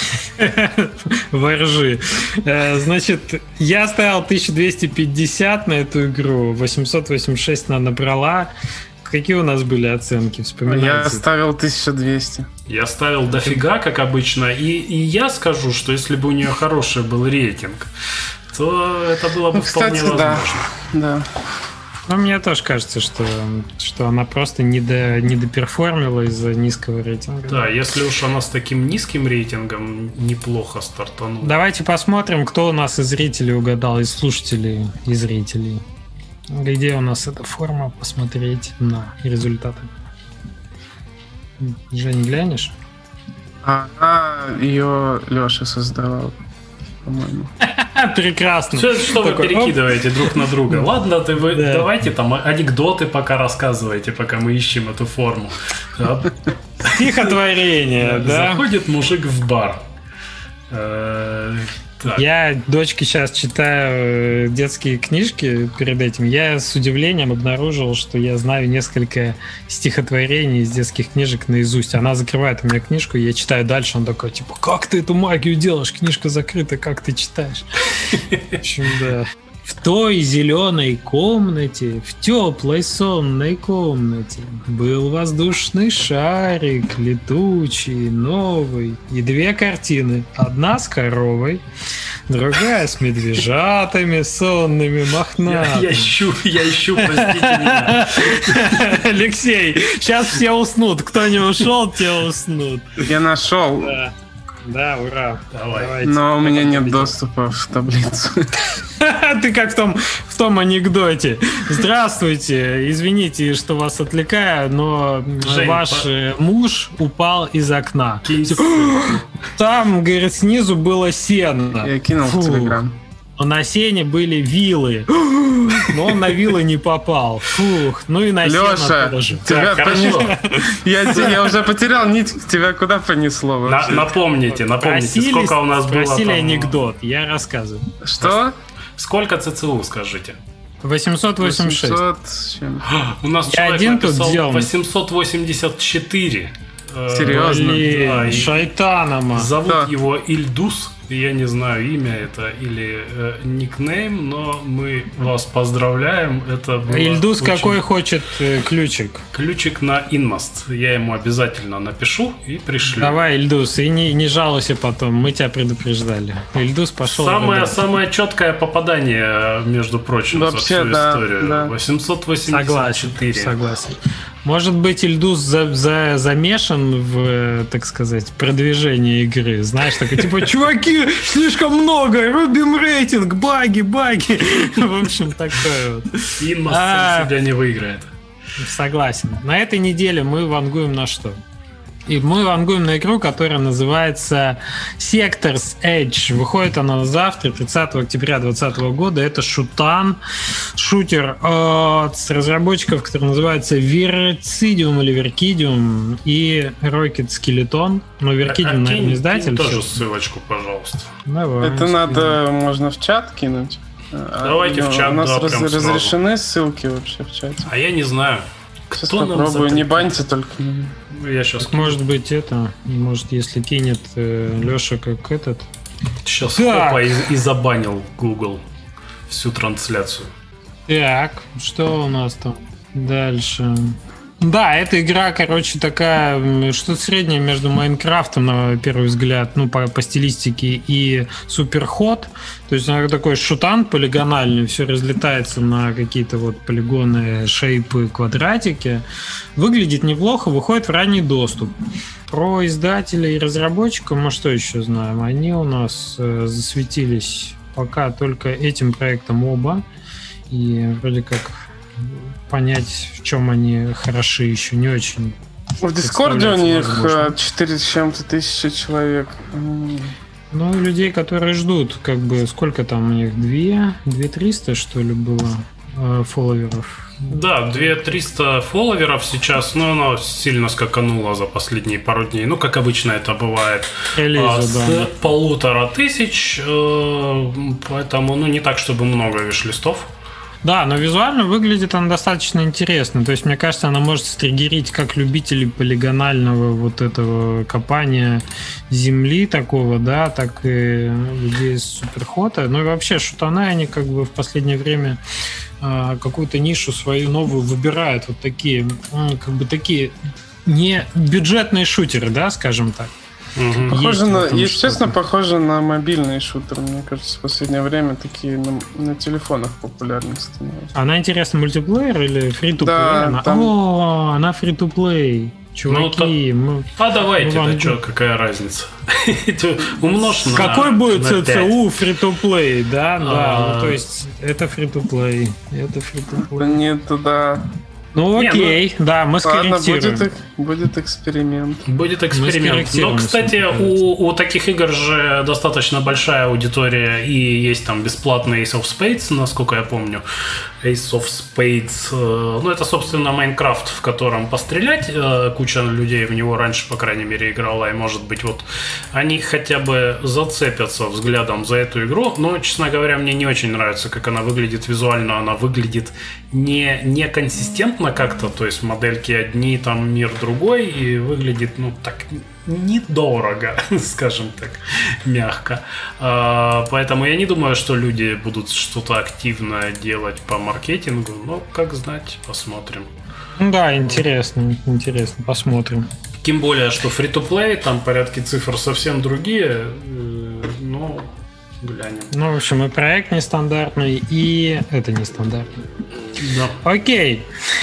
Воржи. Значит, я ставил тысяча двести пятьдесят на эту игру, восемьсот восемьдесят шесть она набрала. Какие у нас были оценки? Вспоминайте. Я ставил тысяча двести. Я ставил дофига, как обычно. И, и я скажу, что если бы у нее хороший был рейтинг, то это было бы ну, вполне кстати, возможно. Да. да. Ну, мне тоже кажется, что, что она просто не, до, не доперформила из-за низкого рейтинга. Да, если уж она с таким низким рейтингом, неплохо стартанула. Давайте посмотрим, кто у нас из зрителей угадал, из слушателей и зрителей. Где у нас эта форма, посмотреть на результаты. Жень, глянешь? А, ее Леша создавал, по-моему. Прекрасно. Что, что вы перекидываете друг на друга? Ладно, ты вы да. давайте там анекдоты пока рассказывайте, пока мы ищем эту форму. Стихотворение, да? Заходит мужик в бар. Так. Я дочке сейчас читаю детские книжки перед этим. Я с удивлением обнаружил, что я знаю несколько стихотворений из детских книжек наизусть. Она закрывает у меня книжку, я читаю дальше. Он такой, типа, как ты эту магию делаешь? Книжка закрыта, как ты читаешь? В общем, да. В той зеленой комнате, в теплой сонной комнате был воздушный шарик, летучий, новый, и две картины. Одна с коровой, другая с медвежатами сонными, мохнатыми. Я, я ищу, я ищу, простите меня. Алексей, сейчас все уснут. Кто не ушел, те уснут. Я нашел. Да. Да, ура. Давай. Давайте. Но у меня нет победим. доступа в таблицу. Ты как в том, в том анекдоте. Здравствуйте, извините, что вас отвлекаю, но Жень, ваш по... муж упал из окна. Там, говорит, снизу было сено. Я кинул Фу. в Телеграм. На сене были вилы. Но он на вилы не попал. Фух. Ну и на Леша, сено тоже. Тебя так, понесло. Я, я уже потерял нить. Тебя куда понесло вообще? На, напомните, напомните, просили, сколько у нас было Просили там... анекдот, я рассказываю. Что? Сколько ЦЦУ, скажите? восемьсот восемьдесят шесть. восемьсот... У нас я человек один написал восемьсот восемьдет четыре. Серьезно? Блин, да, шайтанама. Зовут да. его Ильдус. Я не знаю, имя это или э, никнейм, но мы вас поздравляем. Это было Ильдус очень... какой хочет э, ключик? Ключик на Инмост. Я ему обязательно напишу и пришлю. Давай, Ильдус, и не, не жалуйся потом, мы тебя предупреждали. Ильдус пошел. Самое, самое четкое попадание, между прочим, вообще, за всю да, историю. Да. восемьсот восемьдесят четыре. Согласен, согласен. Может быть, Ильдус за, за, замешан в, так сказать, продвижении игры. Знаешь, такой, типа, чуваки, слишком много, рубим рейтинг, баги, баги. В общем, такое вот. Инмос сам себя не выиграет. Согласен. На этой неделе мы вангуем на что? И мы вангуем на игру, которая называется Sector's Edge. Выходит она завтра, тридцатого октября двадцатого года. Это шутан, шутер от разработчиков, который называется Vercidium или Vercidium и Rocket Skeleton. Но Vercidium, а, наверное, издатель. Тоже ссылочку, пожалуйста. Давай, это надо, можно в чат кинуть. Давайте а, в чат. У нас да, раз, разрешены сразу. ссылки вообще в чате? А я не знаю. Сейчас Кто попробую, не баньте только. Я сейчас. Так, может быть, это, может, если кинет э, Леша как этот. Сейчас хопа и, и забанил Google всю трансляцию. Так, что у нас там дальше? Да, эта игра, короче, такая, что-то среднее между Майнкрафтом, на первый взгляд, ну, по, по стилистике, и Суперхот. То есть она такой шутан полигональный, все разлетается на какие-то вот полигоны, шейпы, квадратики. Выглядит неплохо, выходит в ранний доступ. Про издателей и разработчиков мы что еще знаем? Они у нас э, засветились пока только этим проектом оба. И вроде как понять, в чем они хороши, еще не очень. В Дискорде у них четыре с чем-то тысячи человек. Ну, людей, которые ждут, как бы, сколько там у них, две, две триста, что ли, было э, фолловеров? Да, две триста фолловеров сейчас, но оно сильно скакануло за последние пару дней. Ну, как обычно это бывает. Релизу, а, с да. полутора тысяч, э, поэтому, ну, не так, чтобы много виш-листов. Да, но визуально выглядит она достаточно интересно. То есть, мне кажется, она может стригерить как любителей полигонального вот этого копания земли такого, да, так и людей из Суперхота. Ну и вообще, шутаны, они как бы в последнее время э, какую-то нишу свою новую выбирают. Вот такие, э, как бы такие не бюджетные шутеры, да, скажем так. Угу. Похоже на, если честно, похоже на мобильный шутер. Мне кажется, в последнее время такие на, на телефонах популярны становятся. Она интересна мультиплеер или фри-то-плей? Да, она... там... О, она фри-то-плей. Чуваки, ну, то... мы... А давайте, да что, какая разница? Умножь на Какой будет ЦЦУ фри-то-плей, да? Да, ну то есть это фри-то-плей. Это фри-то-плей. Нет, туда... Ну окей, ну, да, мы скорректируем. Будет, будет эксперимент. Будет эксперимент. Но, кстати, у, у таких игр же достаточно большая аудитория, и есть там бесплатный Ace of Spades, насколько я помню. Ace of Spades, ну это, собственно, Майнкрафт, в котором пострелять. Куча людей в него раньше, по крайней мере, играла, и, может быть, вот они хотя бы зацепятся взглядом за эту игру. Но, честно говоря, мне не очень нравится, как она выглядит визуально. Она выглядит не, не консистентно как-то, то есть модельки одни, там мир другой, и выглядит, ну, так недорого, скажем так, мягко. А, поэтому я не думаю, что люди будут что-то активно делать по маркетингу, но, как знать, посмотрим. Да, интересно, интересно, посмотрим. Тем более, что фри-то-плей, там порядки цифр совсем другие, ну, глянем. Ну, в общем, и проект нестандартный, и это нестандартный. Да. Окей.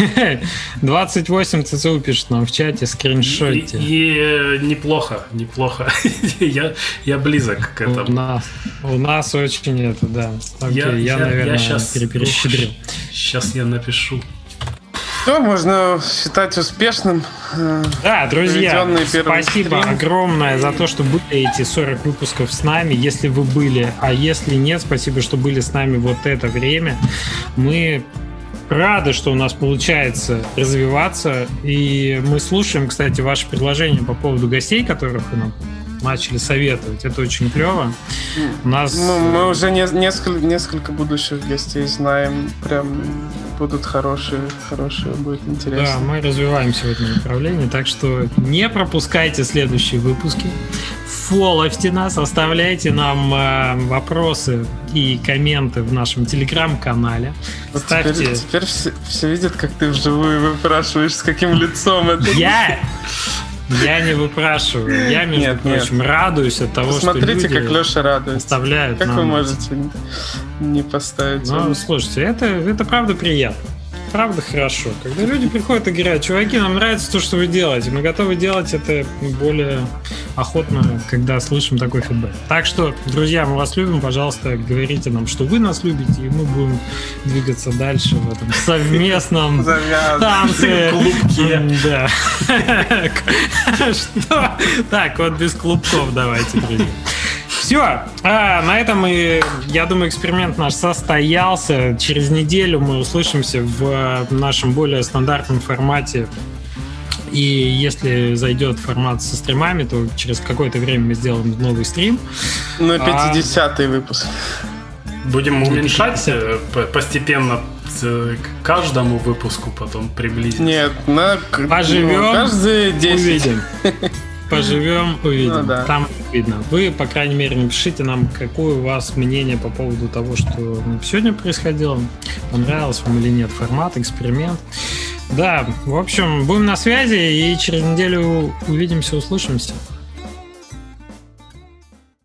двадцать восемь ЦЦУ пишет нам в чате, скриншоте. И, и неплохо, неплохо. я, я близок к этому. У нас, у нас очень это, да. Окей, я, я, я, наверное, я сейчас, перещедрил. Сейчас я напишу. Все, можно считать успешным. Да, друзья, спасибо стрим. огромное за то, что были эти сорок выпусков с нами, если вы были. А если нет, спасибо, что были с нами вот это время. Мы рады, что у нас получается развиваться. И мы слушаем, кстати, ваши предложения по поводу гостей, которых вы нам начали советовать. Это очень клево. У нас... Ну, мы уже не, несколько, несколько будущих гостей знаем. Прям будут хорошие, хорошие, будет интересно. Да, мы развиваемся в этом направлении, так что не пропускайте следующие выпуски. Фолловьте нас, оставляйте нам э, вопросы и комменты в нашем телеграм-канале. Вот Ставьте... Теперь, теперь все, все видят, как ты вживую выпрашиваешь, с каким лицом это. Я... Я не выпрашиваю. Я, между нет, прочим, нет. радуюсь от того, Посмотрите, что люди как Леша радуется. оставляют Как нам... вы можете не поставить? Ну, слушайте, это, это правда приятно. правда хорошо. Когда люди приходят и говорят: чуваки, нам нравится то, что вы делаете, мы готовы делать это более охотно, когда слышим такой фидбэк. Так что, друзья, мы вас любим, пожалуйста, говорите нам, что вы нас любите, и мы будем двигаться дальше в этом совместном танце. Да. Что? Так, вот без клубков давайте, друзья. Все, а, на этом и, я думаю, эксперимент наш состоялся. Через неделю мы услышимся в нашем более стандартном формате. И если зайдет формат со стримами, то через какое-то время мы сделаем новый стрим. На пятидесятый а... выпуск. Будем уменьшать постепенно к каждому выпуску, потом приблизиться. Нет, на поживем, ну, каждые десять. Увидим. Поживем, увидим. Ну, да. Там видно. Вы, по крайней мере, напишите нам, какое у вас мнение по поводу того, что сегодня происходило. Понравился вам или нет формат, эксперимент. Да, в общем, будем на связи и через неделю увидимся, услышимся.